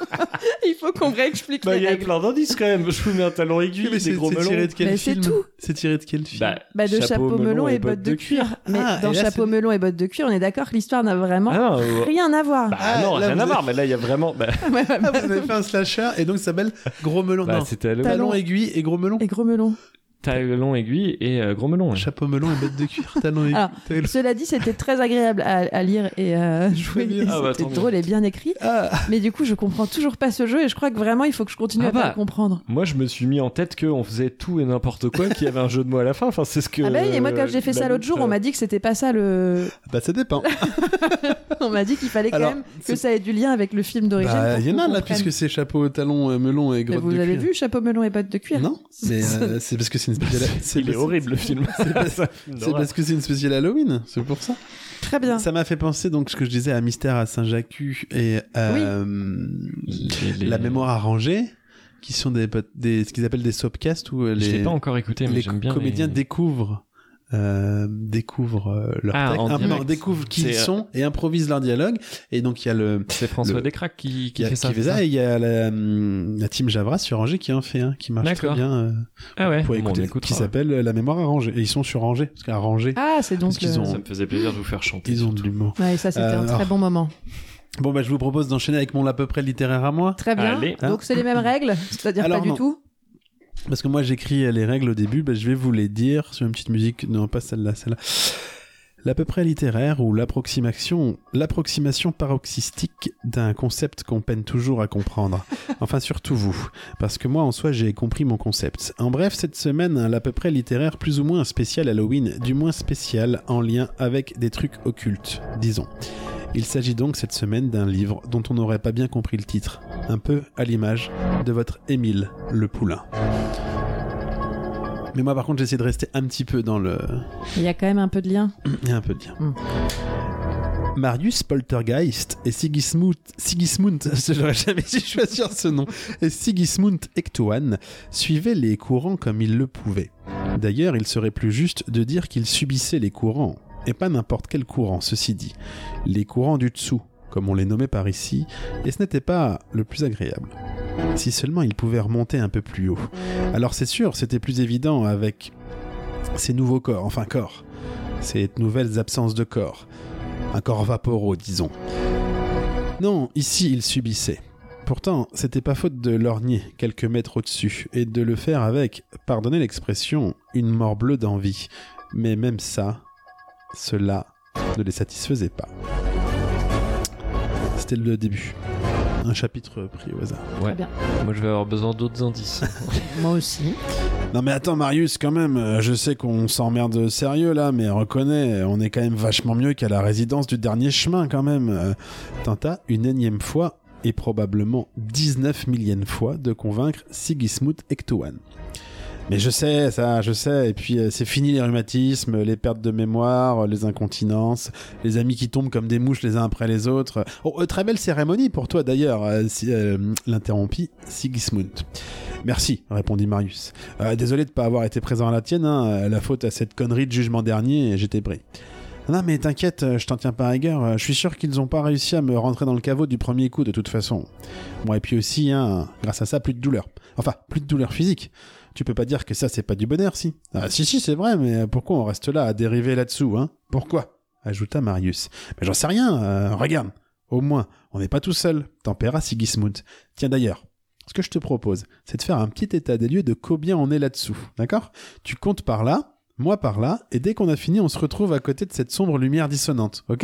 Il faut qu'on réexplique Bah, les il y a règles. plein d'indices quand même. Je vous mets un talon aiguille Mais et c'est des gros c'est melons. tiré de quel Mais c'est film tout. C'est tiré de quel film Bah, Bah, de chapeau, melon et bottes de cuir. Mais Ah, dans et là, chapeau c'est- melon et bottes de cuir, on est d'accord que l'histoire n'a vraiment Ah non, euh, rien à voir. bah Ah, non, là, rien vous à avez- voir. Mais là, il y a vraiment. Bah, Ouais, ouais, Ah, ouais. vous avez fait un slasher et donc ça s'appelle Gros Melon. bah, non, c'était le talon Talon. aiguille et gros melon. Et gros melon. talon aiguille et euh, gros melon. ouais. Chapeau melon et bottes de cuir. Talon aiguille. Alors, talon- Cela dit, c'était très agréable à, à lire et à jouer. bien. Et Ah bah, c'était tant mieux. drôle et bien écrit. Ah, Mais du coup, je comprends toujours pas ce jeu et je crois que vraiment, il faut que je continue Ah à pas bah. le comprendre. Moi, je me suis mis en tête qu'on faisait tout et n'importe quoi, qu'il y avait un jeu de mots à la fin. Enfin, c'est ce que. Ah bah oui, et moi, quand j'ai fait la ça l'autre jour, loupe, on m'a dit que c'était pas ça le. bah ça dépend. On m'a dit qu'il fallait quand Alors, même que c'est- ça ait du lien avec le film d'origine. Bah, pour il y en qu'on a là, comprenne. puisque c'est chapeau, talon, euh, melon et Mais grotte vous de avez cuir. vu chapeau melon et bottes de cuir? Non, mais euh, c'est parce que c'est une spéciale. c'est Il est parce- horrible le film. C'est parce- C'est parce que c'est une spéciale Halloween, c'est pour ça. Très bien. Ça m'a fait penser donc ce que je disais à Mystère à Saint-Jacques et euh, Les- La mémoire arrangée, qui sont des, pot- des ce qu'ils appellent des soapcasts où euh, Je l'ai les, pas encore écouté, mais les j'aime bien. comédiens les- découvrent euh, découvrent euh, leur Ah, texte, en Ah, non, direct. découvrent qui ils C'est, euh, sont et improvisent leur dialogue. Et donc il y a le C'est François le- Descraques qui, qui qui, fait ça. qui fait c'est ça et il y a la, hum, la team Javras sur Angers qui en fait un qui marche très D'accord. bien euh, Ah ouais, pour bon, on écouter, écoutera. qui s'appelle euh, La mémoire arrangée. Et ils sont sur Angers parce qu'à Angers Ah, c'est donc Parce qu'ils le- ont- Ça me faisait plaisir de vous faire chanter. ils ont de surtout. l'humour. Ouais, ça, c'était Euh, un très alors- bon moment. Bon bah je vous propose d'enchaîner avec mon à peu près littéraire à moi. Très bien. Allez. Donc, c'est les mêmes règles, c'est-à-dire Alors, pas du non. tout. Parce que moi j'écris les règles au début, bah, je vais vous les dire sur une petite musique, non pas celle-là, celle-là. L'à peu près littéraire ou l'approximation, l'approximation paroxystique d'un concept qu'on peine toujours à comprendre. Enfin surtout vous, parce que moi en soi j'ai compris mon concept. En bref, cette semaine, un l'à peu près littéraire plus ou moins spécial Halloween, du moins spécial en lien avec des trucs occultes, disons. Il s'agit donc cette semaine d'un livre dont on n'aurait pas bien compris le titre, un peu à l'image de votre Émile Le Poulain. Mais moi, par contre, j'essaie de rester un petit peu dans le... Il y a quand même un peu de lien. Il y a un peu de lien. Mm. Marius Poltergeist et Sigismund, Sigismund, je n'aurais jamais su choisir ce nom, et Sigismund Ectoine suivaient les courants comme ils le pouvaient. D'ailleurs, il serait plus juste de dire qu'ils subissaient les courants, et pas n'importe quel courant, ceci dit. Les courants du dessous, comme on les nommait par ici, et ce n'était pas le plus agréable. Si seulement ils pouvaient remonter un peu plus haut. Alors c'est sûr, c'était plus évident avec ces nouveaux corps, enfin corps, ces nouvelles absences de corps. Un corps vaporeux, disons. Non, ici, ils subissaient. Pourtant, c'était pas faute de lorgner quelques mètres au-dessus, et de le faire avec, pardonnez l'expression, une mort bleue d'envie. Mais même ça, cela ne les satisfaisait pas. C'était le début. Un chapitre pris au hasard. Ouais. bien. Moi, je vais avoir besoin d'autres indices. Moi aussi. Non mais attends Marius, quand même, euh, je sais qu'on s'emmerde sérieux là, mais reconnais, on est quand même vachement mieux qu'à la résidence du dernier chemin quand même. Euh, tenta une énième fois, et probablement dix-neuf millième fois, de convaincre Sigismund Ectoine. Mais je sais, ça, je sais, et puis euh, c'est fini les rhumatismes, les pertes de mémoire, les incontinences, les amis qui tombent comme des mouches les uns après les autres. Oh, euh, très belle cérémonie pour toi d'ailleurs, euh, si, euh, l'interrompit Sigismund. Merci, répondit Marius. Euh, désolé de ne pas avoir été présent à la tienne, hein, la faute à cette connerie de jugement dernier, j'étais pris. Non mais t'inquiète, je t'en tiens pas à rigueur, je suis sûr qu'ils n'ont pas réussi à me rentrer dans le caveau du premier coup de toute façon. Bon et puis aussi, hein, grâce à ça, plus de douleur. Enfin, plus de douleur physique. Tu peux pas dire que ça c'est pas du bonheur, si. Ah si si, c'est vrai, mais pourquoi on reste là à dériver là-dessous, hein? Pourquoi? Ajouta Marius. Mais j'en sais rien, euh, regarde. Au moins, on n'est pas tout seul, tempéra Sigismund. Tiens d'ailleurs, ce que je te propose, c'est de faire un petit état des lieux de combien on est là-dessous, d'accord? Tu comptes par là, moi par là, et dès qu'on a fini, on se retrouve à côté de cette sombre lumière dissonante, ok?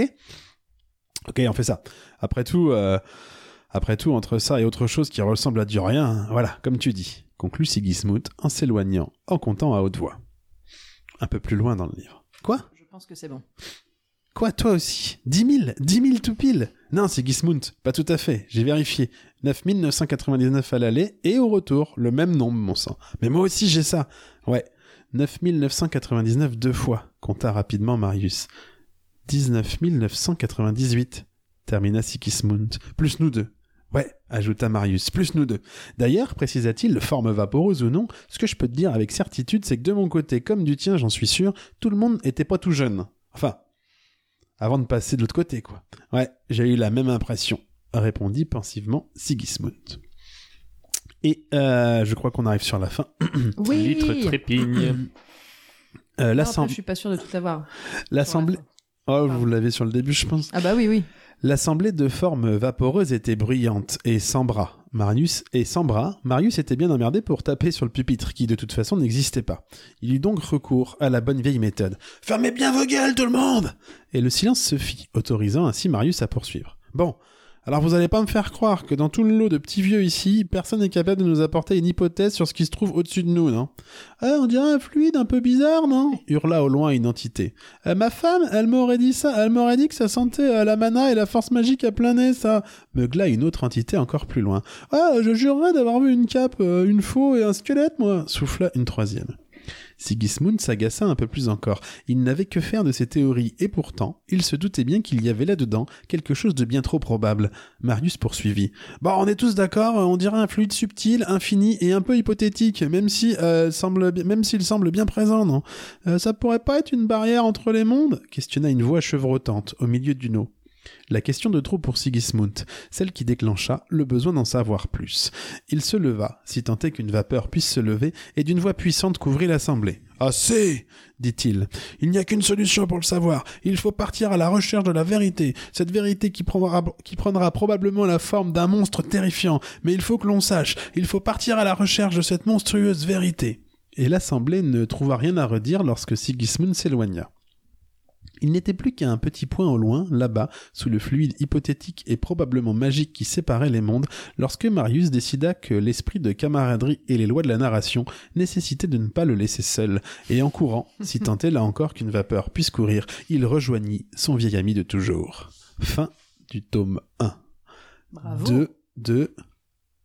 Ok, on fait ça. Après tout, euh, après tout, entre ça et autre chose qui ressemble à du rien, voilà, comme tu dis, conclut Sigismund en s'éloignant, en comptant à haute voix. Un peu plus loin dans le livre. Quoi? Je pense que c'est bon. Quoi, toi aussi? Dix mille? Dix mille tout pile? Non, Sigismund, pas tout à fait, j'ai vérifié. neuf mille neuf cent quatre-vingt-dix-neuf à l'aller et au retour, le même nombre, mon sang. Mais moi aussi j'ai ça. Ouais, neuf mille neuf cent quatre-vingt-dix-neuf deux fois, compta rapidement Marius. dix-neuf mille neuf cent quatre-vingt-dix-huit, termina Sigismund. Plus nous deux. Ouais, ajouta Marius, plus nous deux. D'ailleurs, précisa-t-il, forme vaporeuse ou non, ce que je peux te dire avec certitude, c'est que de mon côté, comme du tien, j'en suis sûr, tout le monde était pas tout jeune. Enfin, avant de passer de l'autre côté, quoi. Ouais, j'ai eu la même impression, répondit pensivement Sigismund. Et euh, je crois qu'on arrive sur la fin. Oui. Litre trépigne. Euh, Non, l'assemb- après, je suis pas sûr de tout avoir. L'assemblée... Oh, vous l'avez sur le début, je pense. Ah bah oui, oui. L'assemblée de formes vaporeuses était bruyante et sans bras. Marius et sans bras, Marius était bien emmerdé pour taper sur le pupitre, qui de toute façon n'existait pas. Il eut donc recours à la bonne vieille méthode. « Fermez bien vos gueules, tout le monde !» Et le silence se fit, autorisant ainsi Marius à poursuivre. « Bon, alors vous allez pas me faire croire que dans tout le lot de petits vieux ici, personne n'est capable de nous apporter une hypothèse sur ce qui se trouve au-dessus de nous, non ? Ah, on dirait un fluide un peu bizarre, non ? Hurla au loin une entité. Euh, ma femme, elle m'aurait dit ça, elle m'aurait dit que ça sentait euh, la mana et la force magique à plein nez, ça. Meugla une autre entité encore plus loin. Ah, je jurerais d'avoir vu une cape, euh, une faux et un squelette, moi. Souffla une troisième. Sigismund s'agaça un peu plus encore. Il n'avait que faire de ces théories, et pourtant, il se doutait bien qu'il y avait là-dedans quelque chose de bien trop probable. Marius poursuivit. « Bon, on est tous d'accord, on dirait un fluide subtil, infini et un peu hypothétique, même si, euh, semble, même s'il semble bien présent, non euh, Ça pourrait pas être une barrière entre les mondes ?» questionna une voix chevrotante, au milieu d'une eau. La question de trop pour Sigismund, celle qui déclencha le besoin d'en savoir plus. Il se leva, si tant est qu'une vapeur puisse se lever, et d'une voix puissante couvrit l'assemblée. « Assez !» dit-il. « Il n'y a qu'une solution pour le savoir. Il faut partir à la recherche de la vérité. Cette vérité qui prendra, qui prendra probablement la forme d'un monstre terrifiant. Mais il faut que l'on sache. Il faut partir à la recherche de cette monstrueuse vérité. » Et l'assemblée ne trouva rien à redire lorsque Sigismund s'éloigna. Il n'était plus qu'à un petit point au loin, là-bas, sous le fluide hypothétique et probablement magique qui séparait les mondes, lorsque Marius décida que l'esprit de camaraderie et les lois de la narration nécessitaient de ne pas le laisser seul, et en courant, si tant est là encore qu'une vapeur puisse courir, il rejoignit son vieil ami de toujours. Fin du tome un. Bravo. De... de...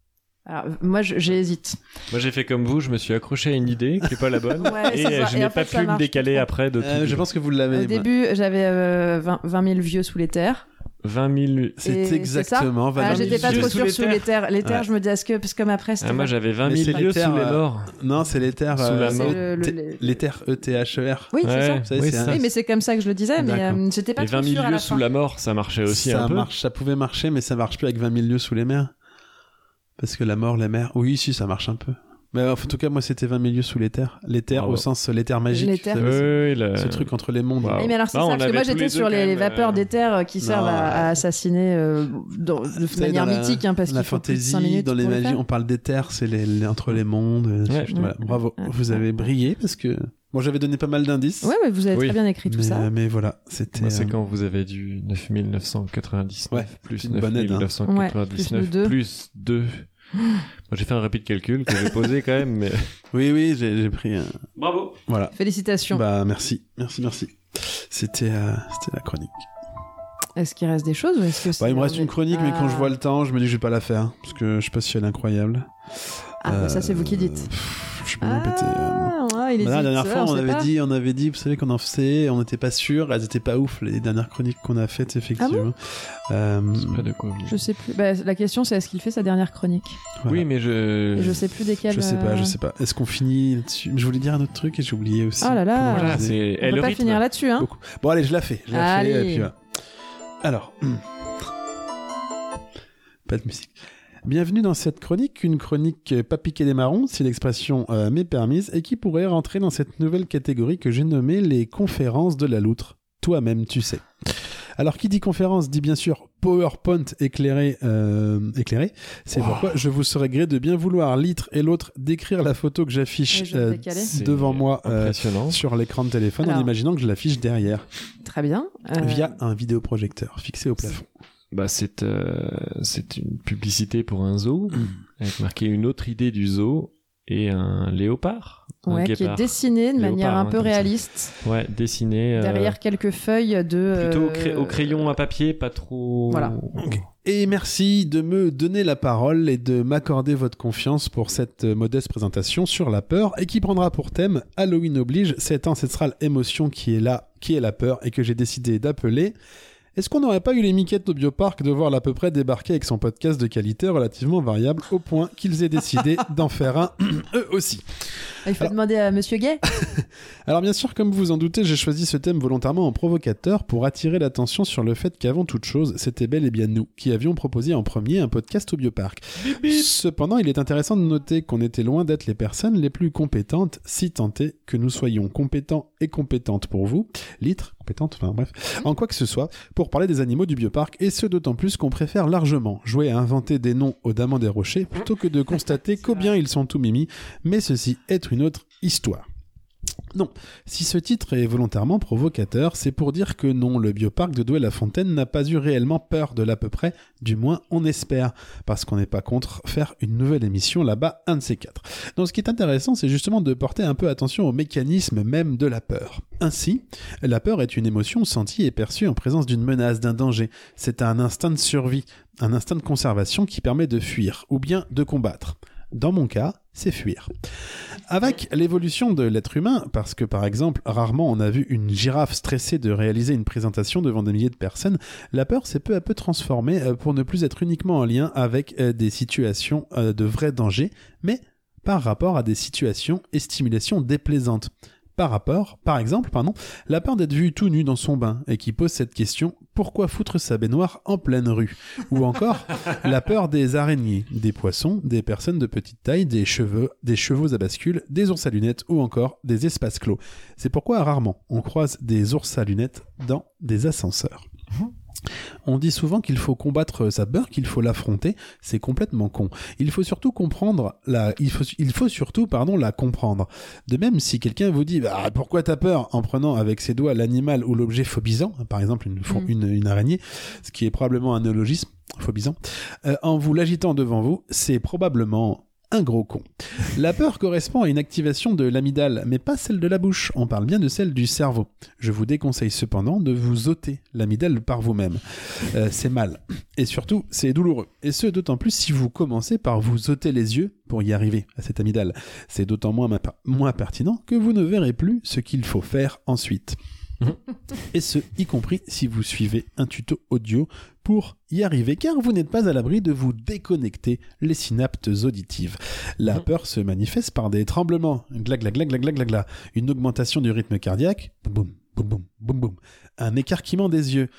Alors, moi, je- j'hésite. Moi, j'ai fait comme vous, je me suis accroché à une idée qui est pas la bonne, Ouais, et c'est ça. je Et n'ai en pas fait, ça pu me marche décaler pas trop. après de tout. Euh, je pense que vous l'avez. Au moi. début, j'avais euh, vingt, vingt mille vieux sous les terres. vingt mille. C'est Et exactement c'est ça. vingt Ah, mille j'étais pas vieux trop sous sûre les sous terres. les terres. Les terres, Ouais. je me dis, est-ce que, parce que comme après, c'était Ah, moi, pas- j'avais vingt Mais mille c'est lieux les terres, sous les euh, morts. Non, c'est les terres. Sous la euh, mort. C'est le- le- T- le- Les terres E T H E R. Oui, c'est Ouais, ça. Vous savez, oui, c'est ça. un- Oui, mais c'est comme ça que je le disais, mais D'accord. euh, j'étais pas Et trop vingt mille sûre à lieux la sous fin. la mort, ça marchait aussi ça un peu. marche, ça pouvait marcher, mais ça marche plus avec vingt mille lieux sous les mers. Parce que la mort, la mer. Oui, si, ça marche un peu. Mais en tout cas, moi, c'était vingt mille lieux sous les terres. Les terres, Ah au ouais. sens les terres magiques. Les vous terres. savez, Oui, c'est- oui, la- Ce truc entre les mondes. Waouh. Oui, mais alors c'est Là, ça, on parce que avait moi tous j'étais les sur deux, les, quand les même, vapeurs euh, des terres euh, qui servent à, à assassiner euh, dans- de Vous savez, manière dans la- mythique, hein, parce la qu'il faut plus de cinq fantasy, minutes dans les pour le magies, faire. on parle des terres, c'est les, les- entre les mondes. euh, Ouais. je- voilà, Ouais. bravo, Ouais. vous avez brillé parce que bon, j'avais donné pas mal d'indices. Ouais, mais vous avez Oui. très bien écrit tout mais, ça. euh, mais voilà, c'était. Moi, c'est euh, quand vous avez du neuf mille neuf cent quatre-vingt-dix-neuf Ouais, plus une bonne aide, hein. neuf mille neuf cent quatre-vingt-dix-neuf Ouais, plus nous deux. plus deux. Moi, j'ai fait un rapide calcul que j'ai posé quand même, mais Oui, oui, j'ai j'ai pris. un- Bravo. Voilà. Félicitations. Bah merci, merci, merci. C'était, euh, c'était la chronique. Est-ce qu'il reste des choses ou est-ce que c'est- Bah, il me reste une chronique, mais quand je vois Ah. le temps, je me dis que je vais pas la faire parce que je sais pas si elle est incroyable. Ah, bah, ça c'est vous qui dites. Pff, je suis pas mal pété. euh. Ah, ouais, il Bah, la hésite, dernière fois, on on sait avait pas. dit, on avait dit, vous savez qu'on en faisait, on n'était pas sûr, elles étaient pas ouf les dernières chroniques qu'on a faites effectivement. Euh, pas de quoi. vous- Je sais plus. Bah, la question c'est est-ce qu'il fait sa dernière chronique voilà. Oui, mais je. Et je sais plus desquelles. Je sais pas, je euh, sais pas. Est-ce qu'on finit là-dessus? Je voulais dire un autre truc et j'ai oublié aussi. Oh là là. Pendant que Voilà, je disais. c'est. On Eh, peut le pas rythme. finir là-dessus, hein. Beaucoup. Bon, allez, je la fais. Je la Allez. fais, et puis voilà. Alors, hum. pas de musique. Bienvenue dans cette chronique, une chronique euh, pas piquée des marrons, si l'expression euh, m'est permise, et qui pourrait rentrer dans cette nouvelle catégorie que j'ai nommée les conférences de la loutre. Toi-même, tu sais. Alors, qui dit conférence dit bien sûr PowerPoint éclairé. Euh, éclairé. C'est Wow. pourquoi je vous serais gré de bien vouloir l'itre et l'autre décrire la photo que Ouais, j'affiche je vais me euh, décaler. C'est devant moi euh, Impressionnant. sur l'écran de téléphone en Alors. imaginant que je l'affiche derrière Très bien. Euh, via un vidéoprojecteur fixé au plafond. Bah, c'est euh, c'est une publicité pour un zoo avec marqué une autre idée du zoo et un léopard. Un Ouais, qui est guépard. dessiné de Léopard, manière un hein, peu comme ça. réaliste, Ouais, dessiné. euh, derrière quelques feuilles de. Plutôt au, euh, cray- au crayon à papier, pas trop. Voilà. Et merci de me donner la parole et de m'accorder votre confiance pour cette euh, modeste présentation sur la peur et qui prendra pour thème Halloween oblige, cette ancestrale émotion qui est là, qui est la peur et que j'ai décidé d'appeler. Est-ce qu'on n'aurait pas eu les miquettes au bioparc de voir à peu près débarquer avec son podcast de qualité relativement variable au point qu'ils aient décidé d'en faire un eux aussi? Il faut Alors- demander à Monsieur Gay. Alors bien sûr, comme vous vous en doutez, j'ai choisi ce thème volontairement en provocateur pour attirer l'attention sur le fait qu'avant toute chose, c'était bel et bien nous qui avions proposé en premier un podcast au bioparc. Cependant, il est intéressant de noter qu'on était loin d'être les personnes les plus compétentes, si tant est que nous soyons compétents et compétentes pour vous, litres, compétentes, enfin bref, en quoi que ce soit, pour parler des animaux du bioparc, et ce d'autant plus qu'on préfère largement jouer à inventer des noms aux damans des rochers plutôt que de constater combien ils sont tout mimi, mais ceci est une autre histoire. Non, si ce titre est volontairement provocateur, c'est pour dire que non, le bioparc de Douai-la-Fontaine n'a pas eu réellement peur de l'à peu près, du moins on espère, parce qu'on n'est pas contre faire une nouvelle émission là-bas, un de ces quatre. Donc ce qui est intéressant, c'est justement de porter un peu attention au mécanisme même de la peur. Ainsi, la peur est une émotion sentie et perçue en présence d'une menace, d'un danger. C'est un instinct de survie, un instinct de conservation qui permet de fuir, ou bien de combattre. Dans mon cas, c'est fuir. Avec l'évolution de l'être humain, parce que par exemple, rarement on a vu une girafe stressée de réaliser une présentation devant des milliers de personnes, la peur s'est peu à peu transformée euh, pour ne plus être uniquement en lien avec euh, des situations euh, de vrai danger, mais par rapport à des situations et stimulations déplaisantes. Par rapport, par exemple, pardon, la peur d'être vu tout nu dans son bain et qui pose cette question: pourquoi foutre sa baignoire en pleine rue? Ou encore, la peur des araignées, des poissons, des personnes de petite taille, des cheveux, des chevaux à bascule, des ours à lunettes ou encore des espaces clos. C'est pourquoi rarement on croise des ours à lunettes dans des ascenseurs. On dit souvent qu'il faut combattre sa peur, qu'il faut l'affronter. C'est complètement con. Il faut surtout comprendre la, il faut, il faut surtout, pardon, la comprendre. De même, si quelqu'un vous dit, bah, pourquoi t'as peur, en prenant avec ses doigts l'animal ou l'objet phobisant, par exemple une, Mm. une, une araignée, ce qui est probablement un néologisme, phobisant, euh, en vous l'agitant devant vous, c'est probablement un gros con. La peur correspond à une activation de l'amygdale, mais pas celle de la bouche. On parle bien de celle du cerveau. Je vous déconseille cependant de vous ôter l'amygdale par vous-même. Euh, c'est mal. Et surtout, c'est douloureux. Et ce, d'autant plus si vous commencez par vous ôter les yeux pour y arriver à cette amygdale. C'est d'autant moins, moins pertinent que vous ne verrez plus ce qu'il faut faire ensuite. Et ce, y compris si vous suivez un tuto audio pour y arriver, car vous n'êtes pas à l'abri de vous déconnecter les synapses auditives. La peur se manifeste par des tremblements, gla gla gla gla gla gla gla, une augmentation du rythme cardiaque, boum boum boum boum boum, un écarquillement des yeux.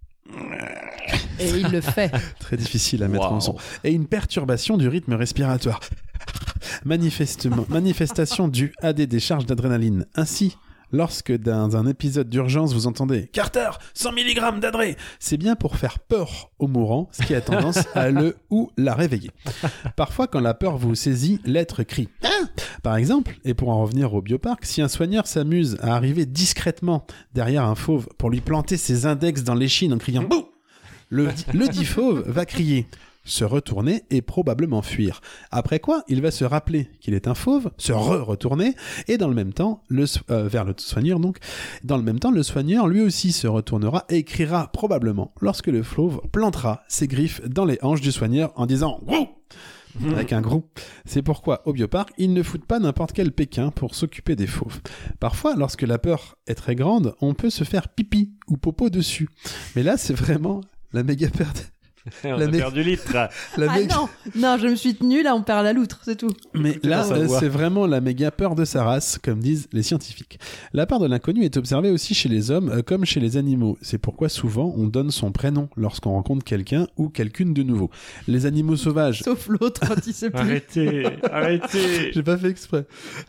Et il le fait. Très difficile à mettre Wow. en son. Et une perturbation du rythme respiratoire. Manifestement, manifestation due à des décharges d'adrénaline. Ainsi, lorsque dans un épisode d'urgence vous entendez « Carter, cent milligrammes d'adré !» c'est bien pour faire peur au mourant, ce qui a tendance à le ou la réveiller. Parfois, quand la peur vous saisit, l'être crie « Ah !» Par exemple, et pour en revenir au bioparc, si un soigneur s'amuse à arriver discrètement derrière un fauve pour lui planter ses index dans l'échine en criant « Bouh !» le, le dit fauve va crier, se retourner et probablement fuir. Après quoi, il va se rappeler qu'il est un fauve, se re-retourner, et dans le même temps, le, euh, vers le soigneur donc, dans le même temps, le soigneur lui aussi se retournera et criera probablement lorsque le fauve plantera ses griffes dans les hanches du soigneur en disant « Wouh !» avec un gros. C'est pourquoi, au bioparc, ils ne foutent pas n'importe quel Pékin pour s'occuper des fauves. Parfois, lorsque la peur est très grande, on peut se faire pipi ou popo dessus. Mais là, c'est vraiment la méga perte. On La a mé- perdu litre. La Ah méga- non, non, je me suis tenue, là on perd la loutre, c'est tout. Mais là, ça euh, voit. c'est vraiment la méga peur de sa race, comme disent les scientifiques. La peur de l'inconnu est observée aussi chez les hommes euh, comme chez les animaux. C'est pourquoi souvent on donne son prénom lorsqu'on rencontre quelqu'un ou quelqu'une de nouveau. Les animaux sauvages... Sauf l'autre quand il sait plus. Arrêtez, arrêtez. J'ai pas fait exprès.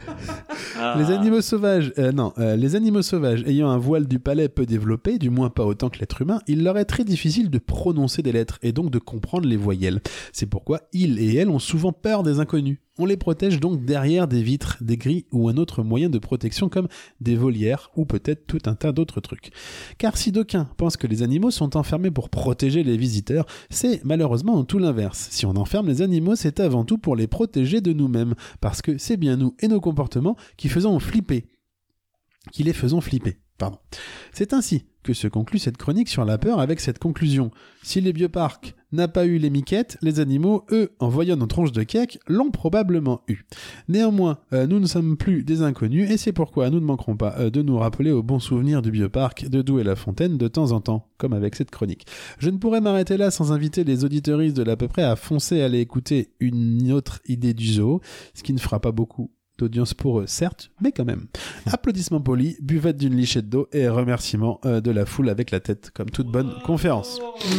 Ah. Les animaux sauvages, euh, non, euh, les animaux sauvages ayant un voile du palais peu développé, du moins pas autant que l'être humain, il leur est très difficile de prononcer des lettres et donc de comprendre les voyelles. C'est pourquoi ils et elles ont souvent peur des inconnus. On les protège donc derrière des vitres, des grilles ou un autre moyen de protection comme des volières ou peut-être tout un tas d'autres trucs. Car si d'aucuns pensent que les animaux sont enfermés pour protéger les visiteurs, c'est malheureusement tout l'inverse. Si on enferme les animaux, c'est avant tout pour les protéger de nous-mêmes, parce que c'est bien nous et nos comportements qui faisons flipper, qui les faisons flipper. Pardon. C'est ainsi que se conclut cette chronique sur la peur avec cette conclusion. Si les bioparcs n'a pas eu les miquettes, les animaux, eux, en voyant nos tronches de cake, l'ont probablement eu. Néanmoins, euh, nous ne sommes plus des inconnus et c'est pourquoi nous ne manquerons pas euh, de nous rappeler aux bons souvenirs du bioparc de Douai-la-Fontaine de temps en temps, comme avec cette chronique. Je ne pourrais m'arrêter là sans inviter les auditeuristes de l'à peu près à foncer aller écouter une autre idée du zoo, ce qui ne fera pas beaucoup d'audience pour eux, certes, mais quand même. Applaudissements polis, buvette d'une lichette d'eau et remerciements euh, de la foule avec la tête, comme toute bonne conférence.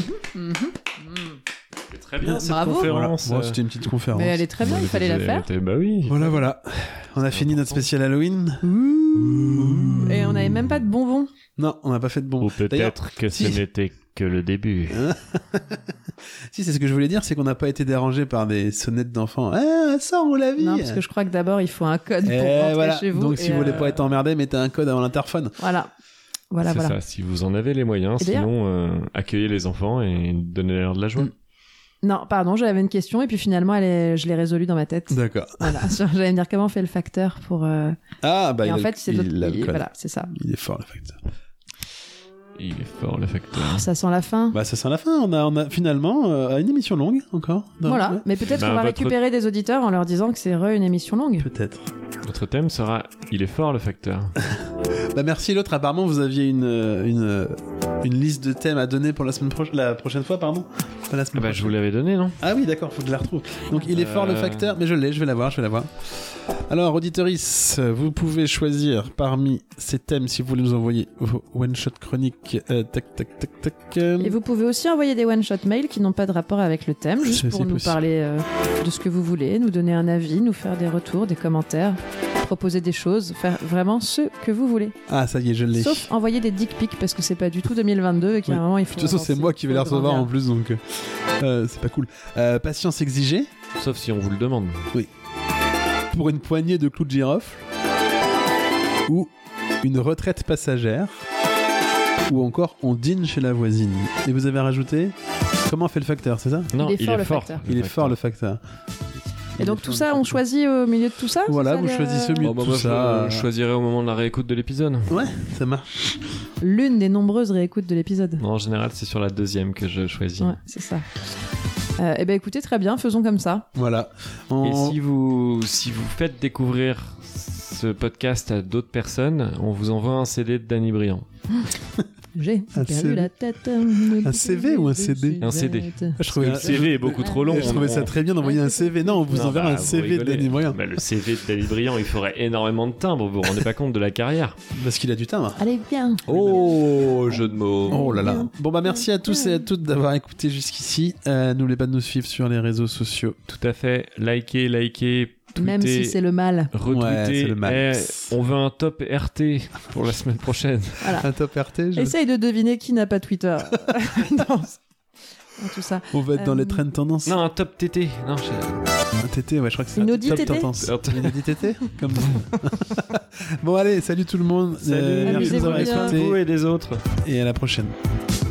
C'est très bien cette Bravo. conférence. Bon, c'était une petite conférence. Mais elle est très bien, il fallait la faire. Bah oui. Voilà, voilà. On a fini notre spécial Halloween. Et on n'avait même pas de bonbons. Non, on n'a pas fait de bon. Ou peut-être que si. ce n'était que le début. Si, c'est ce que je voulais dire, c'est qu'on n'a pas été dérangé par des sonnettes d'enfants. Ah, ça, on l'a vu. Non, parce que je crois que d'abord il faut un code pour Et rentrer voilà. chez vous. Donc, si et, vous voulez euh, pas être emmerdé, mettez un code avant l'interphone. Voilà. Voilà, C'est voilà. ça, si vous en avez les moyens, Et d'ailleurs- sinon euh, accueillez les enfants et donnez-leur de la joie. Mm. Non, pardon, j'avais une question et puis finalement elle est... je l'ai résolue dans ma tête. D'accord. Voilà, j'allais me dire comment on fait le facteur pour. euh, Ah, bah, et il en a fait, le- c'est il l'autre- a le il- code. Voilà, c'est ça. Il est fort, le facteur. Il est fort le facteur. Ah, ça sent la fin. Bah, ça sent la fin. On a, on a finalement euh, une émission longue encore. Non, Voilà, ouais. mais peut-être Ben, qu'on va votre- récupérer des auditeurs en leur disant que c'est re une émission longue. Peut-être. Notre thème sera Il est fort le facteur. Bah, merci l'autre. Apparemment, vous aviez une, euh, une, euh, une liste de thèmes à donner pour la semaine prochaine, la prochaine fois, pardon. Pas la Ah semaine bah je prochaine. vous l'avais donné, non? Ah oui, d'accord, faut que je la retrouve. Donc, il est fort le Euh. facteur, mais je l'ai, je vais la voir, je vais la voir. Alors, auditoris, vous pouvez choisir parmi ces thèmes si vous voulez nous envoyer vos one-shot chroniques. Euh, tac, tac, tac, tac. euh, Et vous pouvez aussi envoyer des one-shot mails qui n'ont pas de rapport avec le thème, juste C'est- pour c'est nous possible. parler euh, de ce que vous voulez, nous donner un avis, nous faire des retours, des commentaires, proposer des choses, faire vraiment ce que vous voulez. Ah, ça y est, je l'ai. Sauf envoyer des dick pics parce que c'est pas du tout deux mille vingt-deux et qu'à Oui. un moment il faut. De toute façon, c'est avancer, moi qui vais faut les recevoir en grandir. plus, donc euh, euh, c'est pas cool. Euh, patience exigée Sauf si on vous le demande. pour une poignée de clous de girofle, ou une retraite passagère, ou encore on dîne chez la voisine. Et vous avez rajouté comment fait le facteur, c'est ça? Non, Il est fort, le facteur. Il est fort le facteur. Et donc tout ça, on choisit au milieu de tout ça Voilà, ça, vous le... choisissez au milieu Oh, bah, de tout moi, ça. je, je choisirai au moment de la réécoute de l'épisode. Ouais, ça marche. L'une des nombreuses réécoutes de l'épisode. Non, en général, c'est sur la deuxième que je choisis. Ouais, c'est ça. Euh, eh ben écoutez, très bien, faisons comme ça. Voilà. On- Et si vous, si vous faites découvrir ce podcast à d'autres personnes, on vous envoie un C D de Danny Briand. J'ai Un perdu C V. la tête. Un C V ou un C D? Un C D. Je trouvais, Le C V est beaucoup trop long. je trouvais ça très bien d'envoyer un C V. Non, on vous Non, enverra bah, un vous C V de rigolez. Danny Briand. Bah, le C V de Danny Briand, il ferait énormément de timbres. Vous vous rendez pas compte de la carrière. Parce qu'il a du timbre. Allez, bien. Oh, jeu de mots. Oh là là. Bon bah merci à tous et à toutes d'avoir écouté jusqu'ici. Euh, N'oubliez pas de nous suivre sur les réseaux sociaux. Tout à fait. Likez, likez, tweetez, Même si c'est le mal. retweetez. Ouais, c'est le mal. Eh, on veut un top R T pour la semaine prochaine. Un top R T. je- Essaye de deviner qui n'a pas Twitter. Non, c'est- tout ça. On va être dans Euh, les trends tendances. Non, un top T T. Non, je... Un T T, ouais, je crois que c'est Une un Audi top T T? tendance. Une Audi T T comme Bon allez, salut tout le monde. Salut, Euh, merci de nous amusez-vous avoir bien. écoutés vous et des autres. et à la prochaine.